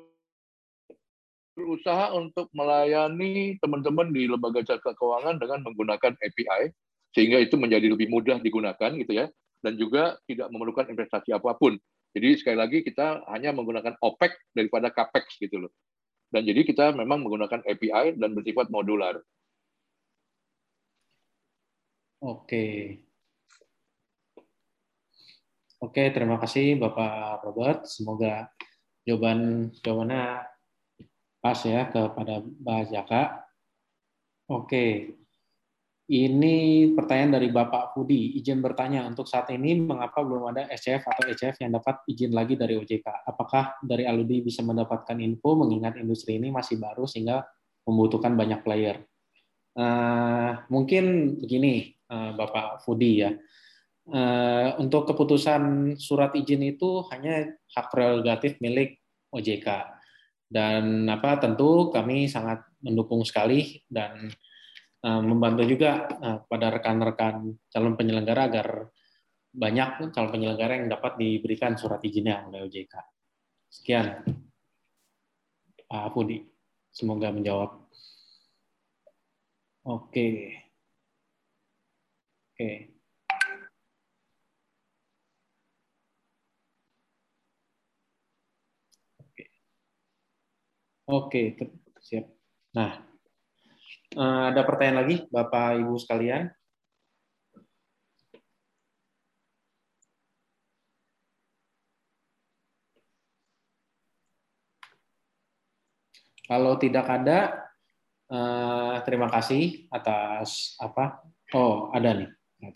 F: berusaha untuk melayani teman-teman di lembaga jasa keuangan dengan menggunakan A P I, sehingga itu menjadi lebih mudah digunakan gitu ya, dan juga tidak memerlukan investasi apapun. Jadi sekali lagi kita hanya menggunakan OPEX daripada CAPEX gitu loh. Dan jadi kita memang menggunakan A P I dan bersifat modular.
B: Oke. Oke, terima kasih Bapak Robert. Semoga jawaban jawabannya pas ya kepada Mbak Jaka. Oke. Ini pertanyaan dari Bapak Budi. Izin bertanya, untuk saat ini mengapa belum ada S C F atau E C F yang dapat izin lagi dari O J K? Apakah dari Aludi bisa mendapatkan info mengingat industri ini masih baru sehingga membutuhkan banyak player? Uh, mungkin begini, uh, Bapak Budi ya. Uh, untuk keputusan surat izin itu hanya hak prerogatif milik O J K. Dan apa tentu kami sangat mendukung sekali dan membantu juga pada rekan-rekan calon penyelenggara agar banyak calon penyelenggara yang dapat diberikan surat izinnya oleh O J K. Sekian, Pak Budi. Semoga menjawab. Oke. Oke. Oke. Oke, siap. Nah, ada pertanyaan lagi, Bapak Ibu sekalian? Kalau tidak ada, eh, terima kasih atas apa? Oh, ada nih.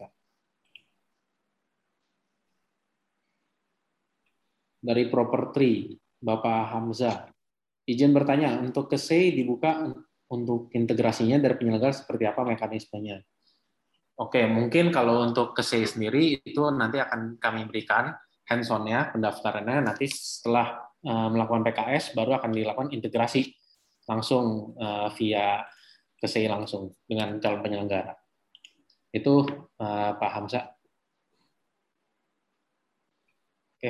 B: Dari Property, Bapak Hamzah. Izin bertanya, untuk ke C dibuka untuk integrasinya dari penyelenggara seperti apa mekanismenya? Oke, mungkin kalau untuk ke C sendiri itu nanti akan kami berikan hands-on-nya, pendaftarannya nanti setelah uh, melakukan P K S baru akan dilakukan integrasi langsung uh, via ke S E I langsung dengan calon penyelenggara. Itu uh, Pak Hamzah. Oke.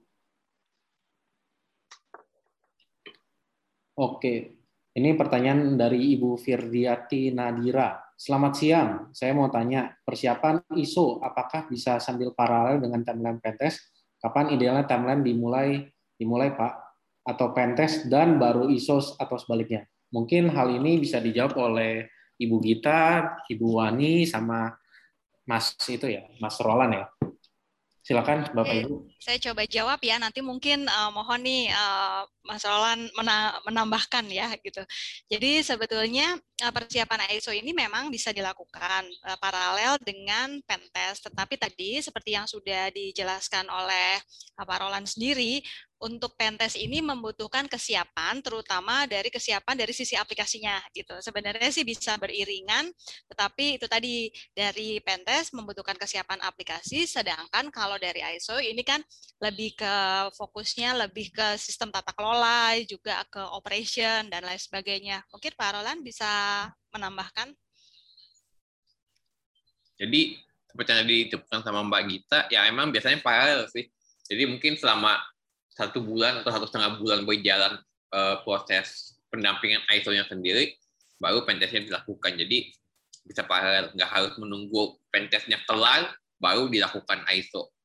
B: Oke. Ini pertanyaan dari Ibu Firdiati Nadira. Selamat siang, saya mau tanya, persiapan I S O apakah bisa sambil paralel dengan timeline pentest? Kapan idealnya timeline dimulai, dimulai Pak? Atau pentest dan baru I S O atau sebaliknya? Mungkin hal ini bisa dijawab oleh Ibu Gita, Ibu Wani, sama Mas itu ya, Mas Roland ya. Silakan Bapak
C: Oke,
B: Ibu.
C: Saya coba jawab ya. Nanti mungkin uh, mohon nih uh, Mas Roland mena menambahkan ya gitu. Jadi sebetulnya uh, persiapan I S O ini memang bisa dilakukan uh, paralel dengan pentest. Tetapi tadi seperti yang sudah dijelaskan oleh uh, Pak Roland sendiri, untuk pentest ini membutuhkan kesiapan, terutama dari kesiapan dari sisi aplikasinya gitu. Sebenarnya sih bisa beriringan, tetapi itu tadi dari pentest membutuhkan kesiapan aplikasi, sedangkan kalau dari I S O ini kan lebih ke fokusnya lebih ke sistem tata kelola, juga ke operation dan lain sebagainya. Mungkin Pak Roland bisa menambahkan.
E: Jadi seperti yang disebutkan sama Mbak Gita, ya emang biasanya paralel sih. Jadi mungkin selama satu bulan atau satu setengah bulan berjalan uh, proses pendampingan I S O-nya sendiri, baru pentestnya dilakukan. Jadi bisa paralel, nggak harus menunggu pentestnya kelar, baru dilakukan I S O.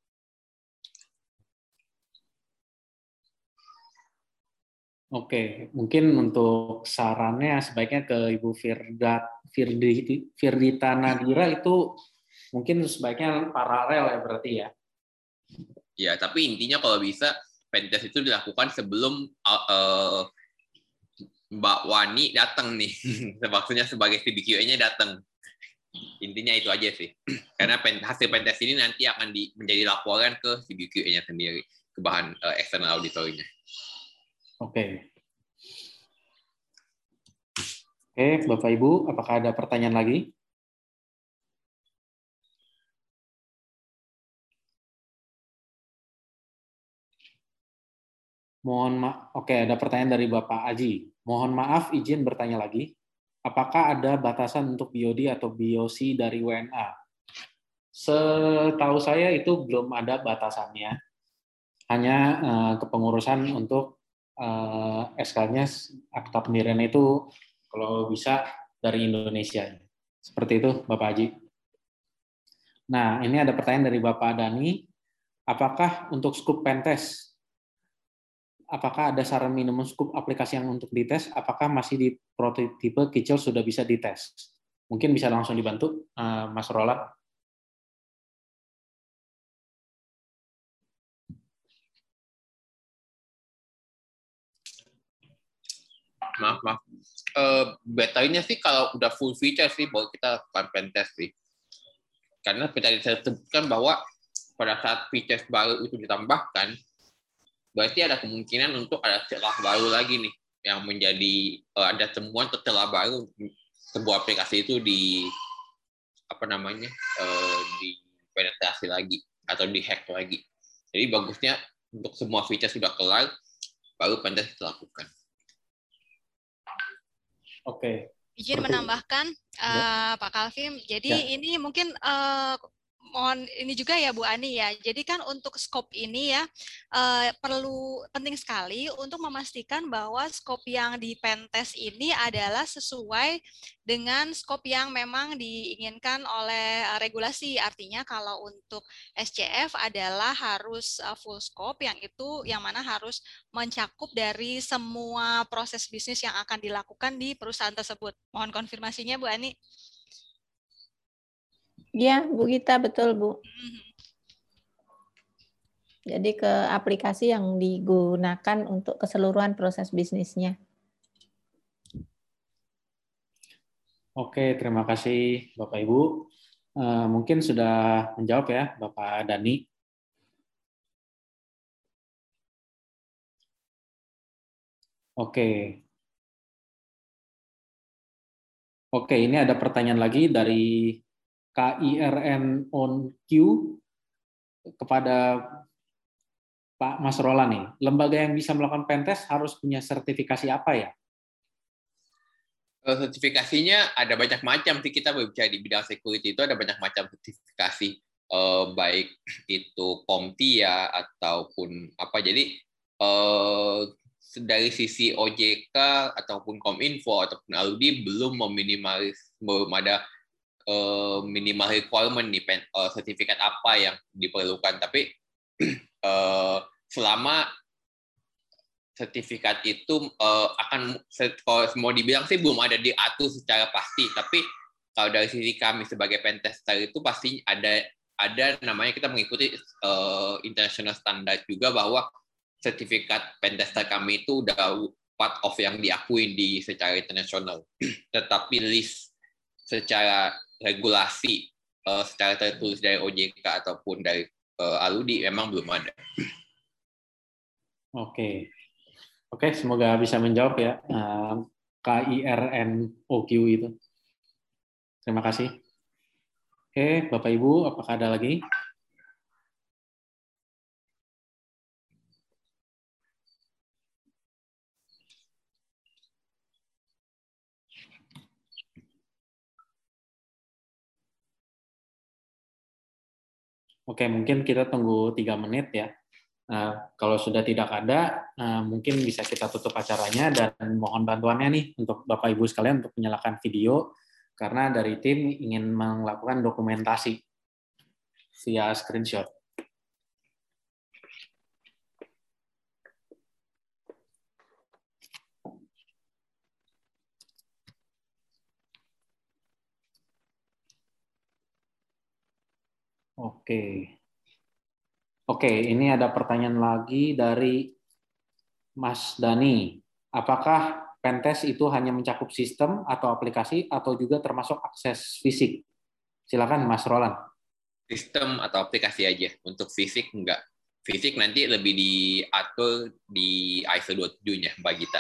B: Oke, mungkin untuk sarannya sebaiknya ke Ibu Firda, Firdi, Firdita Nadira itu mungkin sebaiknya paralel ya berarti ya.
E: Ya, tapi intinya kalau bisa pentest itu dilakukan sebelum uh, uh, Mbak Wani datang nih, maksudnya sebagai V B Q A-nya datang. Intinya itu aja sih. Karena hasil pentest ini nanti akan di, menjadi laporan ke V B Q A-nya sendiri, ke bahan uh, external auditornya.
B: Oke. Oke, Bapak Ibu, apakah ada pertanyaan lagi? Mohon maaf. Oke, ada pertanyaan dari Bapak Aji. Mohon maaf, izin bertanya lagi. Apakah ada batasan untuk B O D atau B O C dari W N A? Setahu saya itu belum ada batasannya. Hanya uh, kepengurusan untuk uh, S K-nya, akta pendirian itu kalau bisa dari Indonesia. Seperti itu, Bapak Haji. Nah, ini ada pertanyaan dari Bapak Dani. Apakah untuk scope pentest, apakah ada saran minimum scope aplikasi yang untuk dites? Apakah masih di prototipe kicil sudah bisa dites? Mungkin bisa langsung dibantu, uh, Mas Roland.
E: Maaf, maaf. Uh, Betanya sih kalau udah full feature sih baru kita lakukan pentest sih. Karena tadi saya sebutkan bahwa pada saat features baru itu ditambahkan, berarti ada kemungkinan untuk ada celah baru lagi nih yang menjadi uh, ada temuan atau celah baru sebuah aplikasi itu di apa namanya uh, dipenetrasi lagi atau dihack lagi. Jadi bagusnya untuk semua feature sudah kelar baru pentest dilakukan.
B: Oke.
C: Izin menambahkan, uh, Pak Kalvim. Jadi ya. Ini mungkin uh, mohon ini juga ya Bu Ani ya. Jadi kan untuk scope ini ya uh, perlu penting sekali untuk memastikan bahwa scope yang di pentest ini adalah sesuai dengan scope yang memang diinginkan oleh uh, regulasi. Artinya kalau untuk S C F adalah harus uh, full scope, yang itu yang mana harus mencakup dari semua proses bisnis yang akan dilakukan di perusahaan tersebut. Mohon konfirmasinya Bu Ani.
D: Ya, Bu Gita, betul Bu. Jadi ke aplikasi yang digunakan untuk keseluruhan proses bisnisnya.
B: Oke, terima kasih Bapak Ibu. Uh, mungkin sudah menjawab ya Bapak Dani. Oke. Oke, ini ada pertanyaan lagi dari K I R N on Q kepada Pak Mas Roland nih, lembaga yang bisa melakukan pentest harus punya sertifikasi apa ya?
E: Sertifikasinya ada banyak macam sih, kita berbicara di bidang security itu ada banyak macam sertifikasi, eh, baik itu CompTIA ataupun apa. Jadi eh, dari sisi O J K ataupun Kominfo ataupun A L U D I belum meminimalis, belum ada eh, minimal requirement nih pen, eh, sertifikat apa yang diperlukan. Tapi eh, selama sertifikat itu uh, akan, kalau mau dibilang sih belum ada diatur secara pasti, tapi kalau dari sisi kami sebagai pentester itu pasti ada ada namanya, kita mengikuti uh, international standard juga, bahwa sertifikat pentester kami itu udah part of yang diakui di secara internasional. Tetapi list secara regulasi uh, secara tertulis dari O J K ataupun dari uh, A L U D I memang belum ada.
B: Oke. Oke, semoga bisa menjawab ya K I R N O Q itu. Terima kasih. Oke, Bapak Ibu, apakah ada lagi? Oke, mungkin kita tunggu tiga menit ya. Nah, kalau sudah tidak ada, mungkin bisa kita tutup acaranya, dan mohon bantuannya nih untuk Bapak Ibu sekalian untuk menyalakan video, karena dari tim ingin melakukan dokumentasi via screenshot. Oke. Oke, ini ada pertanyaan lagi dari Mas Dani. Apakah pentest itu hanya mencakup sistem atau aplikasi atau juga termasuk akses fisik? Silakan Mas Roland.
E: Sistem atau aplikasi aja. Untuk fisik enggak. Fisik nanti lebih diatur di I S O dua puluh tujuh-nya, Mbak Gita.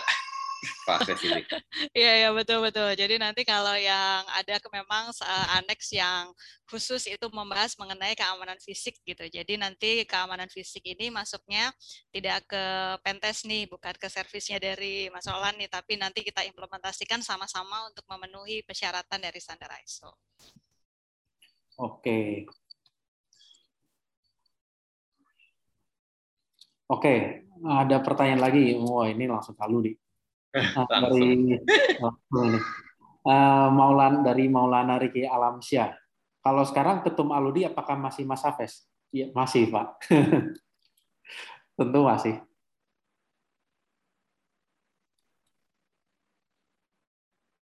C: Iya, ya, betul-betul. Jadi nanti kalau yang ada ke memang aneks yang khusus itu membahas mengenai keamanan fisik gitu. Jadi nanti keamanan fisik ini masuknya tidak ke pentest nih, bukan ke servisnya dari Mas Roland nih, tapi nanti kita implementasikan sama-sama untuk memenuhi persyaratan dari standar I S O.
B: Oke. Oke, ada pertanyaan lagi. Wah, ini langsung lalu nih. Nah, dari uh, Maulan dari Maulana Riki Alamsyah. Kalau sekarang ketum A L U D I apakah masih Mas Hafez? Iya, masih, Pak. Tentu masih.